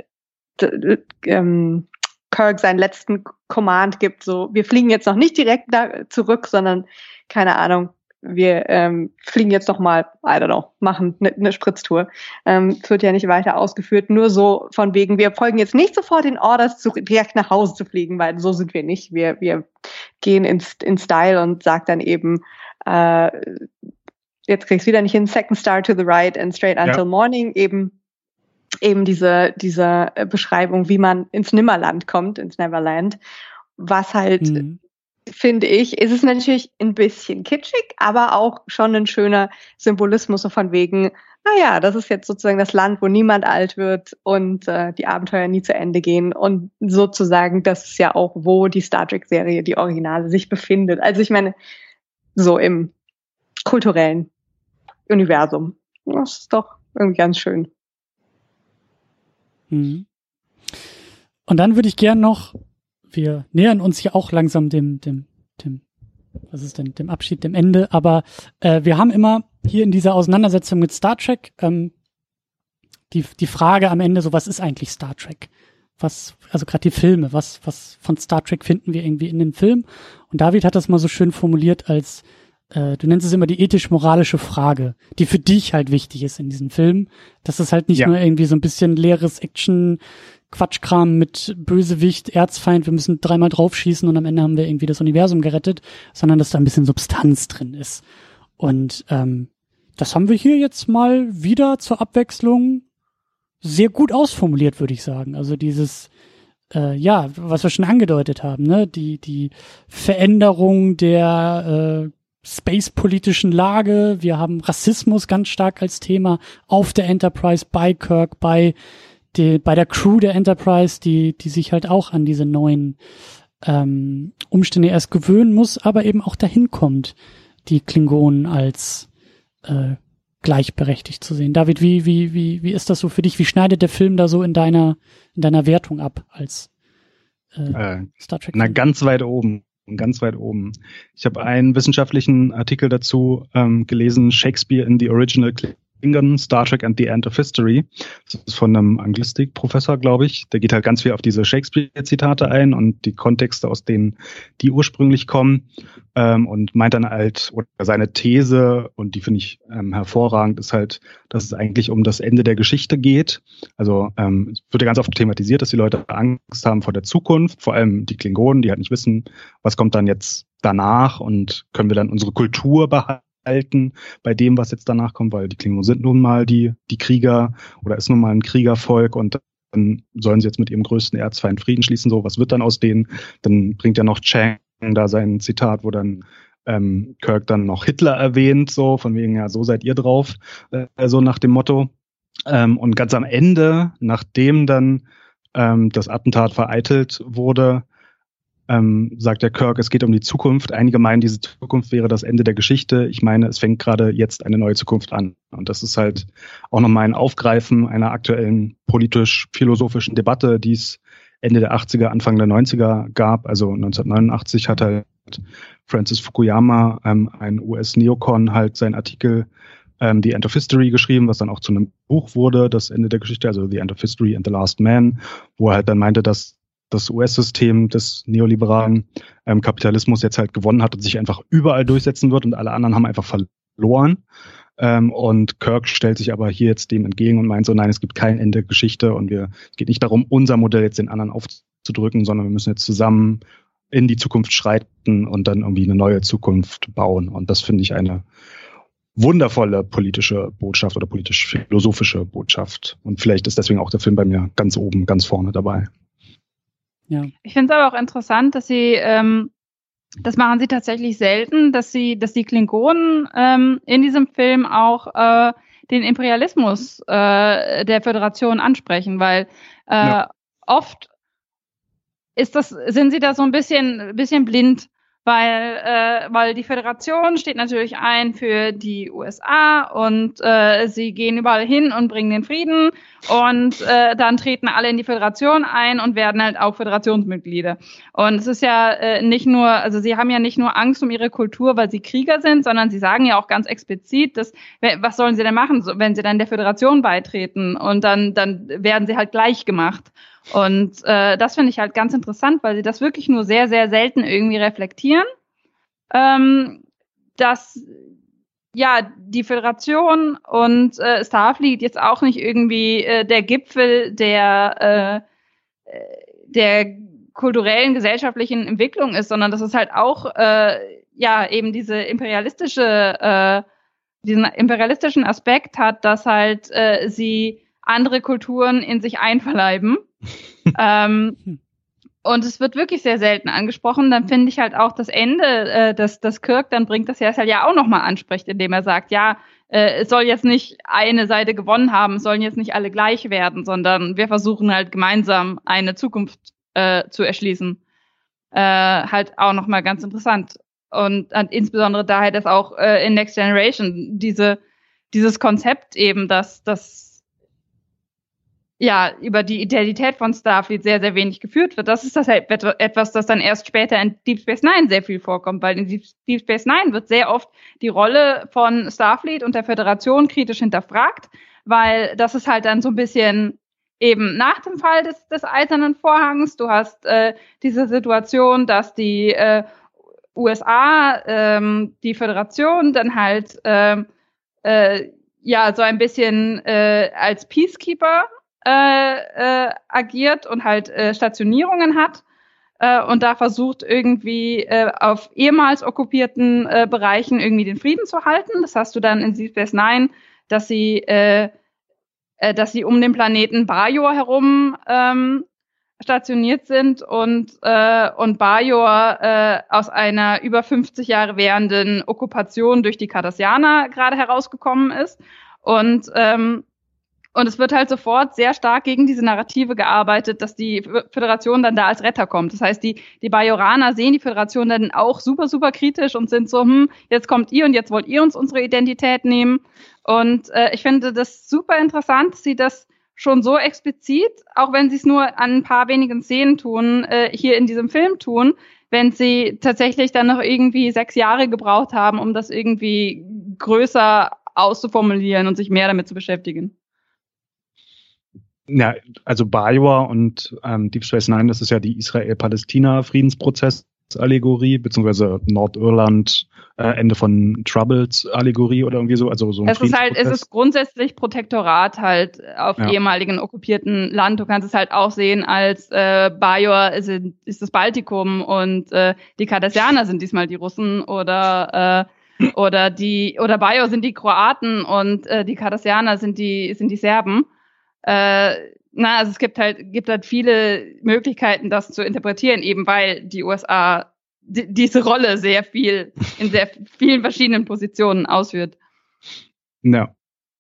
Kirk seinen letzten Command gibt, so, wir fliegen jetzt noch nicht direkt da zurück, sondern, keine Ahnung, wir fliegen jetzt noch mal, I don't know, machen eine Spritztour. Wird ja nicht weiter ausgeführt, nur so von wegen, wir folgen jetzt nicht sofort den Orders, direkt nach Hause zu fliegen, weil so sind wir nicht. Wir gehen in Style und sagt dann eben, jetzt kriegst du wieder nicht hin, second star to the right and straight until morning, eben diese Beschreibung, wie man ins Nimmerland kommt, ins Neverland, was halt, finde ich, ist es natürlich ein bisschen kitschig, aber auch schon ein schöner Symbolismus so von wegen, naja, das ist jetzt sozusagen das Land, wo niemand alt wird und die Abenteuer nie zu Ende gehen und sozusagen, das ist ja auch, wo die Star Trek-Serie, die Originale, sich befindet. Also ich meine, so im kulturellen Universum. Das ist doch irgendwie ganz schön. Und dann würde ich gern noch, wir nähern uns ja auch langsam dem Abschied, dem Ende, aber wir haben immer hier in dieser Auseinandersetzung mit Star Trek die Frage am Ende, so was ist eigentlich Star Trek? Also gerade die Filme, was von Star Trek finden wir irgendwie in den Film? Und David hat das mal so schön formuliert als du nennst es immer die ethisch-moralische Frage, die für dich halt wichtig ist in diesem Film. Dass es halt nicht nur irgendwie so ein bisschen leeres Action-Quatschkram mit Bösewicht, Erzfeind, wir müssen 3-mal draufschießen und am Ende haben wir irgendwie das Universum gerettet, sondern dass da ein bisschen Substanz drin ist. Und das haben wir hier jetzt mal wieder zur Abwechslung sehr gut ausformuliert, würde ich sagen. Also dieses was wir schon angedeutet haben, ne, die Veränderung der space-politischen Lage, wir haben Rassismus ganz stark als Thema auf der Enterprise, bei Kirk, bei der Crew der Enterprise, die sich halt auch an diese neuen Umstände erst gewöhnen muss, aber eben auch dahin kommt, die Klingonen als gleichberechtigt zu sehen. David, wie ist das so für dich? Wie schneidet der Film da so in deiner Wertung ab als Star Trek? Na, ganz weit oben. Ganz weit oben. Ich habe einen wissenschaftlichen Artikel dazu gelesen, Shakespeare in the Original Klingon, Star Trek and the End of History. Das ist von einem Anglistik-Professor, glaube ich. Der geht halt ganz viel auf diese Shakespeare-Zitate ein und die Kontexte, aus denen die ursprünglich kommen, und meint dann halt, oder seine These, und die finde ich hervorragend, ist halt, dass es eigentlich um das Ende der Geschichte geht. Also es wird ja ganz oft thematisiert, dass die Leute Angst haben vor der Zukunft, vor allem die Klingonen, die halt nicht wissen, was kommt dann jetzt danach und können wir dann unsere Kultur behalten bei dem, was jetzt danach kommt, weil die Klingonen sind nun mal die Krieger oder ist nun mal ein Kriegervolk und dann sollen sie jetzt mit ihrem größten Erzfeind Frieden schließen. So, was wird dann aus denen? Dann bringt ja noch Chang da sein Zitat, wo dann Kirk dann noch Hitler erwähnt, so von wegen, ja, so seid ihr drauf, so nach dem Motto. Und ganz am Ende, nachdem dann das Attentat vereitelt wurde, sagt der Kirk, es geht um die Zukunft. Einige meinen, diese Zukunft wäre das Ende der Geschichte. Ich meine, es fängt gerade jetzt eine neue Zukunft an. Und das ist halt auch nochmal ein Aufgreifen einer aktuellen politisch-philosophischen Debatte, die es Ende der 80er, Anfang der 90er gab. Also 1989 hat halt Francis Fukuyama, ein US-Neokon, halt seinen Artikel The End of History geschrieben, was dann auch zu einem Buch wurde, das Ende der Geschichte, also The End of History and the Last Man, wo er halt dann meinte, dass das US-System des neoliberalen Kapitalismus jetzt halt gewonnen hat und sich einfach überall durchsetzen wird und alle anderen haben einfach verloren. Und Kirk stellt sich aber hier jetzt dem entgegen und meint so, nein, es gibt kein Ende der Geschichte und es geht nicht darum, unser Modell jetzt den anderen aufzudrücken, sondern wir müssen jetzt zusammen in die Zukunft schreiten und dann irgendwie eine neue Zukunft bauen. Und das finde ich eine wundervolle politische Botschaft oder politisch-philosophische Botschaft. Und vielleicht ist deswegen auch der Film bei mir ganz oben, ganz vorne dabei. Ja. Ich finde es aber auch interessant, dass sie, das machen sie tatsächlich selten, dass die Klingonen in diesem Film auch den Imperialismus der Föderation ansprechen, weil oft sind sie da so ein bisschen blind, weil die Föderation steht natürlich ein für die USA und sie gehen überall hin und bringen den Frieden und dann treten alle in die Föderation ein und werden halt auch Föderationsmitglieder. Und es ist ja nicht nur, also sie haben ja nicht nur Angst um ihre Kultur, weil sie Krieger sind, sondern sie sagen ja auch ganz explizit, dass was sollen sie denn machen, wenn sie dann der Föderation beitreten und dann werden sie halt gleich gemacht. Und das finde ich halt ganz interessant, weil sie das wirklich nur sehr, sehr selten irgendwie reflektieren, dass ja die Föderation und Starfleet jetzt auch nicht irgendwie der Gipfel der kulturellen, gesellschaftlichen Entwicklung ist, sondern dass es halt auch eben diesen imperialistischen Aspekt hat, dass halt sie andere Kulturen in sich einverleiben. Und es wird wirklich sehr selten angesprochen. Dann finde ich halt auch das Ende, dass Kirk dann bringt, das ja auch nochmal anspricht, indem er sagt, es soll jetzt nicht eine Seite gewonnen haben, es sollen jetzt nicht alle gleich werden, sondern wir versuchen halt gemeinsam eine Zukunft zu erschließen. Halt auch nochmal ganz interessant. Und insbesondere daher, dass auch in Next Generation dieses Konzept eben, dass über die Identität von Starfleet sehr, sehr wenig geführt wird. Das ist das halt etwas, das dann erst später in Deep Space Nine sehr viel vorkommt, weil in Deep Space Nine wird sehr oft die Rolle von Starfleet und der Föderation kritisch hinterfragt, weil das ist halt dann so ein bisschen eben nach dem Fall des Eisernen Vorhangs. Du hast diese Situation, dass die USA, die Föderation dann halt so ein bisschen als Peacekeeper agiert und halt Stationierungen hat und da versucht irgendwie auf ehemals okkupierten Bereichen irgendwie den Frieden zu halten. Das hast du dann in Deep Space Nine, dass sie um den Planeten Bajor herum stationiert sind und Bajor aus einer über 50 Jahre währenden Okkupation durch die Cardassianer gerade herausgekommen ist. Und es wird halt sofort sehr stark gegen diese Narrative gearbeitet, dass die Föderation dann da als Retter kommt. Das heißt, die Bajoraner sehen die Föderation dann auch super, super kritisch und sind so, jetzt kommt ihr und jetzt wollt ihr uns unsere Identität nehmen. Und ich finde das super interessant, dass sie das schon so explizit, auch wenn sie es nur an ein paar wenigen Szenen tun, hier in diesem Film tun, wenn sie tatsächlich dann noch irgendwie 6 Jahre gebraucht haben, um das irgendwie größer auszuformulieren und sich mehr damit zu beschäftigen. Ja, also Bajor und Deep Space Nine, das ist ja die Israel-Palästina-Friedensprozess-Allegorie, beziehungsweise Nordirland Ende von Troubles-Allegorie oder irgendwie so. Also so ein es ist grundsätzlich Protektorat halt auf ehemaligen okkupierten Land. Du kannst es halt auch sehen als Bajor ist das Baltikum und die Cardassianer sind diesmal die Russen oder Bajor sind die Kroaten und die Cardassianer sind die Serben. Also es gibt halt viele Möglichkeiten, das zu interpretieren, eben weil die USA diese Rolle in sehr vielen verschiedenen Positionen ausführt. Ja.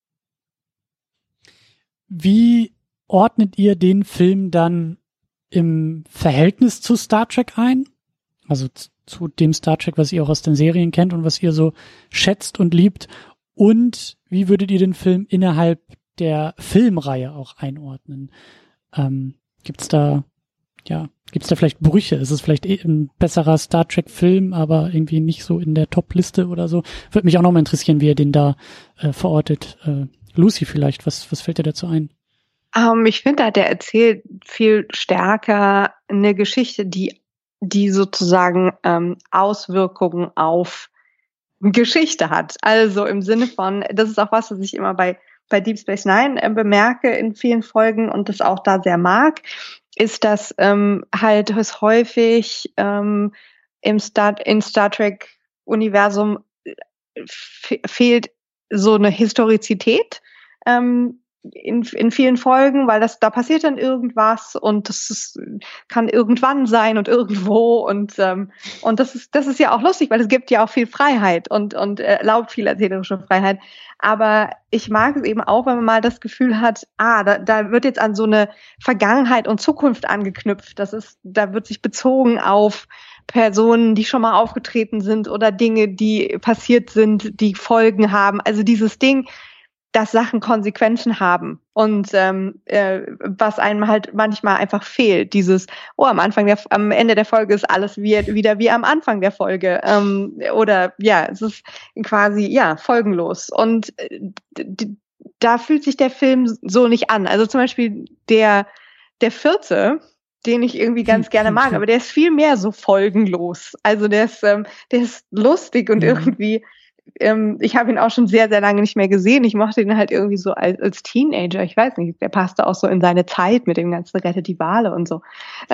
Wie ordnet ihr den Film dann im Verhältnis zu Star Trek ein? Also zu dem Star Trek, was ihr auch aus den Serien kennt und was ihr so schätzt und liebt. Und wie würdet ihr den Film innerhalb der Filmreihe auch einordnen? Gibt's da Gibt es da vielleicht Brüche? Ist es vielleicht ein besserer Star Trek-Film, aber irgendwie nicht so in der Top-Liste oder so? Würde mich auch nochmal interessieren, wie ihr den da verortet. Lucy vielleicht, was fällt dir dazu ein? Ich finde, der erzählt viel stärker eine Geschichte, die sozusagen Auswirkungen auf Geschichte hat. Also im Sinne von, das ist auch was ich immer bei Deep Space Nine bemerke in vielen Folgen und das auch da sehr mag, ist, dass halt es häufig im Star Trek Universum fehlt so eine Historizität in vielen Folgen, weil da passiert dann irgendwas und kann irgendwann sein und irgendwo und das ist ja auch lustig, weil es gibt ja auch viel Freiheit und erlaubt viel erzählerische Freiheit. Aber ich mag es eben auch, wenn man mal das Gefühl hat, da wird jetzt an so eine Vergangenheit und Zukunft angeknüpft. Da wird sich bezogen auf Personen, die schon mal aufgetreten sind oder Dinge, die passiert sind, die Folgen haben. Also dieses Ding, dass Sachen Konsequenzen haben und was einem halt manchmal einfach fehlt. Dieses, am Ende der Folge ist alles wieder wie am Anfang der Folge. Oder ja, es ist quasi folgenlos. Und da fühlt sich der Film so nicht an. Also zum Beispiel der Vierte, den ich irgendwie ganz gerne mag, aber der ist viel mehr so folgenlos. Also der ist lustig und irgendwie ich habe ihn auch schon sehr, sehr lange nicht mehr gesehen. Ich mochte ihn halt irgendwie so als Teenager. Ich weiß nicht, der passte auch so in seine Zeit mit dem ganzen Rettet die Wale und so.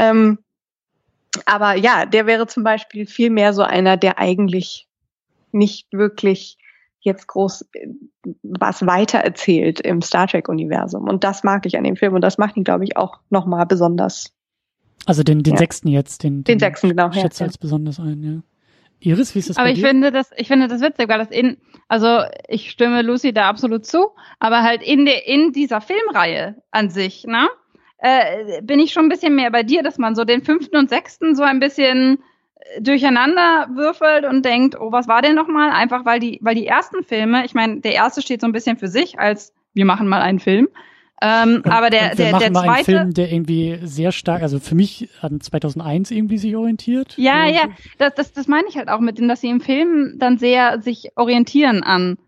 Aber ja, der wäre zum Beispiel viel mehr so einer, der eigentlich nicht wirklich jetzt groß was weitererzählt im Star Trek-Universum. Und das mag ich an dem Film und das macht ihn, glaube ich, auch nochmal besonders. Also den sechsten jetzt, den sechsten, genau. Ich schätze als besonders ein, ja. Iris, wie ist das aber bei dir? Ich finde das witzig, weil also ich stimme Lucy da absolut zu, aber halt in dieser Filmreihe an sich, ne, bin ich schon ein bisschen mehr bei dir, dass man so den 5. und 6. so ein bisschen durcheinander würfelt und denkt, oh, was war denn nochmal? Einfach weil die ersten Filme, ich meine, der erste steht so ein bisschen für sich als, wir machen mal einen Film. Aber der machen zweite, einen Film, der irgendwie sehr stark, also für mich an 2001 irgendwie sich orientiert. Ja, das meine ich halt auch mit dem, dass sie im Film dann sehr sich orientieren an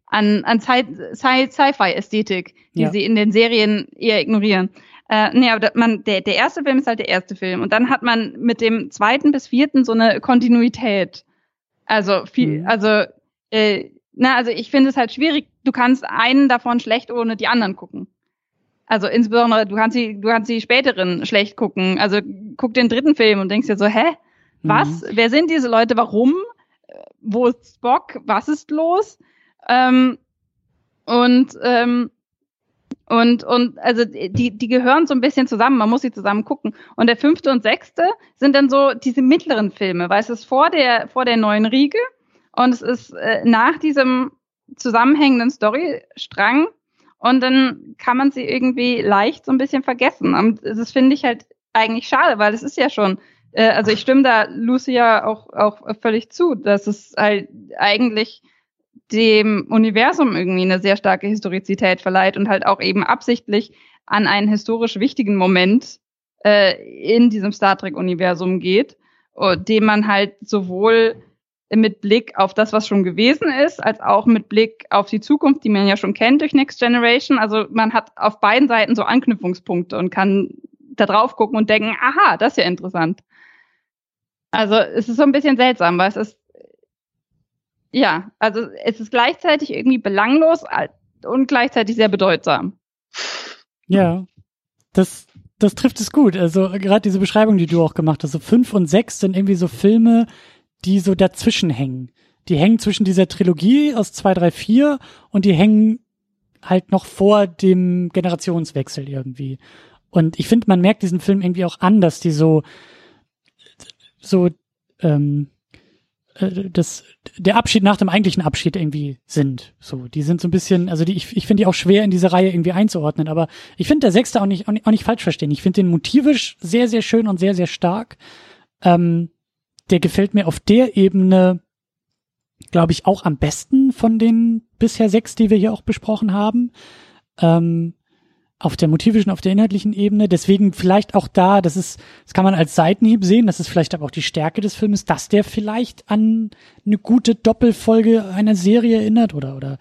Sci-Fi-Ästhetik, die sie in den Serien eher ignorieren. Aber der erste Film ist halt der erste Film und dann hat man mit dem 2. bis 4. so eine Kontinuität. Also also ich finde es halt schwierig. Du kannst einen davon schlecht ohne die anderen gucken. Also insbesondere, du kannst die späteren schlecht gucken. Also guck den 3. Film und denkst dir so, hä? Was? Wer sind diese Leute? Warum? Wo ist Spock? Was ist los? Und also die gehören so ein bisschen zusammen, man muss sie zusammen gucken. Und der 5. und 6. sind dann so diese mittleren Filme, weil es ist vor der neuen Riege und es ist nach diesem zusammenhängenden Storystrang. Und dann kann man sie irgendwie leicht so ein bisschen vergessen. Und das finde ich halt eigentlich schade, weil es ist ja schon, also ich stimme da Lucy ja auch völlig zu, dass es halt eigentlich dem Universum irgendwie eine sehr starke Historizität verleiht und halt auch eben absichtlich an einen historisch wichtigen Moment in diesem Star Trek-Universum geht, dem man halt sowohl mit Blick auf das, was schon gewesen ist, als auch mit Blick auf die Zukunft, die man ja schon kennt durch Next Generation. Also man hat auf beiden Seiten so Anknüpfungspunkte und kann da drauf gucken und denken, aha, das ist ja interessant. Also es ist so ein bisschen seltsam, weil es ist gleichzeitig irgendwie belanglos und gleichzeitig sehr bedeutsam. Ja, das trifft es gut. Also gerade diese Beschreibung, die du auch gemacht hast, so 5 und 6 sind irgendwie so Filme, die so dazwischen hängen. Die hängen zwischen dieser Trilogie aus 2, 3, 4 und die hängen halt noch vor dem Generationswechsel irgendwie. Und ich finde, man merkt diesen Film irgendwie auch an, dass die der Abschied nach dem eigentlichen Abschied irgendwie sind. So, die sind so ein bisschen, also ich finde die auch schwer in diese Reihe irgendwie einzuordnen, aber ich finde der 6. auch nicht falsch verstehen. Ich finde den motivisch sehr, sehr schön und sehr, sehr stark. Der gefällt mir auf der Ebene, glaube ich, auch am besten von den bisher 6, die wir hier auch besprochen haben. auf der motivischen, auf der inhaltlichen Ebene. Deswegen vielleicht auch das kann man als Seitenhieb sehen, das ist vielleicht aber auch die Stärke des Films, dass der vielleicht an eine gute Doppelfolge einer Serie erinnert oder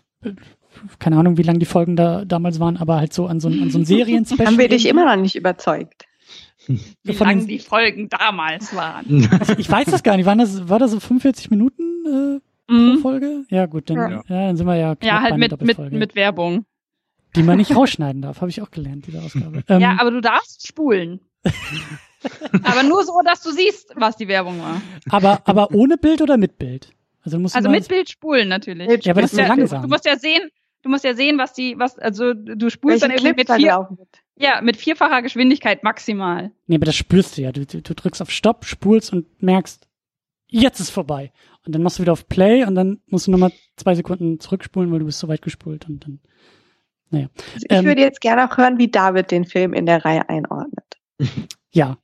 keine Ahnung, wie lang die Folgen da damals waren, aber halt so an so ein Serien-Special. Haben wir dich immer noch nicht überzeugt? Wie lang die Folgen damals waren. Also ich weiß das gar nicht. War das so 45 Minuten pro Folge? Ja, gut, dann sind wir ja knapp ja, halt bei einer mit Werbung. Die man nicht rausschneiden darf, habe ich auch gelernt, diese Ausgabe. Ja, aber du darfst spulen. Aber nur so, dass du siehst, was die Werbung war. Aber ohne Bild oder mit Bild? Also mit Bild spulen natürlich. Ja, aber das ist so langsam. Du musst ja sehen, also du spulst dann irgendwie mit vierfacher Geschwindigkeit maximal. Nee, aber das spürst du ja. Du drückst auf Stopp, spulst und merkst, jetzt ist vorbei. Und dann machst du wieder auf Play und dann musst du nochmal 2 Sekunden zurückspulen, weil du bist so weit gespult und dann, naja. Also ich würde jetzt gerne auch hören, wie David den Film in der Reihe einordnet. Ja.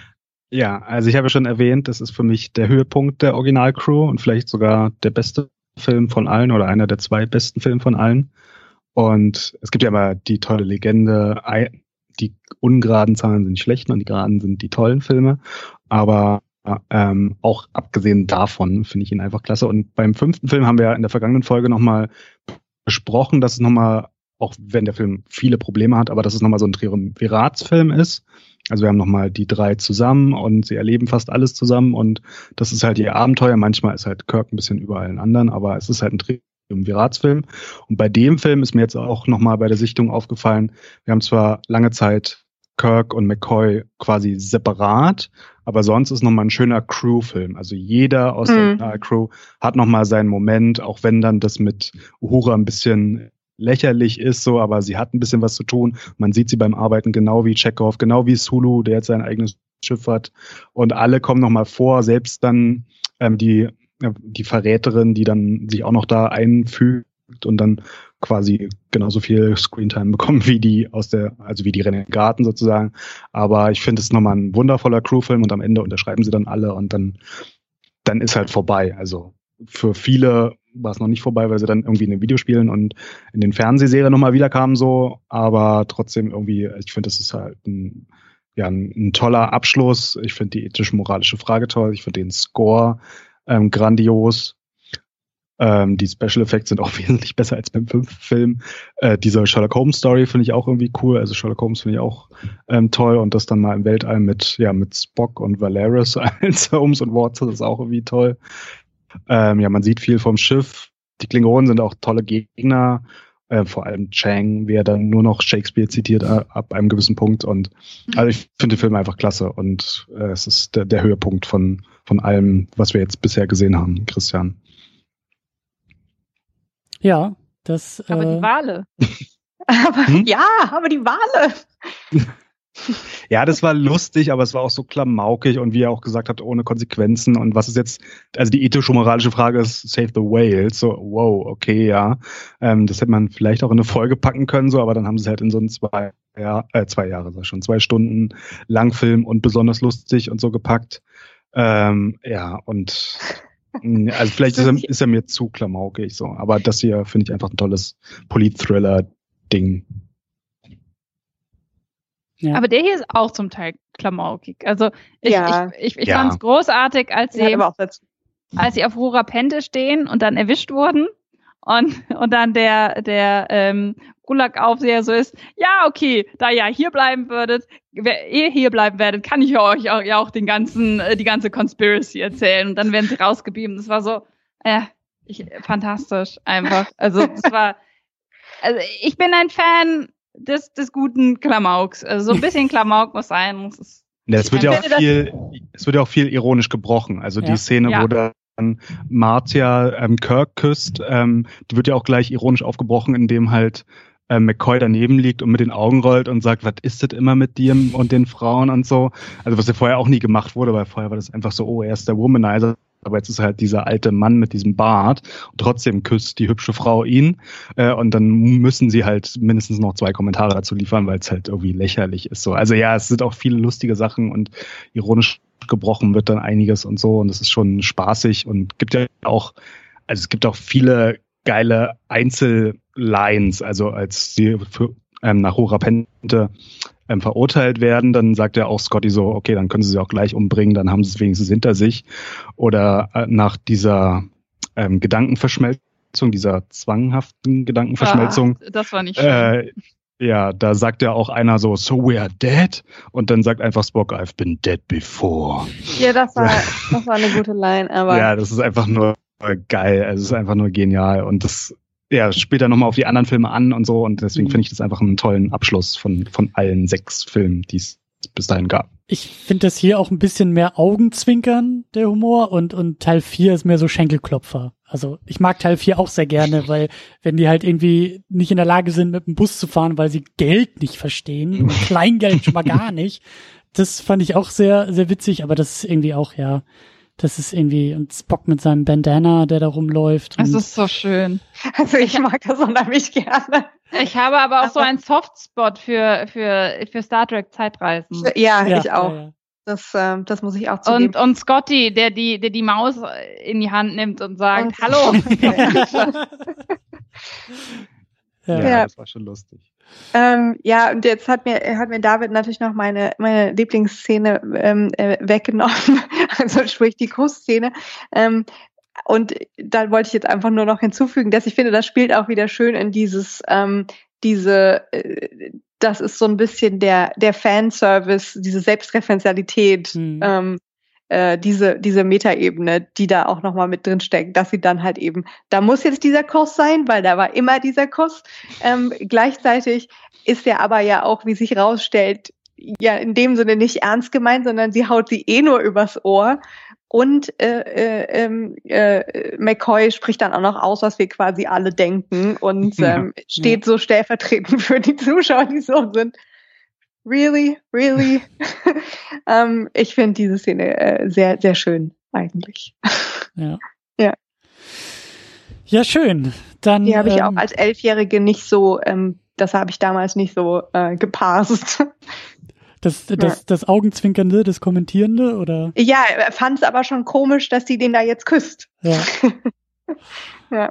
Ja, also ich habe ja schon erwähnt, das ist für mich der Höhepunkt der Originalcrew und vielleicht sogar der beste Film von allen oder einer der 2 besten Filme von allen. Und es gibt ja immer die tolle Legende, die ungeraden Zahlen sind die schlechten und die geraden sind die tollen Filme. Aber auch abgesehen davon finde ich ihn einfach klasse. Und beim 5. Film haben wir ja in der vergangenen Folge nochmal besprochen, dass es nochmal, auch wenn der Film viele Probleme hat, aber dass es nochmal so ein Triumviratsfilm ist. Also wir haben nochmal die 3 zusammen und sie erleben fast alles zusammen und das ist halt ihr Abenteuer. Manchmal ist halt Kirk ein bisschen über allen anderen, aber es ist halt ein Triumviratsfilm. Und bei dem Film ist mir jetzt auch nochmal bei der Sichtung aufgefallen, wir haben zwar lange Zeit Kirk und McCoy quasi separat, aber sonst ist nochmal ein schöner Crew-Film. Also jeder aus der Crew hat nochmal seinen Moment, auch wenn dann das mit Uhura ein bisschen lächerlich ist, so, aber sie hat ein bisschen was zu tun. Man sieht sie beim Arbeiten genau wie Chekhov, genau wie Sulu, der jetzt sein eigenes Schiff hat. Und alle kommen nochmal vor, selbst dann die Verräterin, die dann sich auch noch da einfügt und dann quasi genauso viel Screentime bekommen wie die wie die Renegaten sozusagen. Aber ich finde es nochmal ein wundervoller Crewfilm und am Ende unterschreiben sie dann alle und dann ist halt vorbei. Also für viele war es noch nicht vorbei, weil sie dann irgendwie in den Videospielen und in den Fernsehserien nochmal wiederkamen so, aber trotzdem irgendwie, ich finde, das ist halt ein toller Abschluss. Ich finde die ethisch-moralische Frage toll. Ich finde den Score grandios. Die Special Effects sind auch wesentlich besser als beim 5. Film. Diese Sherlock Holmes Story finde ich auch irgendwie cool. Also Sherlock Holmes finde ich auch toll und das dann mal im Weltall mit Spock und Valeris als Holmes und Watson ist auch irgendwie toll. Man sieht viel vom Schiff. Die Klingonen sind auch tolle Gegner. Vor allem Chang, wie er dann nur noch Shakespeare zitiert ab einem gewissen Punkt. Und also ich finde den Film einfach klasse. Und es ist der Höhepunkt von allem, was wir jetzt bisher gesehen haben, Christian. Ja, aber die Wale. Aber die Wale. Ja, das war lustig, aber es war auch so klamaukig und wie ihr auch gesagt habt, ohne Konsequenzen. Und was ist jetzt, also die ethisch-moralische Frage ist Save the Whales. So, wow, okay, ja. Das hätte man vielleicht auch in eine Folge packen können, so, aber dann haben sie es halt in so einen 2 Stunden Langfilm und besonders lustig und so gepackt. Und also vielleicht ist er mir zu klamaukig, so. Aber das hier finde ich einfach ein tolles Polit-Thriller-Ding. Ja. Aber der hier ist auch zum Teil klamaukig. Also ich fand es großartig, als sie auf Rura Pente stehen und dann erwischt wurden und dann der Gulag-Aufseher so ist, ja, okay, da ihr hier bleiben werdet, kann ich euch auch die ganze Conspiracy erzählen. Und dann werden sie rausgebeamt. Das war so, fantastisch einfach. Also ich bin ein Fan des guten Klamauks. Also so ein bisschen Klamauk muss sein. Es wird ja auch viel ironisch gebrochen. Also die Szene, wo dann Marcia Kirk küsst, die wird ja auch gleich ironisch aufgebrochen, indem halt McCoy daneben liegt und mit den Augen rollt und sagt, was ist das immer mit dir und den Frauen und so. Also was ja vorher auch nie gemacht wurde, weil vorher war das einfach so, oh, er ist der Womanizer. Aber jetzt ist halt dieser alte Mann mit diesem Bart und trotzdem küsst die hübsche Frau ihn und dann müssen sie halt mindestens noch 2 Kommentare dazu liefern, weil es halt irgendwie lächerlich ist. So. Also ja, es sind auch viele lustige Sachen und ironisch gebrochen wird dann einiges und so und es ist schon spaßig und es gibt auch viele geile Einzellines, also als sie nach hoher Pente verurteilt werden, dann sagt ja auch Scotty so, okay, dann können sie sie auch gleich umbringen, dann haben sie es wenigstens hinter sich. Oder nach dieser Gedankenverschmelzung, dieser zwanghaften Gedankenverschmelzung. Das war nicht schön. Ja, da sagt ja auch einer so we are dead? Und dann sagt einfach Spock, I've been dead before. Ja, das war eine gute Line, aber. Ja, das ist einfach nur geil. Also es ist einfach nur genial. Und das spielt dann nochmal auf die anderen Filme an und so. Und deswegen finde ich das einfach einen tollen Abschluss von allen 6 Filmen, die es bis dahin gab. Ich finde das hier auch ein bisschen mehr Augenzwinkern, der Humor. Und Teil 4 ist mehr so Schenkelklopfer. Also ich mag Teil 4 auch sehr gerne, weil wenn die halt irgendwie nicht in der Lage sind, mit dem Bus zu fahren, weil sie Geld nicht verstehen, und Kleingeld schon mal gar nicht, das fand ich auch sehr, sehr witzig, aber das ist irgendwie auch, das ist irgendwie, und Spock mit seinem Bandana, der da rumläuft. Es ist so schön. Also ich mag das unheimlich gerne. Ich habe aber auch so einen Softspot für Star Trek Zeitreisen. Ja, ich auch. Ja. Das muss ich auch zugeben. Und Scotty, der die Maus in die Hand nimmt und sagt, hallo. Ja, das war schon lustig. Ja, und jetzt hat mir David natürlich noch meine Lieblingsszene weggenommen, also sprich die Kussszene. Und da wollte ich jetzt einfach nur noch hinzufügen, dass ich finde, das spielt auch wieder schön in das ist so ein bisschen der Fanservice, diese Selbstreferenzialität, diese Metaebene, die da auch nochmal mit drin steckt, dass sie dann halt eben, da muss jetzt dieser Kuss sein, weil da war immer dieser Kuss. Gleichzeitig ist der aber ja auch, wie sich rausstellt, ja in dem Sinne nicht ernst gemeint, sondern sie haut sie nur übers Ohr. Und McCoy spricht dann auch noch aus, was wir quasi alle denken und steht so stellvertretend für die Zuschauer, die so sind. Really? Ich finde diese Szene sehr, sehr schön eigentlich. Ja. Ja. Ja, schön. Dann, die habe ich auch als 11-Jährige nicht so, das habe ich damals nicht so geparst. Das Augenzwinkernde, das Kommentierende, oder? Ja, er fand es aber schon komisch, dass die den da jetzt küsst. Ja. Ja.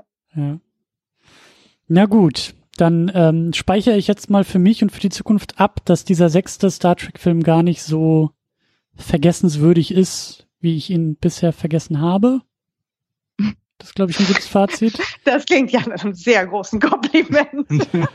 Na gut, dann speichere ich jetzt mal für mich und für die Zukunft ab, dass dieser 6. Star Trek-Film gar nicht so vergessenswürdig ist, wie ich ihn bisher vergessen habe. Das ist, glaube ich, ein gutes Fazit. Das klingt ja nach einem sehr großen Kompliment.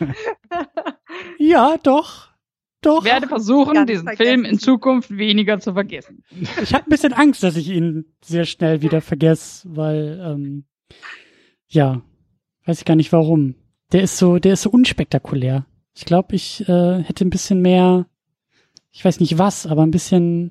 Ja, doch. Ich werde versuchen, diesen Film in Zukunft weniger zu vergessen. Ich habe ein bisschen Angst, dass ich ihn sehr schnell wieder vergesse, weil, weiß ich gar nicht warum. Der ist so unspektakulär. Ich glaube, ich hätte ein bisschen mehr, ich weiß nicht was, aber ein bisschen,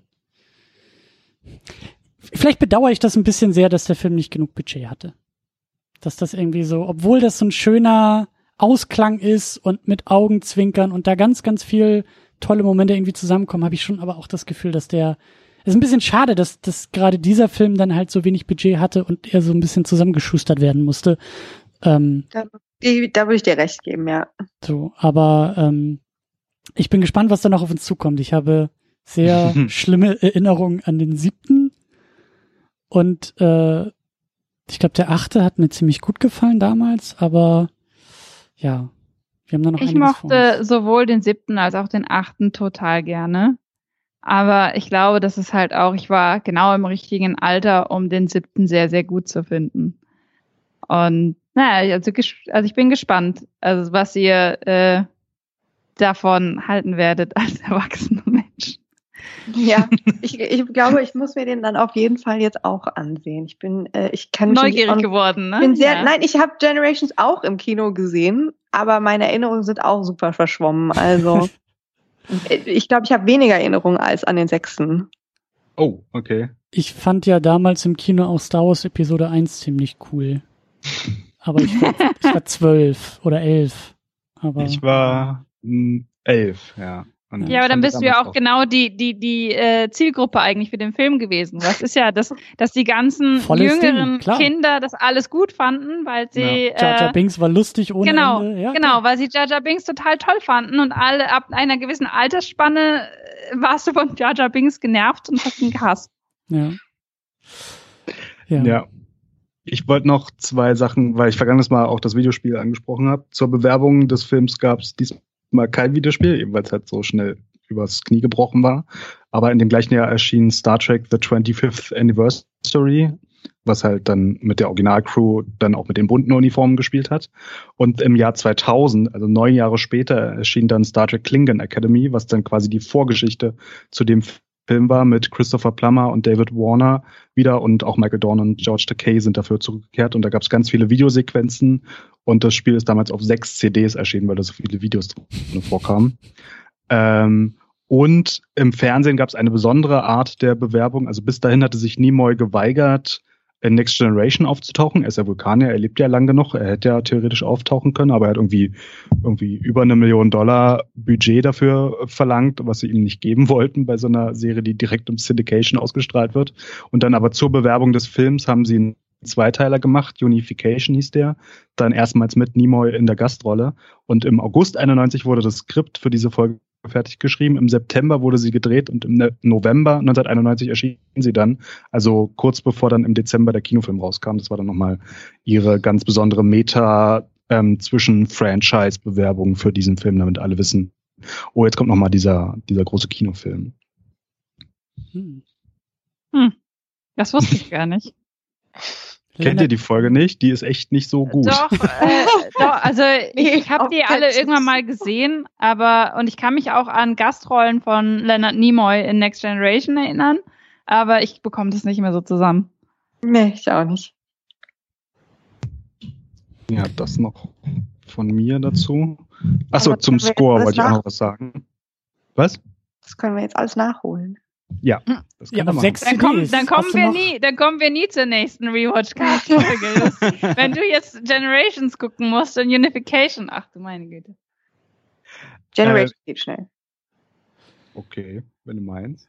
vielleicht bedauere ich das ein bisschen sehr, dass der Film nicht genug Budget hatte. Dass das irgendwie so, obwohl das so ein schöner Ausklang ist und mit Augenzwinkern und da ganz, ganz viel tolle Momente irgendwie zusammenkommen, habe ich schon aber auch das Gefühl, dass es ist ein bisschen schade, dass gerade dieser Film dann halt so wenig Budget hatte und er so ein bisschen zusammengeschustert werden musste. Da würde ich dir recht geben, ja. So, aber ich bin gespannt, was da noch auf uns zukommt. Ich habe sehr schlimme Erinnerungen an den 7. Und ich glaube, der 8. hat mir ziemlich gut gefallen damals, aber ja, wir haben da noch einiges vor uns. Ich mochte sowohl den 7. als auch den 8. total gerne. Aber ich glaube, das ist halt auch, ich war genau im richtigen Alter, um den 7. sehr, sehr gut zu finden. Und also ich bin gespannt, also was ihr davon halten werdet als erwachsene Menschen. Ja, ich glaube, ich muss mir den dann auf jeden Fall jetzt auch ansehen. Ich kann neugierig geworden, ne? Nein, ich habe Generations auch im Kino gesehen, aber meine Erinnerungen sind auch super verschwommen. Also ich glaube, ich habe weniger Erinnerungen als an den 6. Oh, okay. Ich fand ja damals im Kino auch Star Wars Episode 1 ziemlich cool. Aber ich war 12 oder 11. Aber ich war 11, ja. Und ja, aber dann bist du ja auch genau die Zielgruppe eigentlich für den Film gewesen. Das ist ja, dass die ganzen jüngeren Kinder das alles gut fanden, weil sie Jar Jar Binks war lustig ohne Ende. Ja, genau, weil sie Jar Jar Binks total toll fanden und alle ab einer gewissen Altersspanne warst du von Jar Jar Binks genervt und hast ihn gehasst. Ja. Ich wollte noch 2 Sachen, weil ich vergangenes Mal auch das Videospiel angesprochen habe. Zur Bewerbung des Films gab es diesmal mal kein Videospiel, eben weil es halt so schnell übers Knie gebrochen war. Aber in dem gleichen Jahr erschien Star Trek The 25th Anniversary, was halt dann mit der Originalcrew dann auch mit den bunten Uniformen gespielt hat. Und im Jahr 2000, also 9 Jahre später, erschien dann Star Trek Klingon Academy, was dann quasi die Vorgeschichte zu dem Film war, mit Christopher Plummer und David Warner wieder, und auch Michael Dorn und George Takei sind dafür zurückgekehrt, und da gab es ganz viele Videosequenzen, und das Spiel ist damals auf 6 CDs erschienen, weil da so viele Videos drin vorkamen. Und im Fernsehen gab es eine besondere Art der Bewerbung. Also bis dahin hatte sich Nimoy geweigert, in Next Generation aufzutauchen. Er ist ja Vulkanier, er lebt ja lang genug, er hätte ja theoretisch auftauchen können, aber er hat irgendwie über $1 Million Budget dafür verlangt, was sie ihm nicht geben wollten bei so einer Serie, die direkt im Syndication ausgestrahlt wird. Und dann aber zur Bewerbung des Films haben sie einen Zweiteiler gemacht, Unification hieß der, dann erstmals mit Nimoy in der Gastrolle. Und im August 91 wurde das Skript für diese Folge fertig geschrieben. Im September wurde sie gedreht und im November 1991 erschien sie dann, also kurz bevor dann im Dezember der Kinofilm rauskam. Das war dann nochmal ihre ganz besondere Zwischen-Franchise-Bewerbung für diesen Film, damit alle wissen, oh, jetzt kommt nochmal dieser große Kinofilm. Das wusste ich gar nicht. Kennt ihr die Folge nicht? Die ist echt nicht so gut. Doch, also ich habe die alle irgendwann mal gesehen, und ich kann mich auch an Gastrollen von Leonard Nimoy in Next Generation erinnern, aber ich bekomme das nicht mehr so zusammen. Nee, ich auch nicht. Ja, das noch von mir dazu. Achso, zum Score wollte ich auch noch was sagen. Was? Das können wir jetzt alles nachholen. Ja, das kann man machen. Dann kommen wir nie zur nächsten Rewatch-Cast-Folge. Wenn du jetzt Generations gucken musst und Unification, ach du meine Güte. Generations geht schnell. Okay, wenn du meinst.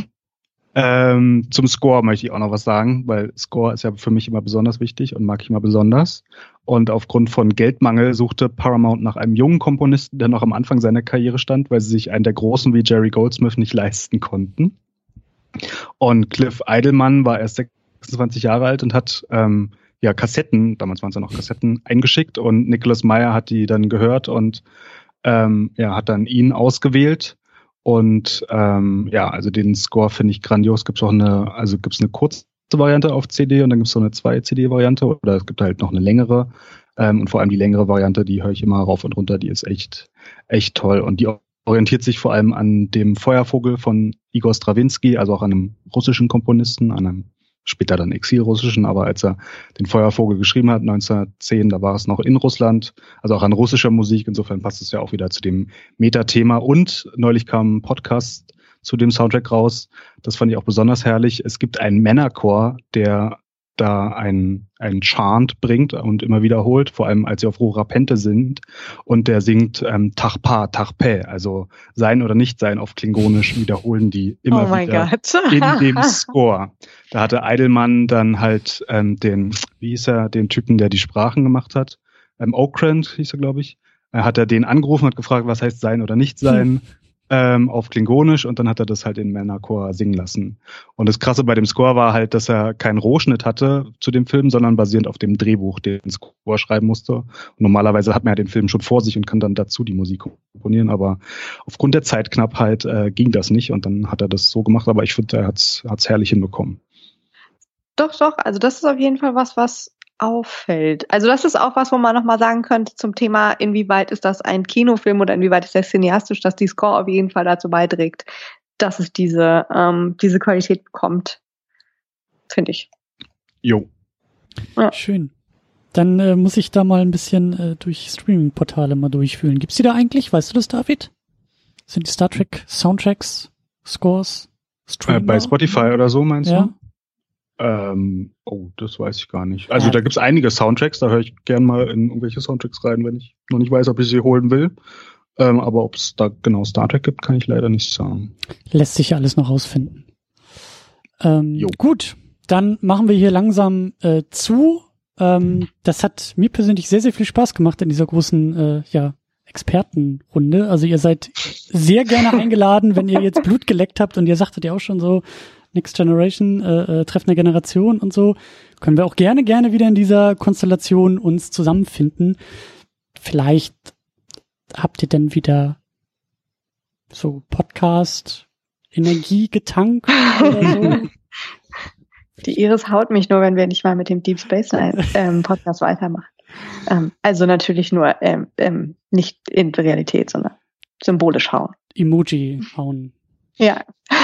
Zum Score möchte ich auch noch was sagen, weil Score ist ja für mich immer besonders wichtig und mag ich immer besonders. Und aufgrund von Geldmangel suchte Paramount nach einem jungen Komponisten, der noch am Anfang seiner Karriere stand, weil sie sich einen der Großen wie Jerry Goldsmith nicht leisten konnten. Und Cliff Eidelman war erst 26 Jahre alt und hat Kassetten, damals waren es ja noch Kassetten, eingeschickt, und Nicholas Meyer hat die dann gehört und hat dann ihn ausgewählt. Und also den Score finde ich grandios. Gibt's eine kurze Variante auf CD und dann gibt's so eine 2-CD-Variante, oder es gibt halt noch eine längere. Und vor allem die längere Variante, die höre ich immer rauf und runter, die ist echt toll. Und die orientiert sich vor allem an dem Feuervogel von Igor Strawinsky, also auch an einem russischen Komponisten, an einem später dann exilrussischen, aber als er den Feuervogel geschrieben hat, 1910, da war es noch in Russland, also auch an russischer Musik, insofern passt es ja auch wieder zu dem Metathema. Und neulich kam ein Podcast zu dem Soundtrack raus, das fand ich auch besonders herrlich. Es gibt einen Männerchor, der da einen Chant bringt und immer wiederholt, vor allem als sie auf Rurapente sind, und der singt Tachpa, Tachpe, also sein oder nicht sein auf Klingonisch, wiederholen die immer wieder in dem Score. Da hatte Eidelman dann halt den Typen, der die Sprachen gemacht hat, Okrand hieß er, glaube ich, hat er den angerufen, hat gefragt, was heißt sein oder nicht sein, auf Klingonisch, und dann hat er das halt in Männerchor singen lassen. Und das Krasse bei dem Score war halt, dass er keinen Rohschnitt hatte zu dem Film, sondern basierend auf dem Drehbuch, den Score schreiben musste. Und normalerweise hat man ja den Film schon vor sich und kann dann dazu die Musik komponieren, aber aufgrund der Zeitknappheit ging das nicht, und dann hat er das so gemacht, aber ich finde, er hat's herrlich hinbekommen. Doch, also das ist auf jeden Fall was auffällt. Also das ist auch was, wo man nochmal sagen könnte zum Thema, inwieweit ist das ein Kinofilm oder inwieweit ist das cineastisch, dass die Score auf jeden Fall dazu beiträgt, dass es diese Qualität bekommt. Finde ich. Jo. Ja. Schön. Dann muss ich da mal ein bisschen durch Streaming-Portale mal durchfühlen. Gibt's die da eigentlich? Weißt du das, David? Sind die Star Trek Soundtracks, Scores, streambar? Bei Spotify oder so, meinst du? Das weiß ich gar nicht. Also da gibt's einige Soundtracks, da höre ich gern mal in irgendwelche Soundtracks rein, wenn ich noch nicht weiß, ob ich sie holen will. Aber ob es da genau Star Trek gibt, kann ich leider nicht sagen. Lässt sich ja alles noch rausfinden. Gut, dann machen wir hier langsam zu. Das hat mir persönlich sehr, sehr viel Spaß gemacht in dieser großen Expertenrunde. Also ihr seid sehr gerne eingeladen, wenn ihr jetzt Blut geleckt habt, und ihr sagtet ja auch schon so, Next Generation, treffende Generation und so, können wir auch gerne wieder in dieser Konstellation uns zusammenfinden. Vielleicht habt ihr denn wieder so Podcast-Energie getankt oder so? Die Iris haut mich nur, wenn wir nicht mal mit dem Deep Space Nine Podcast weitermachen. Also natürlich nur nicht in Realität, sondern symbolisch hauen. Emoji hauen. Ja.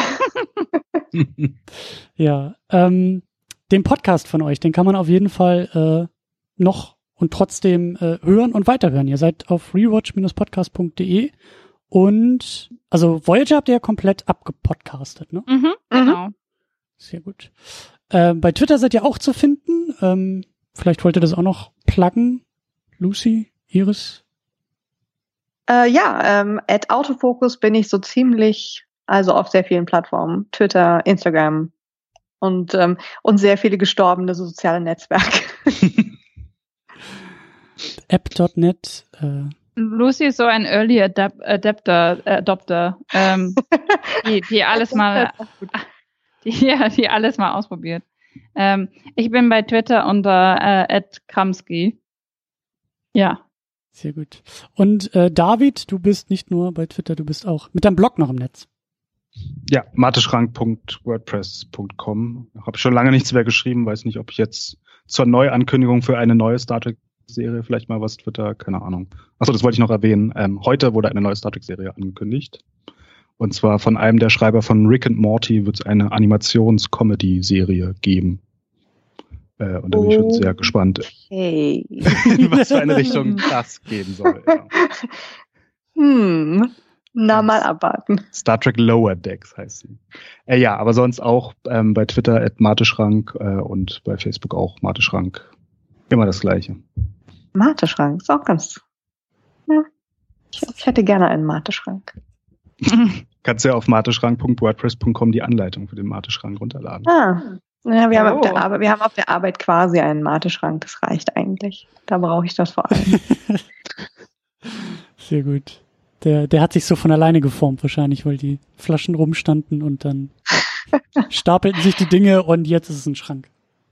Ja, den Podcast von euch, den kann man auf jeden Fall noch und trotzdem hören und weiterhören. Ihr seid auf rewatch-podcast.de und also Voyager habt ihr ja komplett abgepodcastet, ne? Genau. Sehr gut. Bei Twitter seid ihr auch zu finden. Vielleicht wollt ihr das auch noch pluggen. Lucy, Iris? At Autofocus bin ich so ziemlich, also auf sehr vielen Plattformen. Twitter, Instagram und sehr viele gestorbene soziale Netzwerke. App.net. Lucy ist so ein Early Adapter, die alles mal, die alles mal ausprobiert. Ich bin bei Twitter unter @Kramski. Ja. Sehr gut. Und David, du bist nicht nur bei Twitter, du bist auch mit deinem Blog noch im Netz. Ja, mateschrank.wordpress.com. Habe schon lange nichts mehr geschrieben, weiß nicht, ob ich jetzt zur Neuankündigung für eine neue Star Trek-Serie vielleicht mal was Twitter, keine Ahnung. Achso, das wollte ich noch erwähnen. Heute wurde eine neue Star Trek-Serie angekündigt. Und zwar von einem der Schreiber von Rick and Morty wird es eine Animations-Comedy-Serie geben. Und da bin ich schon sehr gespannt, was für eine Richtung das gehen soll. Ja. Mal abwarten. Star Trek Lower Decks heißt sie. Ja, aber sonst auch bei Twitter @mateschrank und bei Facebook auch mateschrank. Immer das Gleiche. Mateschrank ist auch ganz. Ja. Ich hätte gerne einen Mateschrank. Kannst ja auf mateschrank.wordpress.com die Anleitung für den Mateschrank runterladen. Ja, wir haben auf der Arbeit quasi einen Mateschrank, das reicht eigentlich. Da brauche ich das vor allem. Sehr gut. Der hat sich so von alleine geformt wahrscheinlich, weil die Flaschen rumstanden und dann stapelten sich die Dinge und jetzt ist es ein Schrank.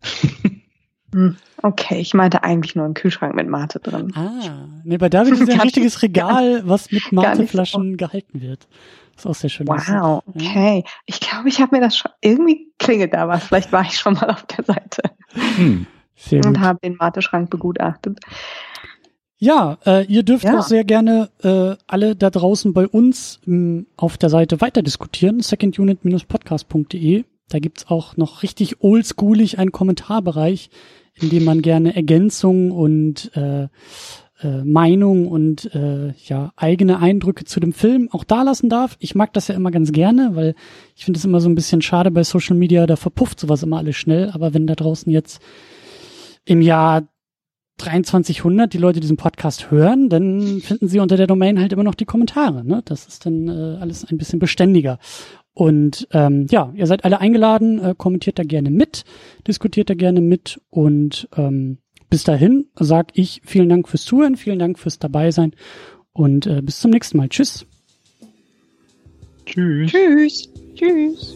Okay, ich meinte eigentlich nur einen Kühlschrank mit Mate drin. Nee, bei David ist ja ein richtiges Regal, was mit Mateflaschen gehalten wird. Das ist auch sehr schön. Wow, okay. Ja. Ich glaube, ich habe mir das schon, irgendwie klingelt da was. Vielleicht war ich schon mal auf der Seite. Sehr gut. Und habe den Mateschrank begutachtet. Ja, ihr dürft auch sehr gerne alle da draußen bei uns auf der Seite weiter diskutieren. secondunit-podcast.de. Da gibt's auch noch richtig oldschoolig einen Kommentarbereich, in dem man gerne Ergänzungen und Meinung und eigene Eindrücke zu dem Film auch da lassen darf. Ich mag das ja immer ganz gerne, weil ich finde es immer so ein bisschen schade bei Social Media, da verpufft sowas immer alles schnell. Aber wenn da draußen jetzt im Jahr 2300 die Leute diesen Podcast hören, dann finden sie unter der Domain halt immer noch die Kommentare. Ne? Das ist dann alles ein bisschen beständiger. Und ihr seid alle eingeladen, kommentiert da gerne mit, diskutiert da gerne mit und bis dahin sage ich vielen Dank fürs Zuhören, vielen Dank fürs Dabeisein und bis zum nächsten Mal. Tschüss. Tschüss. Tschüss. Tschüss.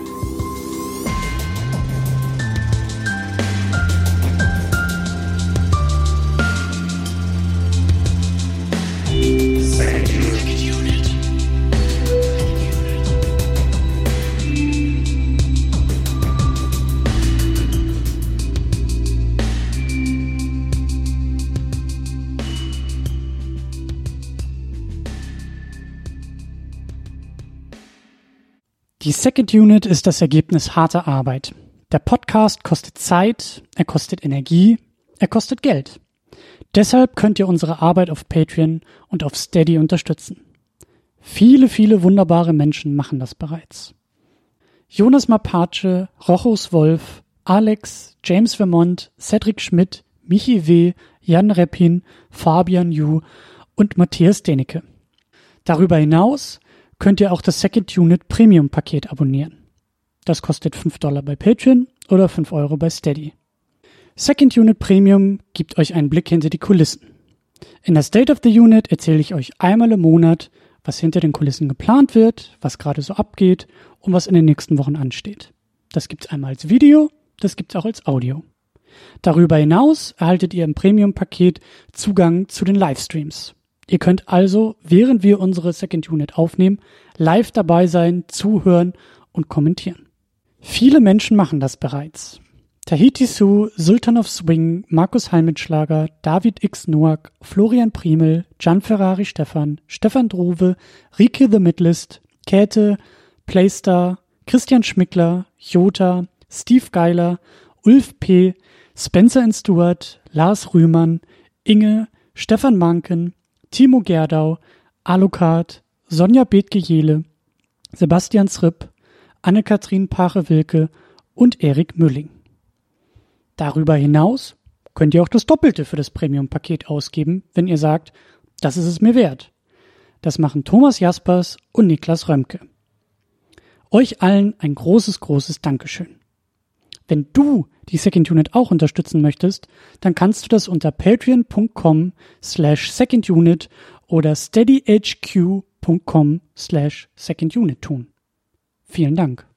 Die Second Unit ist das Ergebnis harter Arbeit. Der Podcast kostet Zeit, er kostet Energie, er kostet Geld. Deshalb könnt ihr unsere Arbeit auf Patreon und auf Steady unterstützen. Viele, viele wunderbare Menschen machen das bereits. Jonas Mapace, Rochus Wolf, Alex, James Vermont, Cedric Schmidt, Michi W., Jan Reppin, Fabian Yu und Matthias Denecke. Darüber hinaus könnt ihr auch das Second Unit Premium Paket abonnieren. Das kostet $5 bei Patreon oder €5 bei Steady. Second Unit Premium gibt euch einen Blick hinter die Kulissen. In der State of the Unit erzähle ich euch einmal im Monat, was hinter den Kulissen geplant wird, was gerade so abgeht und was in den nächsten Wochen ansteht. Das gibt's einmal als Video, das gibt's auch als Audio. Darüber hinaus erhaltet ihr im Premium-Paket Zugang zu den Livestreams. Ihr könnt also, während wir unsere Second Unit aufnehmen, live dabei sein, zuhören und kommentieren. Viele Menschen machen das bereits. Tahiti Su, Sultan of Swing, Markus Halmitschlager, David X. Noack, Florian Priemel, Gianferrari Stefan, Stefan Druwe, Rike The Midlist, Käthe, Playstar, Christian Schmickler, Jota, Steve Geiler, Ulf P., Spencer & Stewart, Lars Rühmann, Inge, Stefan Manken, Timo Gerdau, Alucard, Sonja Bethge-Jehle, Sebastian Sripp, Anne-Kathrin Pache-Wilke und Erik Mülling. Darüber hinaus könnt ihr auch das Doppelte für das Premium-Paket ausgeben, wenn ihr sagt, das ist es mir wert. Das machen Thomas Jaspers und Niklas Römke. Euch allen ein großes, großes Dankeschön. Wenn du die Second Unit auch unterstützen möchtest, dann kannst du das unter patreon.com/secondunit oder steadyhq.com/secondunit tun. Vielen Dank.